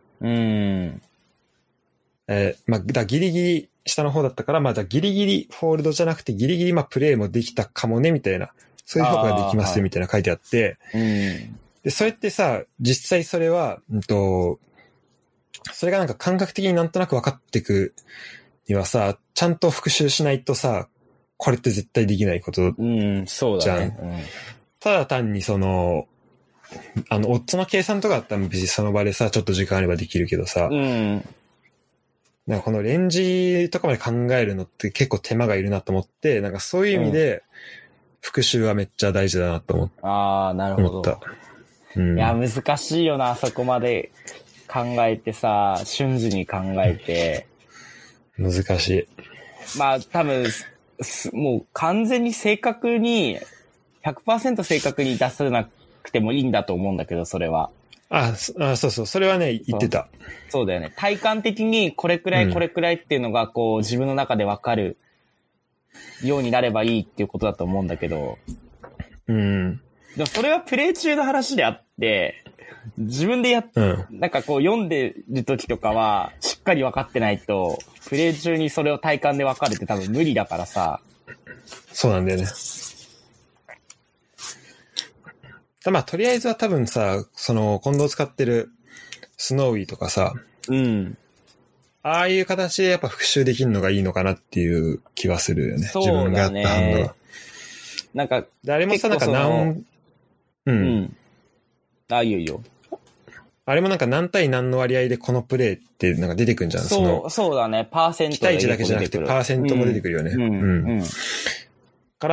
まあ、ギリギリ下の方だったから、まあ、じゃあギリギリフォールドじゃなくてギリギリまあプレイもできたかもね、みたいな。そういう評価ができますよ、みたいな書いてあって。で、それってさ、実際それは、それがなんか感覚的になんとなく分かっていくにはさ、ちゃんと復習しないとさ、これって絶対できないことじゃん。 そうだね。 ただ単にオッズの計算とかだったら別にその場でさ、ちょっと時間あればできるけどさ、なんかこのレンジとかまで考えるのって結構手間がいるなと思って、なんかそういう意味で、復習はめっちゃ大事だなと思った。 なるほど。いや、難しいよな、そこまで考えてさ、瞬時に考えて。 難しい。 まあ多分、 もう完全に正確に、100% 正確に出さなくてもいいんだと思うんだけど、それは。 そうそう、それはね、言ってた。 そうだよね。体感的にこれくらいっていうのが、こう、自分の中でわかるようになればいいっていうことだと思うんだけど。 うん。 でもそれはプレイ中の話であって、自分でなんかこう読んでる時とかは、しっかり分かってないと、プレイ中にそれを体感で分かるって多分無理だからさ。 そうなんだよね。まあ、とりあえずは多分さ、近藤使ってるスノーウィーとかさ、 うん。 ああいう形でやっぱ復習できるのがいいのかなっていう気はするよね。 そうだね。 自分がやったハンドは。 なんか、 誰もさ、なんかうん。いいよ。 あれもなんか何対何の割合でこのプレイってなんか出てくるんじゃん。 そうだね。パーセント期待値だけじゃなくてパーセントも出てくるよね。から、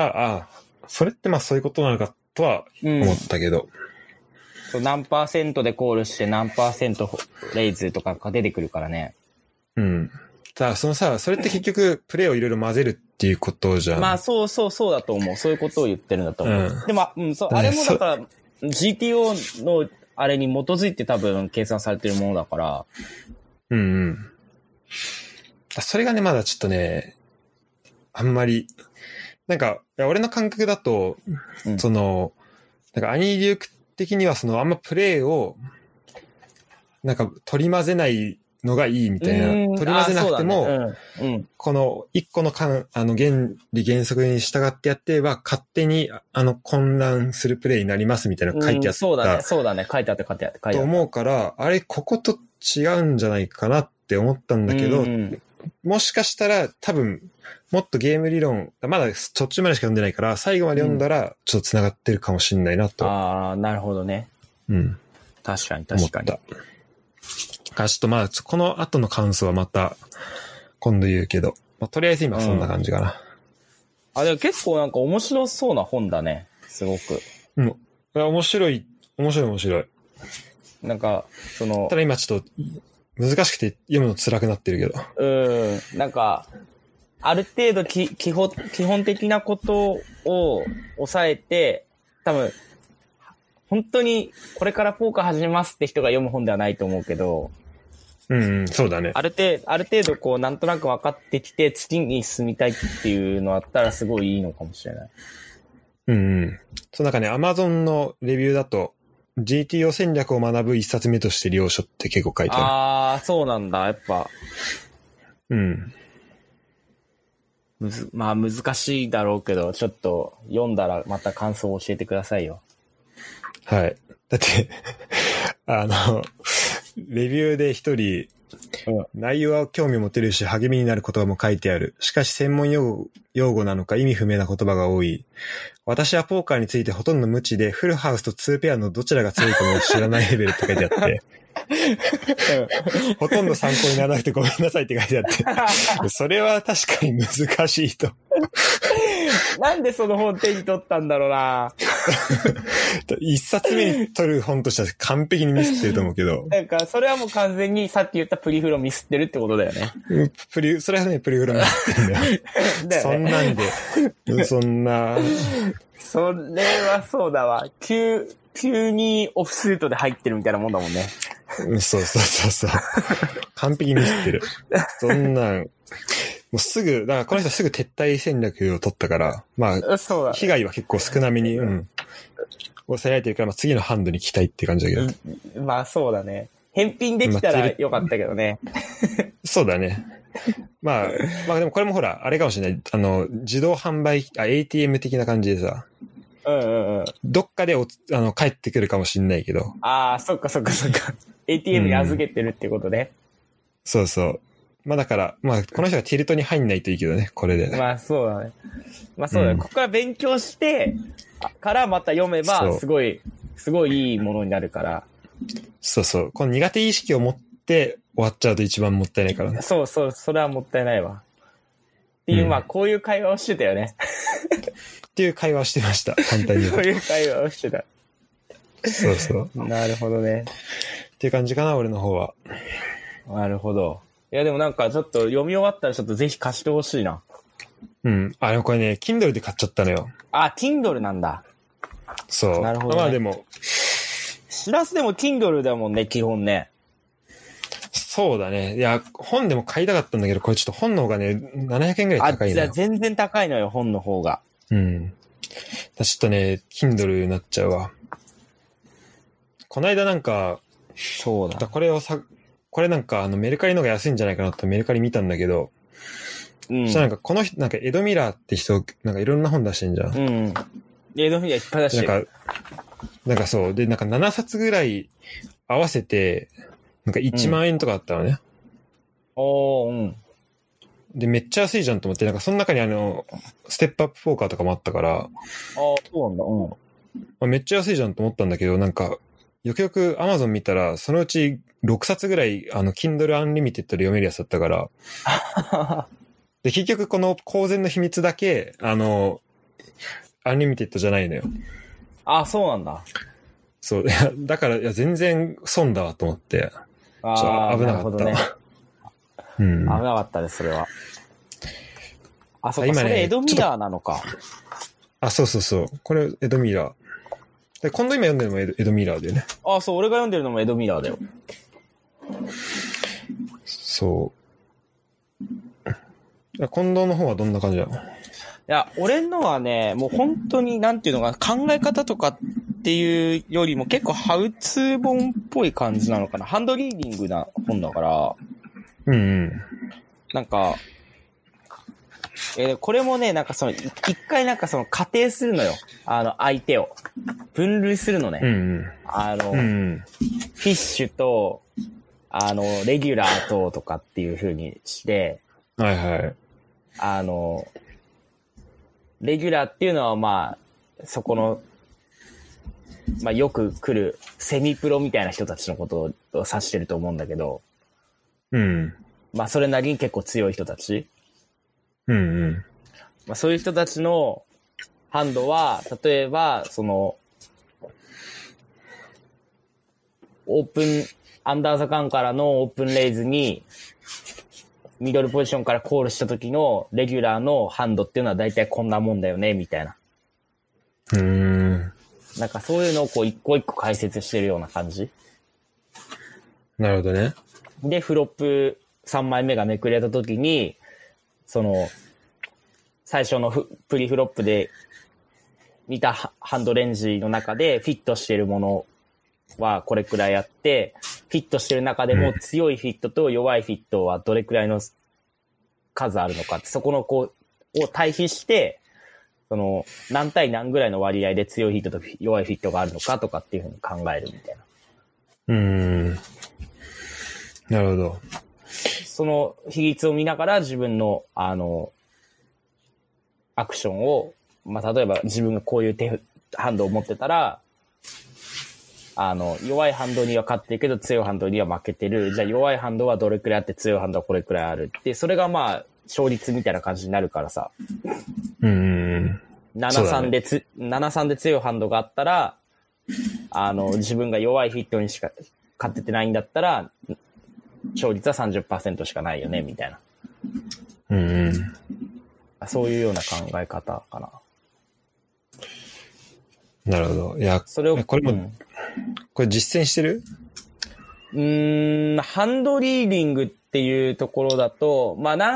それってまあそういうことなのかとは思ったけど。 何パーセントでコールして何パーセントレイズとかが出てくるからね。 うん。それって結局プレイをいろいろ混ぜるっていうことじゃん。 まあそうだと思う。そういうことを言ってるんだと思う。でも、あれもだから、GTO のあれに基づいて多分計算されてるものだから。 それがね、まだちょっとね、あんまり、なんか、俺の感覚だと、なんかアニーデューク的にはあんまプレイを、なんか取り混ぜないのがいいみたいな。取り混ぜなくても、この一個の原理原則に従ってやってれば、勝手に混乱するプレイになりますみたいなの書いてあった。 そうだね。書いてあった。 と思うから、あれ、ここと違うんじゃないかなって思ったんだけど、もしかしたら多分、もっとゲーム理論、まだ途中までしか読んでないから、最後まで読んだら、ちょっと繋がってるかもしれないなと。 なるほどね。確かに。 思った。ちょっとまあ、この後の感想はまた、今度言うけど、とりあえず今そんな感じかな。 でも結構なんか面白そうな本だね。すごく。 面白い。なんか、ただ今ちょっと、難しくて読むの辛くなってるけど。 なんか、ある程度基本的なことを抑えて、多分、本当にこれからポーカー始めますって人が読む本ではないと思うけど、 そうだね。 ある程度こうなんとなく分かってきて次に進みたいっていうのあったらすごいいいのかもしれない。 なんかね、Amazon のレビューだと、GTO 戦略を学ぶ一冊目として領書って結構書いてある。 そうなんだ、やっぱ。まあ難しいだろうけど、ちょっと読んだらまた感想を教えてくださいよ。 はい。だってレビューで一人、内容は興味を持てるし励みになる言葉も書いてある。しかし専門用語なのか意味不明な言葉が多い。私はポーカーについてほとんど無知で、フルハウスと2ペアのどちらが強いかも知らないレベルって書いてあって。ほとんど参考にならなくてごめんなさいって書いてあって。それは確かに難しいと。 なんでその本手に取ったんだろうな。 一冊目に取る本としては完璧にミスってると思うけど。 なんか、それはもう完全にさっき言ったプリフロミスってるってことだよね。 それはね、プリフロミスってるんだよ。そんなんで、そんな。 それはそうだわ。急にオフスートで入ってるみたいなもんだもんね。 そう。完璧にミスってる。そんなん。もうだからこの人すぐ撤退戦略を取ったから、まあ、被害は結構少なめに、抑えられてるから、まあ次のハンドに期待って感じだけど。まあそうだね。返品できたらよかったけどね。 そうだね。まあでもこれもほら、あれかもしれない。自動販売、ATM 的な感じでさ。どっかで帰ってくるかもしれないけど。 そっか。ATM に預けてるってことね。 そう。まあだから、まあこの人がティルトに入んないといいけどね、これで。 まあそうだね。ここから勉強してからまた読めばすごいいいものになるから。 そう。この苦手意識を持って終わっちゃうと一番もったいないからね。 そう。それはもったいないわ。っていう、まあこういう会話をしてたよね。 っていう会話をしてました。簡単に言うと。 こういう会話をしてた。 そう。 なるほどね。 っていう感じかな、俺の方は。 なるほど。いやでもなんかちょっと読み終わったらちょっとぜひ貸してほしいな。 うん。でもこれね、Kindle で買っちゃったのよ。 Kindle なんだ。 そう。 なるほど、ね。 まあでも。 しらすでも Kindle だもんね、基本ね。 そうだね。いや、本でも買いたかったんだけど、これちょっと本の方がね、700円ぐらい高いのよ。 じゃあ全然高いのよ、本の方が。 うん。ちょっとね、Kindle になっちゃうわ。こないだなんか、 そうだ。 これなんかメルカリの方が安いんじゃないかなとメルカリ見たんだけど、そしたらなんかこの人、なんかエドミラーって人、なんかいろんな本出してんじゃん。 うん。エドミラーいっぱい出してる。 なんかそう。で、なんか7冊ぐらい合わせて、なんか1万円とかあったのね。 うん。 で、めっちゃ安いじゃんと思って、なんかその中にステップアップポーカーとかもあったから。 そうなんだ。 うん。めっちゃ安いじゃんと思ったんだけど、なんか、よくよく Amazon 見たら、そのうち6冊ぐらい、Kindle Unlimited で読めるやつだったから。で、結局この公然の秘密だけ、アンリミテッドじゃないのよ。 そうなんだ。 そう。だから、全然損だわと思って。危なかった。なるほどね。 うん。危なかったです、それは。そうか、今ね、それエドミラーなのか。 そうそうそう。これ、エドミラー。で、今度今読んでるのもエドミラーだよね。 そう、俺が読んでるのもエドミラーだよ。 そう。近藤の方はどんな感じなの？ いや、俺のはね、もう本当になんていうのか考え方とかっていうよりも結構ハウツー本っぽい感じなのかな。ハンドリーディングな本だから。 うんうん。 なんか、これもね、なんか一回なんか仮定するのよ。相手を。分類するのね。 うんうん。 フィッシュと、レギュラーとかっていう風にして、 はいはい。 レギュラーっていうのはまあ、そこの、まあよく来るセミプロみたいな人たちのことを指してると思うんだけど、 うん。 まあそれなりに結構強い人たち。 うんうん。 まあそういう人たちのハンドは、例えば、オープン、アンダーザカンからのオープンレイズに、ミドルポジションからコールした時のレギュラーのハンドっていうのは大体こんなもんだよね、みたいな。なんかそういうのをこう一個一個解説してるような感じ。 なるほどね。 で、フロップ3枚目がめくれた時に、最初のプリフロップで見たハンドレンジの中でフィットしてるものはこれくらいあって、フィットしてる中でも強いフィットと弱いフィットはどれくらいの数あるのかって、そこのを対比して、何対何ぐらいの割合で強いフィットと弱いフィットがあるのかとかっていうふうに考えるみたいな。 なるほど。 その比率を見ながら自分の、アクションを、まあ、例えば自分がこういうハンドを持ってたら、弱いハンドには勝ってるけど強いハンドには負けてる。じゃあ弱いハンドはどれくらいあって強いハンドはこれくらいあるって、それがまあ勝率みたいな感じになるからさ。7-3 で7-3で強いハンドがあったら、自分が弱いフィットにしか勝ててないんだったら、勝率は 30% しかないよね、みたいな。そういうような考え方かな。 なるほど。いや、それを、これも、これ実践してる？ ハンドリーディングっていうところだと、まあ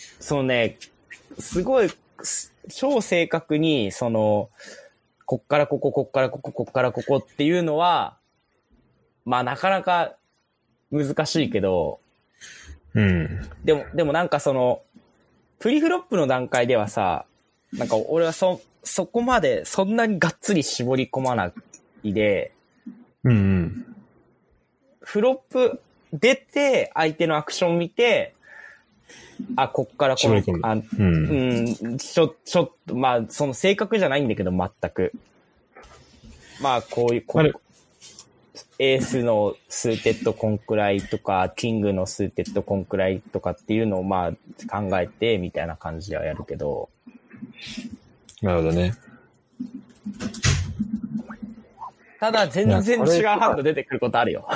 すごい、超正確に、こっからここ、こっからここ、こっからここっていうのは、まあなかなか難しいけど、でもなんかプリフロップの段階ではさ、なんか俺はそこまでそんなにがっつり絞り込まないで、フロップ出て相手のアクション見て、こっからこの、ちょっと、まあ、正確じゃないんだけど、全く。まあ、こういう、エースのスーテッドコンくらいとか、キングのスーテッドコンくらいとかっていうのをまあ考えて、みたいな感じではやるけど。 なるほどね。 ただ、全然違うハンド出てくることあるよ。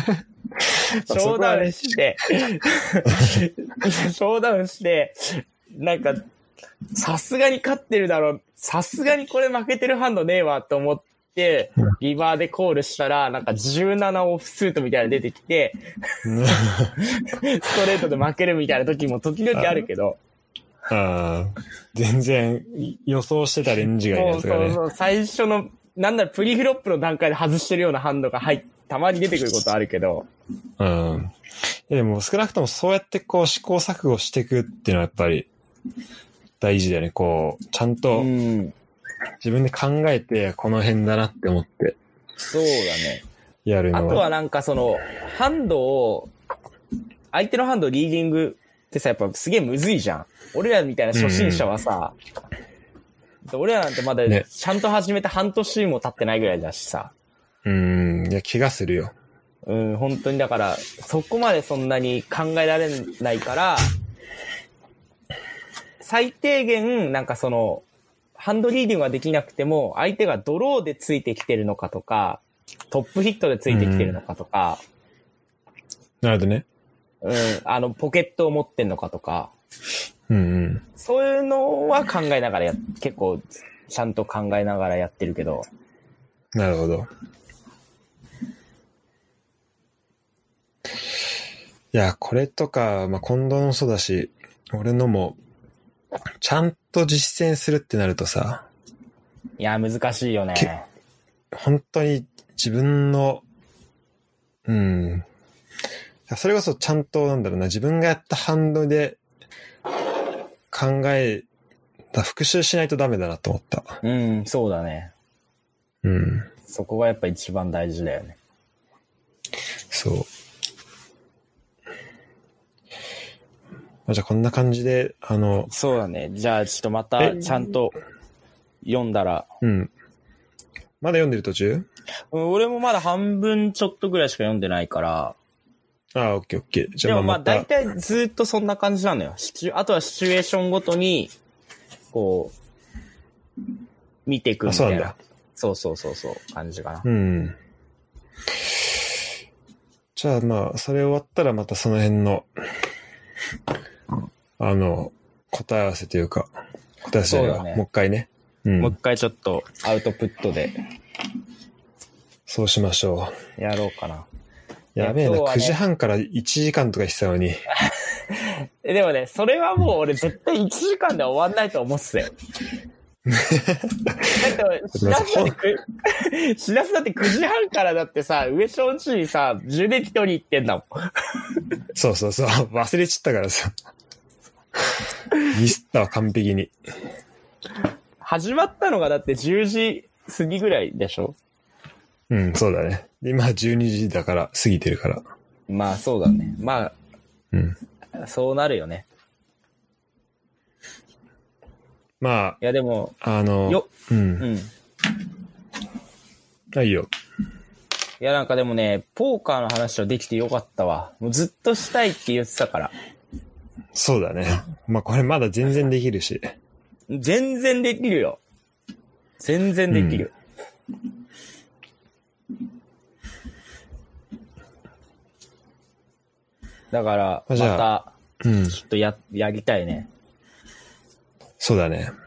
ショーダウンして、 なんか、さすがに勝ってるだろう。さすがにこれ負けてるハンドねえわと思って、リバーでコールしたら、なんか17オフスートみたいなの出てきて、ストレートで負けるみたいな時も時々あるけど。 全然予想してたレンジがいいやつがね。 そう、最初の、なんだろ、プリフロップの段階で外してるようなハンドがたまに出てくることあるけど。 でも少なくともそうやってこう試行錯誤していくっていうのはやっぱり大事だよね。こう、ちゃんと自分で考えてこの辺だなって思って。 そうだね。 やるのは。 あとはなんかその、相手のハンドリーディングってさ、やっぱすげえむずいじゃん。俺らみたいな初心者はさ、俺らなんてまだちゃんと始めて半年も経ってないぐらいだしさ。 いや、気がするよ。 本当にだから、そこまでそんなに考えられないから、最低限、なんかその、ハンドリーディングができなくても、相手がドローでついてきてるのかとか、トップヒットでついてきてるのかとか、 なるほどね。 ポケットを持ってんのかとか、 そういうのは考えながら結構、ちゃんと考えながらやってるけど。 なるほど。いや、これとか、まあ、近藤のそうだし、俺のも、ちゃんと実践するってなるとさ。 いや、難しいよね。 本当に自分の、それこそちゃんとなんだろうな、自分がやったハンドで復習しないとダメだなと思った。 そうだね。そこがやっぱ一番大事だよね。 そう。じゃあこんな感じで、 そうだね。じゃあちょっとまたちゃんと読んだら。 まだ読んでる途中？ 俺もまだ半分ちょっとぐらいしか読んでないから。 オッケー。 じゃあまあ大体ずっとそんな感じなのよ。あとはシチュエーションごとに、こう、見ていくみたいな。そう、感じかな。 じゃあまあ、それ終わったらまたその辺の、答え合わせというか、答え合わせというか、もう一回ね。 もう一回ちょっとアウトプットで。 そうしましょう。やろうかな。 やべえな、9時半から1時間とかしてたのに。 でもね、それはもう俺絶対1時間で終わんないと思ってたよ。しらすだって9時半からだってさ、上正直にさ、充電器取り行ってんだもん。 そう。忘れちったからさ。ミスったわ、完璧に。 始まったのがだって10時過ぎぐらいでしょ？ そうだね。今12時だから過ぎてるから。 まあそうだね。まあ、そうなるよね。 まあ。 いやでも、 いいよ。 いやなんかでもね、ポーカーの話はできてよかったわ。もうずっとしたいって言ってたから。 そうだね。まあこれまだ全然できるし。 全然できるよ。全然できる。だから、また、ちょっとやりたいね。 そうだね。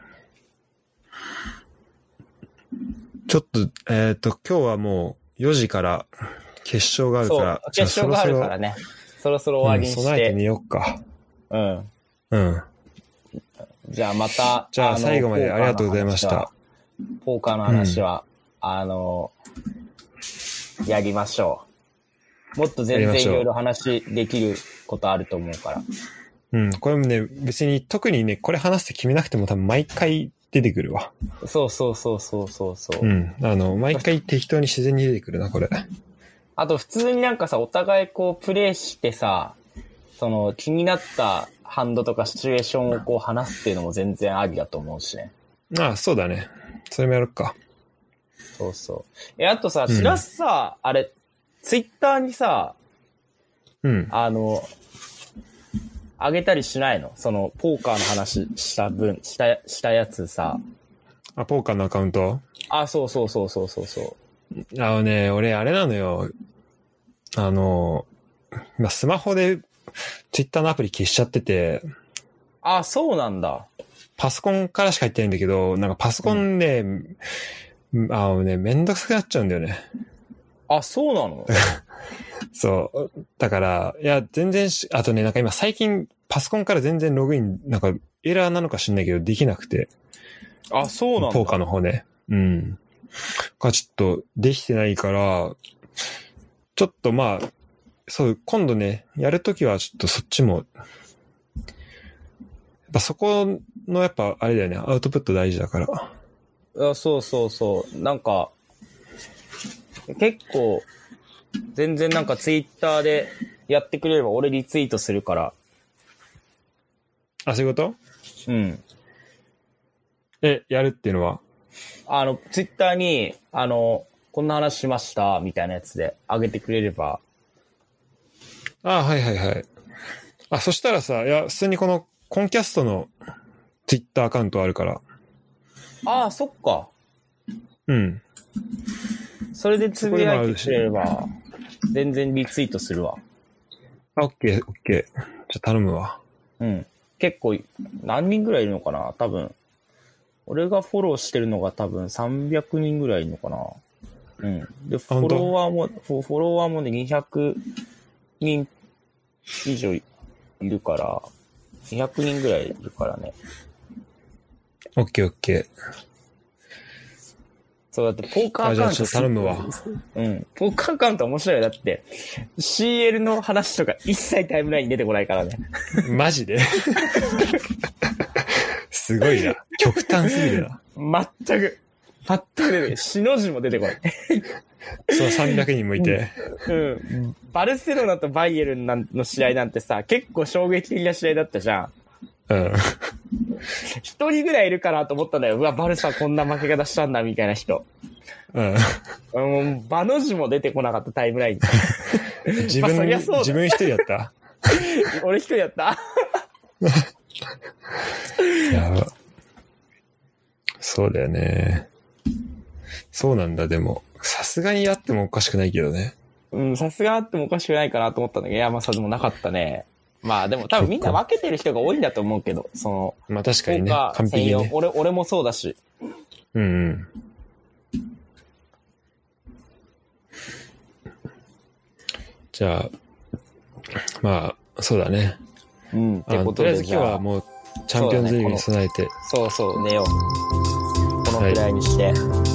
ちょっと、今日はもう4時から決勝があるから。 決勝があるからね。そろそろ終わりにして。 備えてみようか。 じゃあまた。 じゃあ最後までありがとうございました。 ポーカーの話は、やりましょう。もっと全然いろいろ話できることあると思うから。 これもね、別に特にね、これ話して決めなくても多分毎回出てくるわ。 そう。 毎回適当に自然に出てくるな、これ。 あと普通になんかさ、お互いこうプレイしてさ、その気になったハンドとかシチュエーションをこう話すっていうのも全然ありだと思うしね。 そうだね。それもやるか。 そう。あとさ、しらすさ、あれ、ツイッターにさ、あげたりしないの？その、ポーカーの話したやつさ。 ポーカーのアカウント？ そう。 俺、あれなのよ。スマホでツイッターのアプリ消しちゃってて、 あ、そうなんだ。 パソコンからしか入ってないんだけど、なんかパソコンで、めんどくさくなっちゃうんだよね。 あ、そうなのそう。だから、いや、全然あとね、なんか今最近パソコンから全然ログイン、なんかエラーなのか知んないけどできなくて。 あ、そうなんだ。 ポーカーの方ね。うん。がちょっとできてないから、ちょっとまあ、そう、今度ね、やるときはちょっとそっちも、やっぱそこのやっぱあれだよね、アウトプット大事だから。 そうそうそう。なんか、結構、全然なんかツイッターでやってくれれば俺リツイートするから。 あ、そういうこと？ うん。 やるっていうのは？ ツイッターに、こんな話しました、みたいなやつで上げてくれれば。 あ、はいはいはい。あ、そしたらさ、いや、普通にこのコンキャストのツイッターアカウントあるから。 ああ、そっか。 うん。 それでつぶやいてくれれば、全然リツイートするわ。 あ、オッケー、オッケー。じゃあ頼むわ。 うん。結構、何人ぐらいいるのかな多分。俺がフォローしてるのが多分300人ぐらいいるのかな。うん。で、フォロワーもね、200人以上いるから、200人ぐらいいるからね。 オッケーオッケー。 そうだってポーカーアカウント。 じゃあ頼むわ。 うん。ポーカーアカウント面白いよ。だって、CL の話とか一切タイムラインに出てこないからね。 マジですごいな。極端すぎるな。全く出てこない。死の字も出てこない。 そう、300人もいて。 うん。バルセロナとバイエルンの試合なんてさ、結構衝撃的な試合だったじゃん。 うん。 一人ぐらいいるかなと思ったんだよ。うわ、バルサこんな負け方したんだ、みたいな人。 うん。 バの字も出てこなかったタイムライン。 自分一人やった俺一人やった。 やば。そうだよね。そうなんだ、でも。さすがにあってもおかしくないけどね。 うん、さすがあってもおかしくないかなと思ったんだけど、いや、まあそうでもなかったね。まあでも多分みんな分けてる人が多いんだと思うけど、 まあ確かにね、完璧にね。 俺もそうだし。 うんうん。じゃあ、まあ、そうだね。 うん。ってことでとりあえず今日はもうチャンピオンズリーグに備えて。 そう、寝よう。このくらいにして。はい。